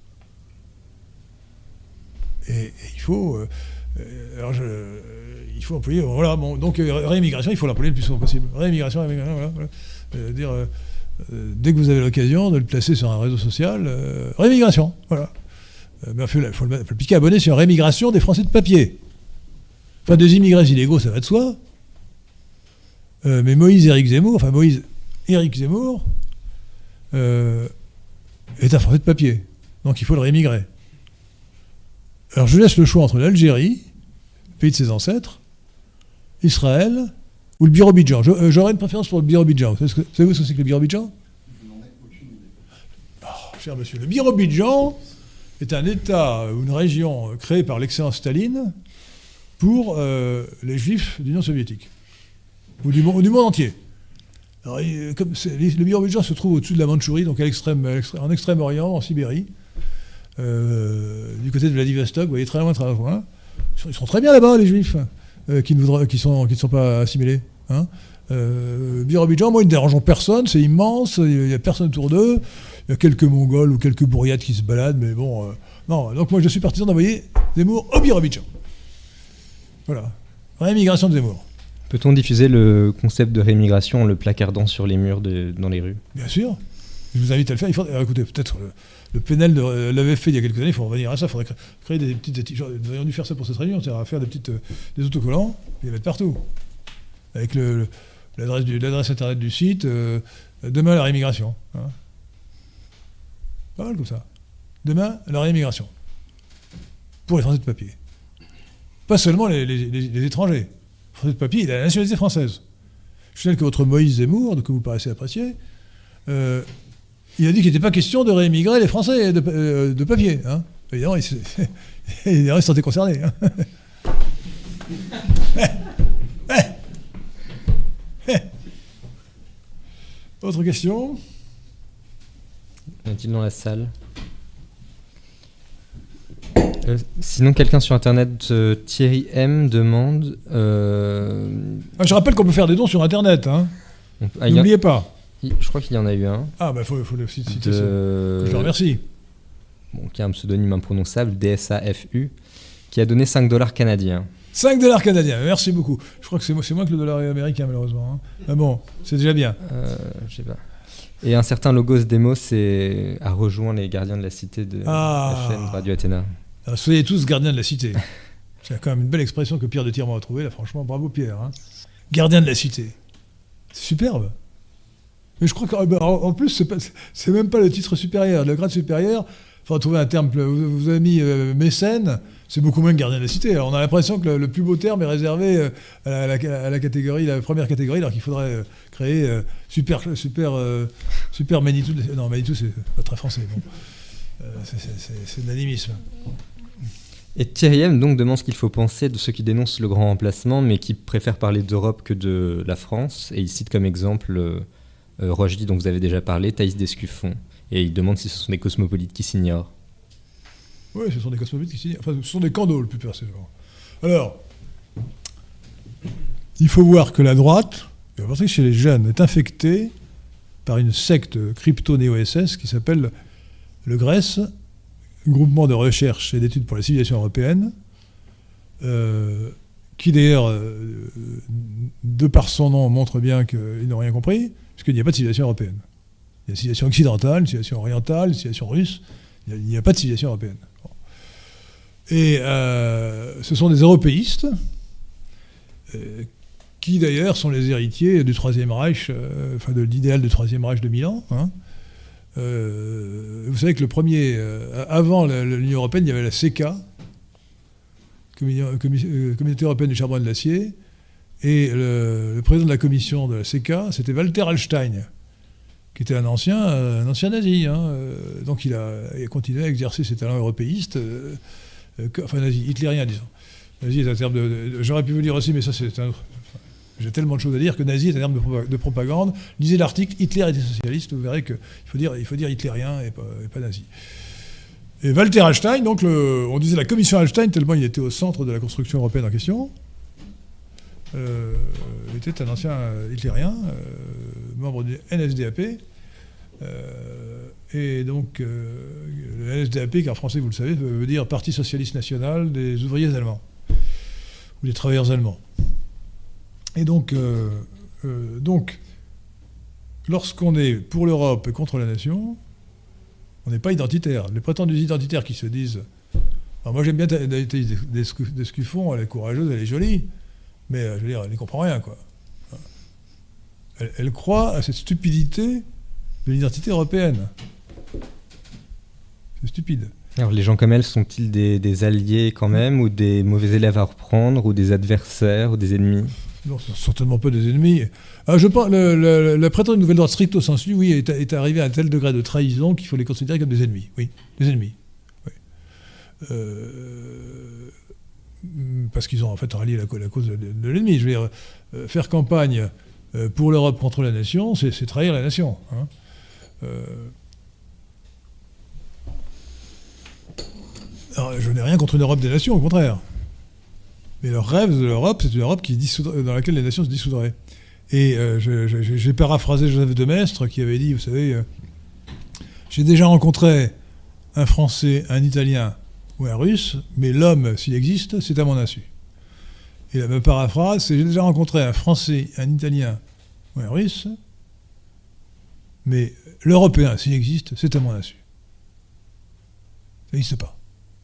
Speaker 2: Et, et il faut... Euh, alors je, euh, il faut employer... Voilà, bon, donc euh, réimmigration, il faut l'employer le plus souvent possible. Réimmigration, réimmigration, voilà. voilà. Euh, dire... Euh, Euh, dès que vous avez l'occasion de le placer sur un réseau social, euh, rémigration, voilà. Euh, mais il faut, faut, faut le piquer abonné sur rémigration des Français de papier. Enfin, des immigrés illégaux, ça va de soi. Euh, mais Moïse Éric Zemmour, enfin Moïse Éric Zemmour, euh, est un Français de papier. Donc il faut le rémigrer. Alors je laisse le choix entre l'Algérie, pays de ses ancêtres, Israël, ou le Birobidjan. J'aurais une préférence pour le Birobidjan. Savez-vous ce que c'est que le Birobidjan?
Speaker 4: Je n'en ai aucune idée.
Speaker 2: Oh, cher monsieur, le Birobidjan est un État ou une région créée par l'excellent Staline pour euh, les Juifs d'Union soviétique, ou du, ou du monde entier. Alors, il, comme le Birobidjan se trouve au-dessus de la Mandchourie, donc à l'extrême, en Extrême-Orient, en Sibérie, euh, du côté de Vladivostok, vous voyez, très loin, très loin. Ils sont, ils sont très bien là-bas, les Juifs. Euh, qui, ne voudraient, qui, sont, qui ne sont pas assimilés. Hein. Euh, Birobidjan, moi, ils ne dérangeons personne, c'est immense, il n'y a personne autour d'eux, il y a quelques Mongols ou quelques bourriates qui se baladent, mais bon... Euh, non, donc moi, je suis partisan d'envoyer Zemmour au Birobidjan. Voilà. Réimmigration de Zemmour.
Speaker 1: Peut-on diffuser le concept de réimmigration en le placardant sur les murs de, dans les rues?
Speaker 2: Bien sûr. Je vous invite à le faire. Il faut, alors, écoutez, peut-être le, le P N L de, l'avait fait il y a quelques années, il faut revenir à ça, il faudrait créer des petites... Nous aurions dû faire ça pour cette réunion, c'est-à-dire faire des, petites, des autocollants et les mettre partout. Avec l'adresse internet du site, euh, demain la réimmigration. Hein. Pas mal comme ça. Demain, la réimmigration. Pour les Français de papier. Pas seulement les, les, les, les étrangers. Les Français de papier, il a la nationalité française. Je signale que votre Moïse Zemmour, que vous paraissez apprécier, euh, il a dit qu'il n'était pas question de réimmigrer les Français de, euh, de papier. Hein. Évidemment, il se, il se sentait concerné. Hein. Autre question?
Speaker 1: Y a-t-il dans la salle? Euh, sinon, quelqu'un sur Internet, euh, Thierry M, demande... Euh...
Speaker 2: Ah, je rappelle qu'on peut faire des dons sur Internet. Hein.
Speaker 1: On... Ah,
Speaker 2: N'oubliez a... pas.
Speaker 1: Je crois qu'il y en a eu un.
Speaker 2: Ah, bah, il faut, faut le citer.
Speaker 1: De...
Speaker 2: Je le remercie.
Speaker 1: Bon, qui a un pseudonyme imprononçable, D S A F U, qui a donné cinq dollars canadiens.
Speaker 2: cinq dollars canadiens, merci beaucoup. Je crois que c'est, c'est moins que le dollar américain, malheureusement. Hein. Mais bon, c'est déjà bien.
Speaker 1: Euh, je sais pas. Et un certain Logos Demos c'est, a rejoint les gardiens de la cité de
Speaker 2: ah.
Speaker 1: la chaîne Radio Athéna.
Speaker 2: Alors, soyez tous gardiens de la cité. C'est quand même une belle expression que Pierre de Tirement a trouvée, là, franchement, bravo Pierre. Hein. Gardien de la cité. C'est superbe. Mais je crois qu'en plus, c'est, pas, c'est même pas le titre supérieur. Le grade supérieur, il faudra trouver un terme. Vous, vous avez mis euh, mécène, c'est beaucoup moins que gardien de la cité. Alors, on a l'impression que le, le plus beau terme est réservé euh, à, la, à la catégorie, la première catégorie, alors qu'il faudrait euh, créer euh, super, super, euh, super Manitou. Non, Manitou, c'est pas très français. Bon. Euh, c'est, c'est, c'est, c'est de l'animisme.
Speaker 1: Et Thierry M donc demande ce qu'il faut penser de ceux qui dénoncent le grand remplacement, mais qui préfèrent parler d'Europe que de la France. Et il cite comme exemple euh, euh, Rochdy, dont vous avez déjà parlé, Thaïs Descuffon. Et il demande si ce sont des cosmopolites qui s'ignorent.
Speaker 2: Oui, ce sont des cosmopolites qui s'ignorent. Enfin, ce sont des candoles, plus précisément. Alors, il faut voir que la droite, en particulier chez les jeunes, est infectée par une secte crypto-néo-S S qui s'appelle le GRES, Groupement de recherche et d'études pour la civilisation européenne, euh, qui d'ailleurs, euh, de par son nom, montre bien qu'ils n'ont rien compris, puisqu'il n'y a pas de civilisation européenne. Il y a une civilisation occidentale, une civilisation orientale, une civilisation russe, il n'y a, a pas de civilisation européenne. Bon. Et euh, ce sont des européistes, euh, qui d'ailleurs sont les héritiers du Troisième Reich, euh, enfin de l'idéal du Troisième Reich de Milan, hein. Euh, vous savez que le premier, euh, avant la, l'Union européenne, il y avait la C E C A, Commun- Commun- euh, Communauté européenne du charbon et de l'acier, et le, le président de la commission de la C E C A, c'était Walter Hallstein, qui était un ancien, euh, un ancien nazi. Hein, euh, donc il a, il a continué à exercer ses talents européistes, euh, euh, que, enfin nazi, hitlérien, disons. Nazi est un terme de, de... J'aurais pu vous dire aussi, mais ça c'est un... J'ai tellement de choses à dire que nazi est un terme de propagande. Lisez l'article, Hitler était socialiste, vous verrez qu'il faut dire, il faut dire hitlérien et pas, et pas nazi. Et Walter Hallstein, donc le, on disait la commission Hallstein, tellement il était au centre de la construction européenne en question. Euh, il était un ancien hitlérien, euh, membre du N S D A P. Euh, et donc, euh, le N S D A P, qui en français, vous le savez, veut dire Parti socialiste national des ouvriers allemands, ou des travailleurs allemands. Et donc, euh, euh, donc, lorsqu'on est pour l'Europe et contre la nation, on n'est pas identitaire. Les prétendus identitaires qui se disent... Alors moi j'aime bien Thaïs Descuffon, elle est courageuse, elle est jolie, mais je veux dire, elle n'y comprend rien, quoi. Elle, elle croit à cette stupidité de l'identité européenne. C'est stupide.
Speaker 1: Alors les gens comme elle sont-ils des, des alliés quand même, ou des mauvais élèves à reprendre, ou des adversaires, ou des ennemis ?
Speaker 2: Non, ce ne sont certainement pas des ennemis. Alors, je pense, le, le, la prétendue nouvelle droite stricto sensu, oui, est, est arrivée à un tel degré de trahison qu'il faut les considérer comme des ennemis. Oui, des ennemis. Oui. Euh, parce qu'ils ont en fait rallié la, la cause de, de l'ennemi. Je veux dire, euh, faire campagne euh, pour l'Europe contre la nation, c'est, c'est trahir la nation. Hein. Euh, alors, je n'ai rien contre une Europe des nations, au contraire. Mais leur rêve de l'Europe, c'est une Europe qui dissoudra, dans laquelle les nations se dissoudraient. Et euh, je, je, j'ai paraphrasé Joseph de Maistre qui avait dit, vous savez, euh, j'ai déjà rencontré un Français, un Italien ou un Russe, mais l'homme, s'il existe, c'est à mon insu. Et la même paraphrase, c'est j'ai déjà rencontré un Français, un Italien ou un Russe, mais l'Européen, s'il existe, c'est à mon insu. Ça n'existe pas.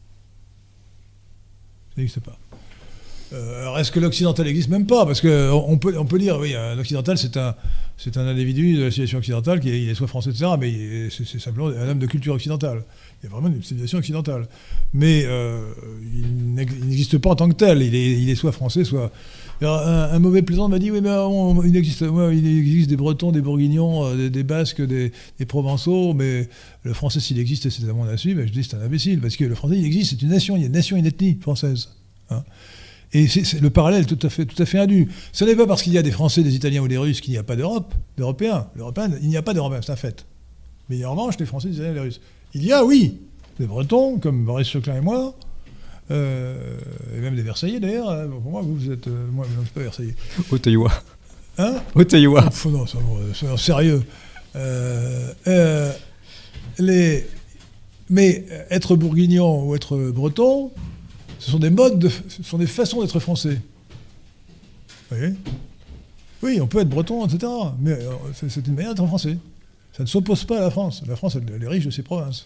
Speaker 2: Ça n'existe pas. Euh, alors est-ce que l'occidental existe ? Même pas, parce qu'on on peut, on peut dire, oui, un occidental, c'est un, c'est un individu de la civilisation occidentale, qui est, il est soit français, et cetera, mais il est, c'est, c'est simplement un homme de culture occidentale. Il y a vraiment une civilisation occidentale. Mais euh, il n'existe pas en tant que tel. Il est, il est soit français, soit... Alors, un, un mauvais plaisant m'a dit, oui, mais on, il, existe, ouais, il existe des Bretons, des Bourguignons, des, des Basques, des, des Provençaux, mais le français, s'il existe, c'est à mon insu. Mais je dis, c'est un imbécile, parce que le français, il existe, c'est une nation, il y a une nation, une ethnie française. Hein. Et c'est, c'est, le parallèle est tout à fait, tout à fait indu. Ce n'est pas parce qu'il y a des Français, des Italiens ou des Russes qu'il n'y a pas d'Europe, d'Européens. L'Européen, il n'y a pas d'Européens, c'est un fait. Mais il y a en revanche des Français, des Italiens et des Russes. Il y a, oui, des Bretons, comme Boris Seclin et moi, euh, et même des Versaillais d'ailleurs. Hein. Pour moi, vous, vous êtes. Euh, moi, je ne suis pas Versaillais.
Speaker 1: Auteuillois.
Speaker 2: Hein
Speaker 1: Auteuillois.
Speaker 2: Oh, non, c'est sérieux. Euh, euh, les, mais être bourguignon ou être breton, ce sont des modes, de, ce sont des façons d'être français. Vous voyez ? Oui, on peut être breton, et cetera. Mais euh, c'est une manière d'être français. Ça ne s'oppose pas à la France. La France, elle est riche de ses provinces.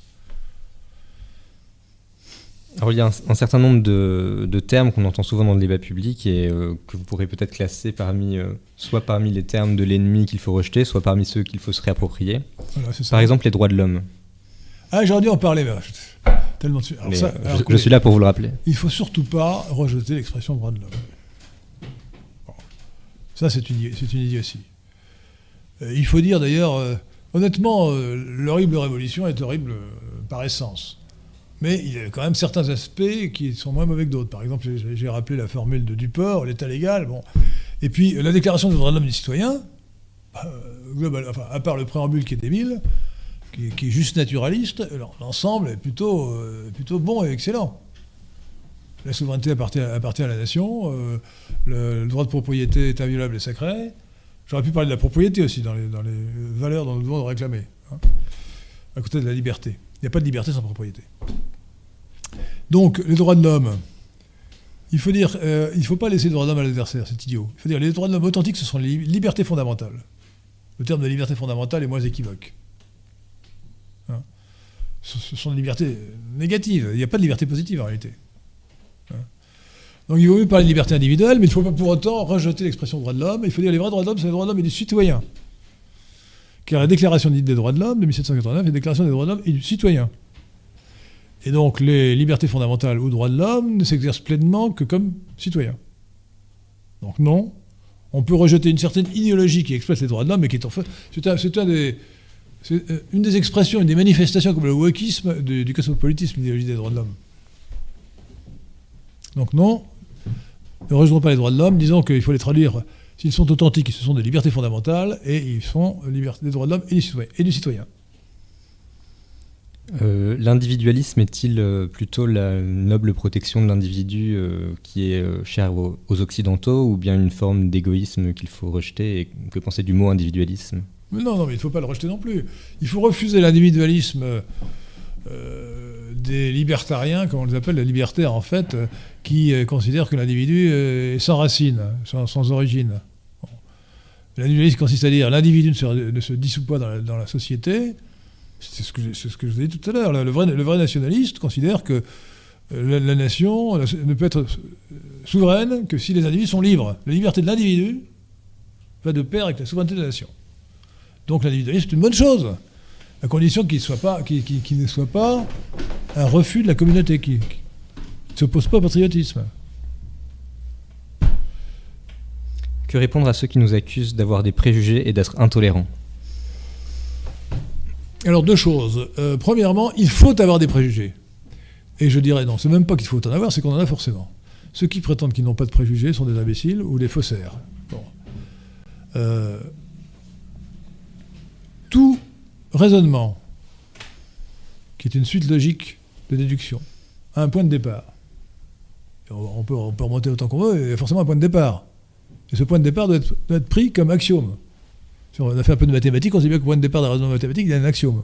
Speaker 1: Alors, il y a un, un certain nombre de, de termes qu'on entend souvent dans le débat public et euh, que vous pourrez peut-être classer parmi, euh, soit parmi les termes de l'ennemi qu'il faut rejeter, soit parmi ceux qu'il faut se réapproprier. Voilà, Par exemple, les droits de l'homme.
Speaker 2: Ah, j'aurais dû en parler, mais tellement dessus. Alors
Speaker 1: mais
Speaker 2: ça,
Speaker 1: euh,
Speaker 2: alors,
Speaker 1: je,
Speaker 2: écoutez,
Speaker 1: je suis là pour vous le rappeler.
Speaker 2: Il ne faut surtout pas rejeter l'expression droit de l'homme. Bon. Ça, c'est une, c'est une idiotie. Euh, il faut dire d'ailleurs, euh, honnêtement, euh, l'horrible révolution est horrible euh, par essence. Mais il y a quand même certains aspects qui sont moins mauvais que d'autres. Par exemple, j'ai, j'ai rappelé la formule de Duport, l'état légal. Bon. Et puis, la déclaration des droits de l'homme et des citoyens, euh, global, enfin, à part le préambule qui est débile, qui, qui est juste naturaliste, l'ensemble est plutôt, euh, plutôt bon et excellent. La souveraineté appartient, appartient à la nation, euh, le, le droit de propriété est inviolable et sacré. J'aurais pu parler de la propriété aussi, dans les, dans les valeurs dont nous devons nous réclamer, hein, à côté de la liberté. Il n'y a pas de liberté sans propriété. Donc, les droits de l'homme, il faut dire, euh, il ne faut pas laisser les droits de l'homme à l'adversaire, c'est idiot. Il faut dire, les droits de l'homme authentiques, ce sont les libertés fondamentales. Le terme de liberté fondamentale est moins équivoque. Hein, ce, ce sont des libertés négatives. Il n'y a pas de liberté positive en réalité. Hein. Donc, il vaut mieux parler de liberté individuelle, mais il ne faut pas pour autant rejeter l'expression droits de l'homme. Il faut dire, les vrais droits de l'homme, c'est les droits de l'homme et du citoyen. Car la déclaration dite des droits de l'homme de mille sept cent quatre-vingt-neuf est la déclaration des droits de l'homme et du citoyen. Et donc les libertés fondamentales ou droits de l'homme ne s'exercent pleinement que comme citoyen. Donc non, on peut rejeter une certaine idéologie qui expresse les droits de l'homme, mais qui est en fait, c'est, un, c'est, un des, c'est une des expressions, une des manifestations comme le wokisme du, du cosmopolitisme, l'idéologie des droits de l'homme. Donc non, ne rejetons pas les droits de l'homme, disons qu'il faut les traduire. S'ils sont authentiques, ce sont des libertés fondamentales, et ils sont libertés des droits de l'homme et du citoyen. Et du citoyen.
Speaker 1: Euh, l'individualisme est-il euh, plutôt la noble protection de l'individu euh, qui est euh, chère aux, aux Occidentaux, ou bien une forme d'égoïsme qu'il faut rejeter? Et que penser du mot individualisme?
Speaker 2: Mais non, non, mais il ne faut pas le rejeter non plus. Il faut refuser l'individualisme euh, des libertariens, comme on les appelle, les libertaires en fait, euh, qui euh, considèrent que l'individu euh, est sans racine, sans, sans origine. Bon. L'individualisme consiste à dire l'individu ne se, ne se dissout pas dans la, dans la société. C'est ce, que, c'est ce que je vous ai dit tout à l'heure. Le vrai, le vrai nationaliste considère que la, la nation la, ne peut être souveraine que si les individus sont libres. La liberté de l'individu va de pair avec la souveraineté de la nation. Donc l'individualisme, c'est une bonne chose, à condition qu'il soit pas, qu'il, qu'il, qu'il ne soit pas un refus de la communauté, qui ne s'oppose pas au patriotisme.
Speaker 1: Que répondre à ceux qui nous accusent d'avoir des préjugés et d'être intolérants?
Speaker 2: Alors deux choses. Euh, premièrement, il faut avoir des préjugés. Et je dirais non, c'est même pas qu'il faut en avoir, c'est qu'on en a forcément. Ceux qui prétendent qu'ils n'ont pas de préjugés sont des imbéciles ou des faussaires. Bon. Euh, tout raisonnement, qui est une suite logique de déduction, a un point de départ. On peut, on peut remonter autant qu'on veut, il y a forcément un point de départ. Et ce point de départ doit être, doit être pris comme axiome. Si on a fait un peu de mathématiques, on sait bien que le point de départ d'un raisonnement mathématique, il y a un axiome.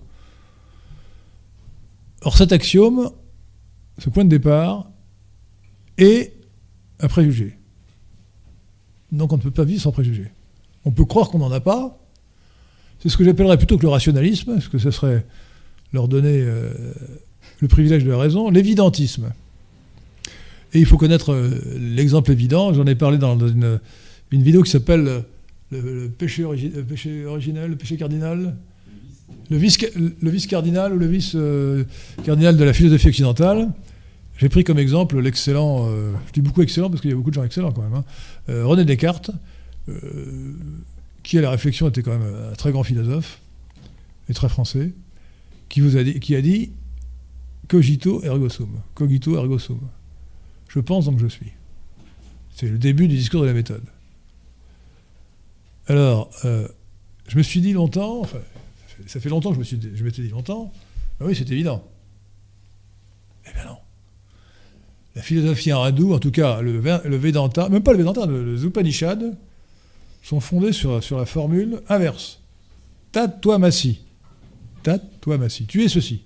Speaker 2: Or, cet axiome, ce point de départ, est un préjugé. Donc on ne peut pas vivre sans préjugé. On peut croire qu'on n'en a pas. C'est ce que j'appellerais plutôt que le rationalisme, parce que ce serait leur donner euh, le privilège de la raison, l'évidentisme. Et il faut connaître euh, l'exemple évident. J'en ai parlé dans une, une vidéo qui s'appelle... Euh, Le, le, péché origi- le péché originel, le péché cardinal, le vice, le vice cardinal ou le vice euh, cardinal de la philosophie occidentale. J'ai pris comme exemple l'excellent, euh, je dis beaucoup excellent parce qu'il y a beaucoup de gens excellents quand même, hein, euh, René Descartes, euh, qui à la réflexion était quand même un très grand philosophe et très français, qui, vous a, dit, qui a dit cogito ergo sum, cogito ergo sum. Je pense donc je suis. C'est le début du discours de la méthode. Alors, euh, je me suis dit longtemps, enfin, ça fait longtemps que je, me suis dit, je m'étais dit longtemps, ben oui, c'est évident. Eh bien non. la philosophie hindoue, en tout cas le, le Vedanta, même pas le Vedanta, le, les Upanishads, sont fondés sur, sur la formule inverse. Tatvamasi. Tatvamasi. Tu es ceci.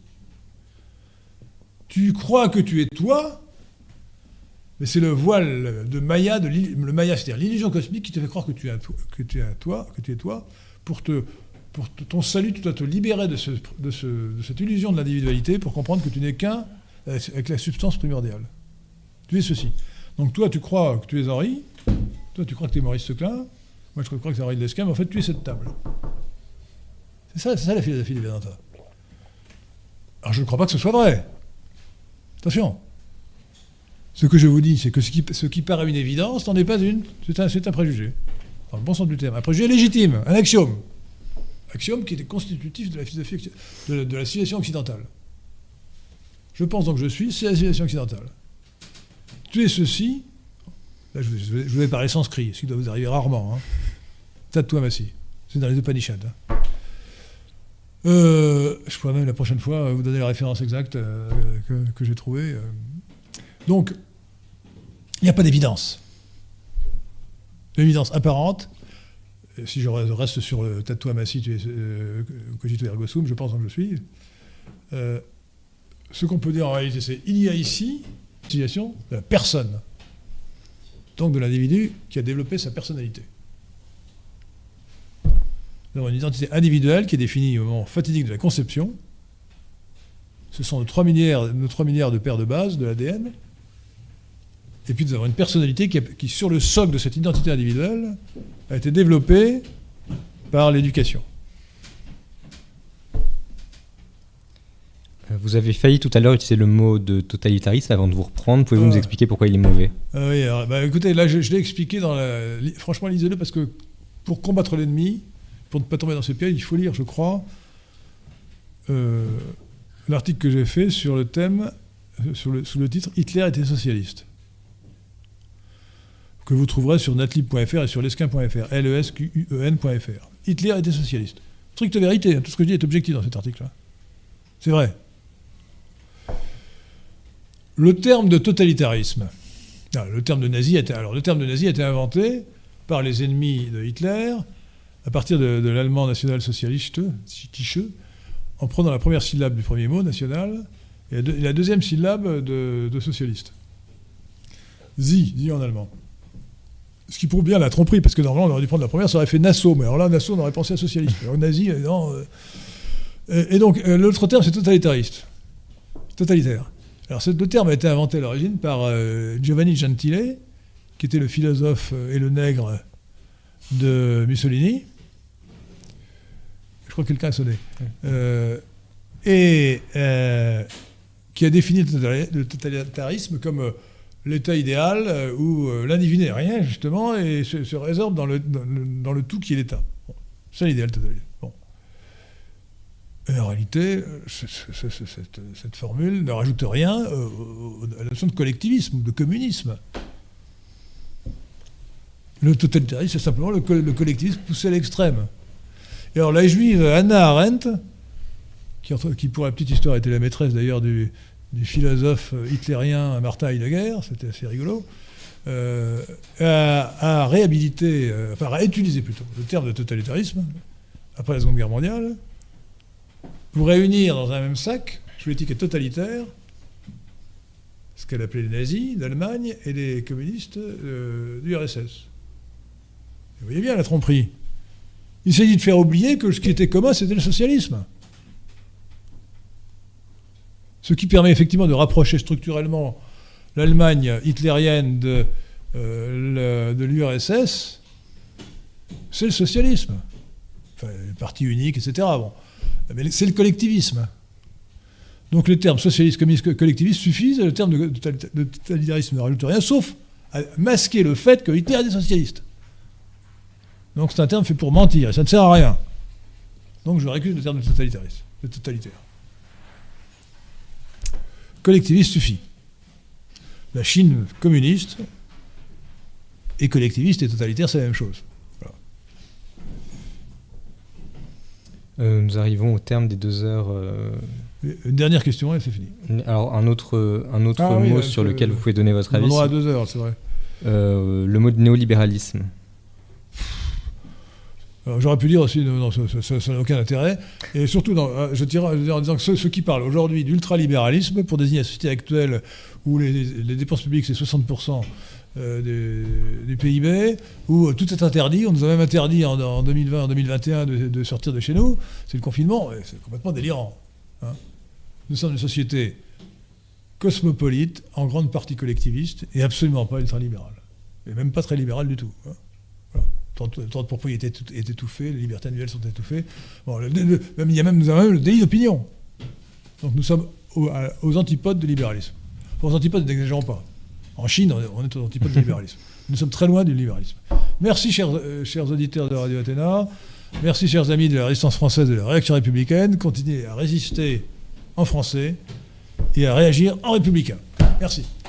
Speaker 2: Tu crois que tu es toi, mais c'est le voile de Maya, de le Maya, c'est-à-dire l'illusion cosmique qui te fait croire que tu es toi, que tu es toi, que tu es toi, pour te, pour te, ton salut, tu dois te libérer de, ce, de, ce, de cette illusion de l'individualité pour comprendre que tu n'es qu'un avec la substance primordiale. Tu es ceci. Donc toi, tu crois que tu es Henri, toi, tu crois que tu es Maurice Seclin, moi, je crois que c'est Henri de Lesquin, mais en fait, tu es cette table. C'est ça, c'est ça la philosophie du Vedanta. Alors, je ne crois pas que ce soit vrai. Attention. Ce que je vous dis, c'est que ce qui, ce qui paraît une évidence n'en est pas une. C'est un, c'est un préjugé. Dans le bon sens du terme. Un préjugé légitime, un axiome. Axiome qui est constitutif de la philosophie, de la, de la civilisation occidentale. Je pense donc que je suis, c'est la civilisation occidentale. Tu es ceci. Là, je, je, je vais parler sanskrit, ce qui doit vous arriver rarement. Hein. Tatvamasi. C'est dans les Upanishads. Hein. Euh, je pourrais même la prochaine fois vous donner la référence exacte euh, que, que j'ai trouvée. Euh. Donc, il n'y a pas d'évidence. L'évidence apparente, si je reste sur le Tatvamasi, tu es euh, cogito ergo sum, je pense que je suis. Euh, ce qu'on peut dire en réalité, c'est il y a ici une situation de la personne, donc de l'individu qui a développé sa personnalité. Nous avons une identité individuelle qui est définie au moment fatidique de la conception. Ce sont nos trois milliards, nos trois milliards de paires de bases de l'A D N. Et puis nous avons une personnalité qui, a, qui, sur le socle de cette identité individuelle, a été développée par l'éducation.
Speaker 1: Vous avez failli tout à l'heure utiliser le mot de totalitarisme avant de vous reprendre. Pouvez-vous euh, nous expliquer pourquoi il est mauvais ?
Speaker 2: euh, Oui, alors, bah, écoutez, là je, je l'ai expliqué dans la... Franchement, lisez-le parce que pour combattre l'ennemi, pour ne pas tomber dans ce piège, il faut lire, je crois, euh, l'article que j'ai fait sur le thème, sur le, sous le titre « Hitler était socialiste », que vous trouverez sur natlib point f r et sur lesquin point f r, L E S Q U E N point F R. Hitler était socialiste. Stricte vérité, hein, tout ce que je dis est objectif dans cet article-là. C'est vrai. Le terme de totalitarisme, non, le terme de nazi, a été, alors le terme de nazi a été inventé par les ennemis de Hitler à partir de, de l'allemand national-socialiste, Tische, en prenant la première syllabe du premier mot, national, et la, deux, et la deuxième syllabe de, de socialiste. Sie, Sie en allemand. Ce qui prouve bien la tromperie, parce que normalement on aurait dû prendre la première, ça aurait fait Nassau, mais alors là, Nassau, on aurait pensé à socialiste. Alors nazi, non. Euh, et, et donc, euh, l'autre terme, c'est totalitariste. Totalitaire. Alors, ce terme a été inventé à l'origine par euh, Giovanni Gentile, qui était le philosophe euh, et le nègre de Mussolini. Je crois que quelqu'un a sonné. Euh, et euh, qui a défini le totalitarisme comme euh, l'état idéal euh, où euh, l'individu n'est rien, justement, et se, se résorbe dans le, dans, le, dans le tout qui est l'État. Bon, c'est l'idéal totalitaire. Bon. Et en réalité, c est, c est, c est, cette, cette formule ne rajoute rien euh, à la notion de collectivisme ou de communisme. Le totalitarisme, c'est simplement le, le collectivisme poussé à l'extrême. Et alors la juive Hannah Arendt, qui, qui pour la petite histoire était la maîtresse d'ailleurs du, du philosophe hitlérien Martin Heidegger, c'était assez rigolo, euh, a, a réhabilité, euh, enfin a utilisé plutôt le terme de totalitarisme après la Seconde Guerre mondiale pour réunir dans un même sac sous l'étiquette totalitaire ce qu'elle appelait les nazis d'Allemagne et les communistes euh, du R S S. Vous voyez bien la tromperie. Il s'agit de faire oublier que ce qui était commun, c'était le socialisme. Ce qui permet effectivement de rapprocher structurellement l'Allemagne hitlérienne de, euh, le, de l'U R S S, c'est le socialisme. Enfin, le parti unique, et cetera. Bon. Mais c'est le collectivisme. Donc les termes socialiste, communiste, collectiviste suffisent, le terme de, de totalitarisme ne rajoute rien, sauf à masquer le fait que Hitler est socialiste. Donc c'est un terme fait pour mentir, et ça ne sert à rien. Donc je récuse le terme de totalitarisme, de totalitaire. Collectiviste suffit. La Chine communiste et collectiviste et totalitaire, c'est la même chose. Voilà.
Speaker 1: Euh, nous arrivons au terme des deux heures. Euh,
Speaker 2: Une dernière question et c'est fini.
Speaker 1: Alors, un autre, un autre
Speaker 2: ah,
Speaker 1: mot
Speaker 2: oui,
Speaker 1: sur
Speaker 2: euh,
Speaker 1: lequel vous pouvez donner votre avis.
Speaker 2: On aura deux heures, c'est vrai.
Speaker 1: Euh, le mot de néolibéralisme.
Speaker 2: Alors, j'aurais pu dire aussi, non, ça, ça, ça n'a aucun intérêt. Et surtout, non, je dirais en disant que ceux, ceux qui parlent aujourd'hui d'ultralibéralisme pour désigner la société actuelle où les, les dépenses publiques, c'est soixante pour cent euh, des, du P I B, où tout est interdit. On nous a même interdit en, en deux mille vingt, en deux mille vingt et un de, de sortir de chez nous. C'est le confinement. C'est complètement délirant. Hein. Nous sommes une société cosmopolite, en grande partie collectiviste, et absolument pas ultralibérale. Et même pas très libérale du tout. Hein. Voilà. Le droit de propriété est étouffé, les libertés individuelles sont étouffées. Bon, le, le, même, il y a même, nous avons même le délit d'opinion. Donc nous sommes aux, aux antipodes du libéralisme. Enfin, aux antipodes, n'exagérons pas. En Chine, on est aux antipodes du libéralisme. Nous sommes très loin du libéralisme. Merci, chers, euh, chers auditeurs de Radio Athéna. Merci, chers amis de la Résistance française et de la Réaction républicaine. Continuez à résister en français et à réagir en républicain. Merci.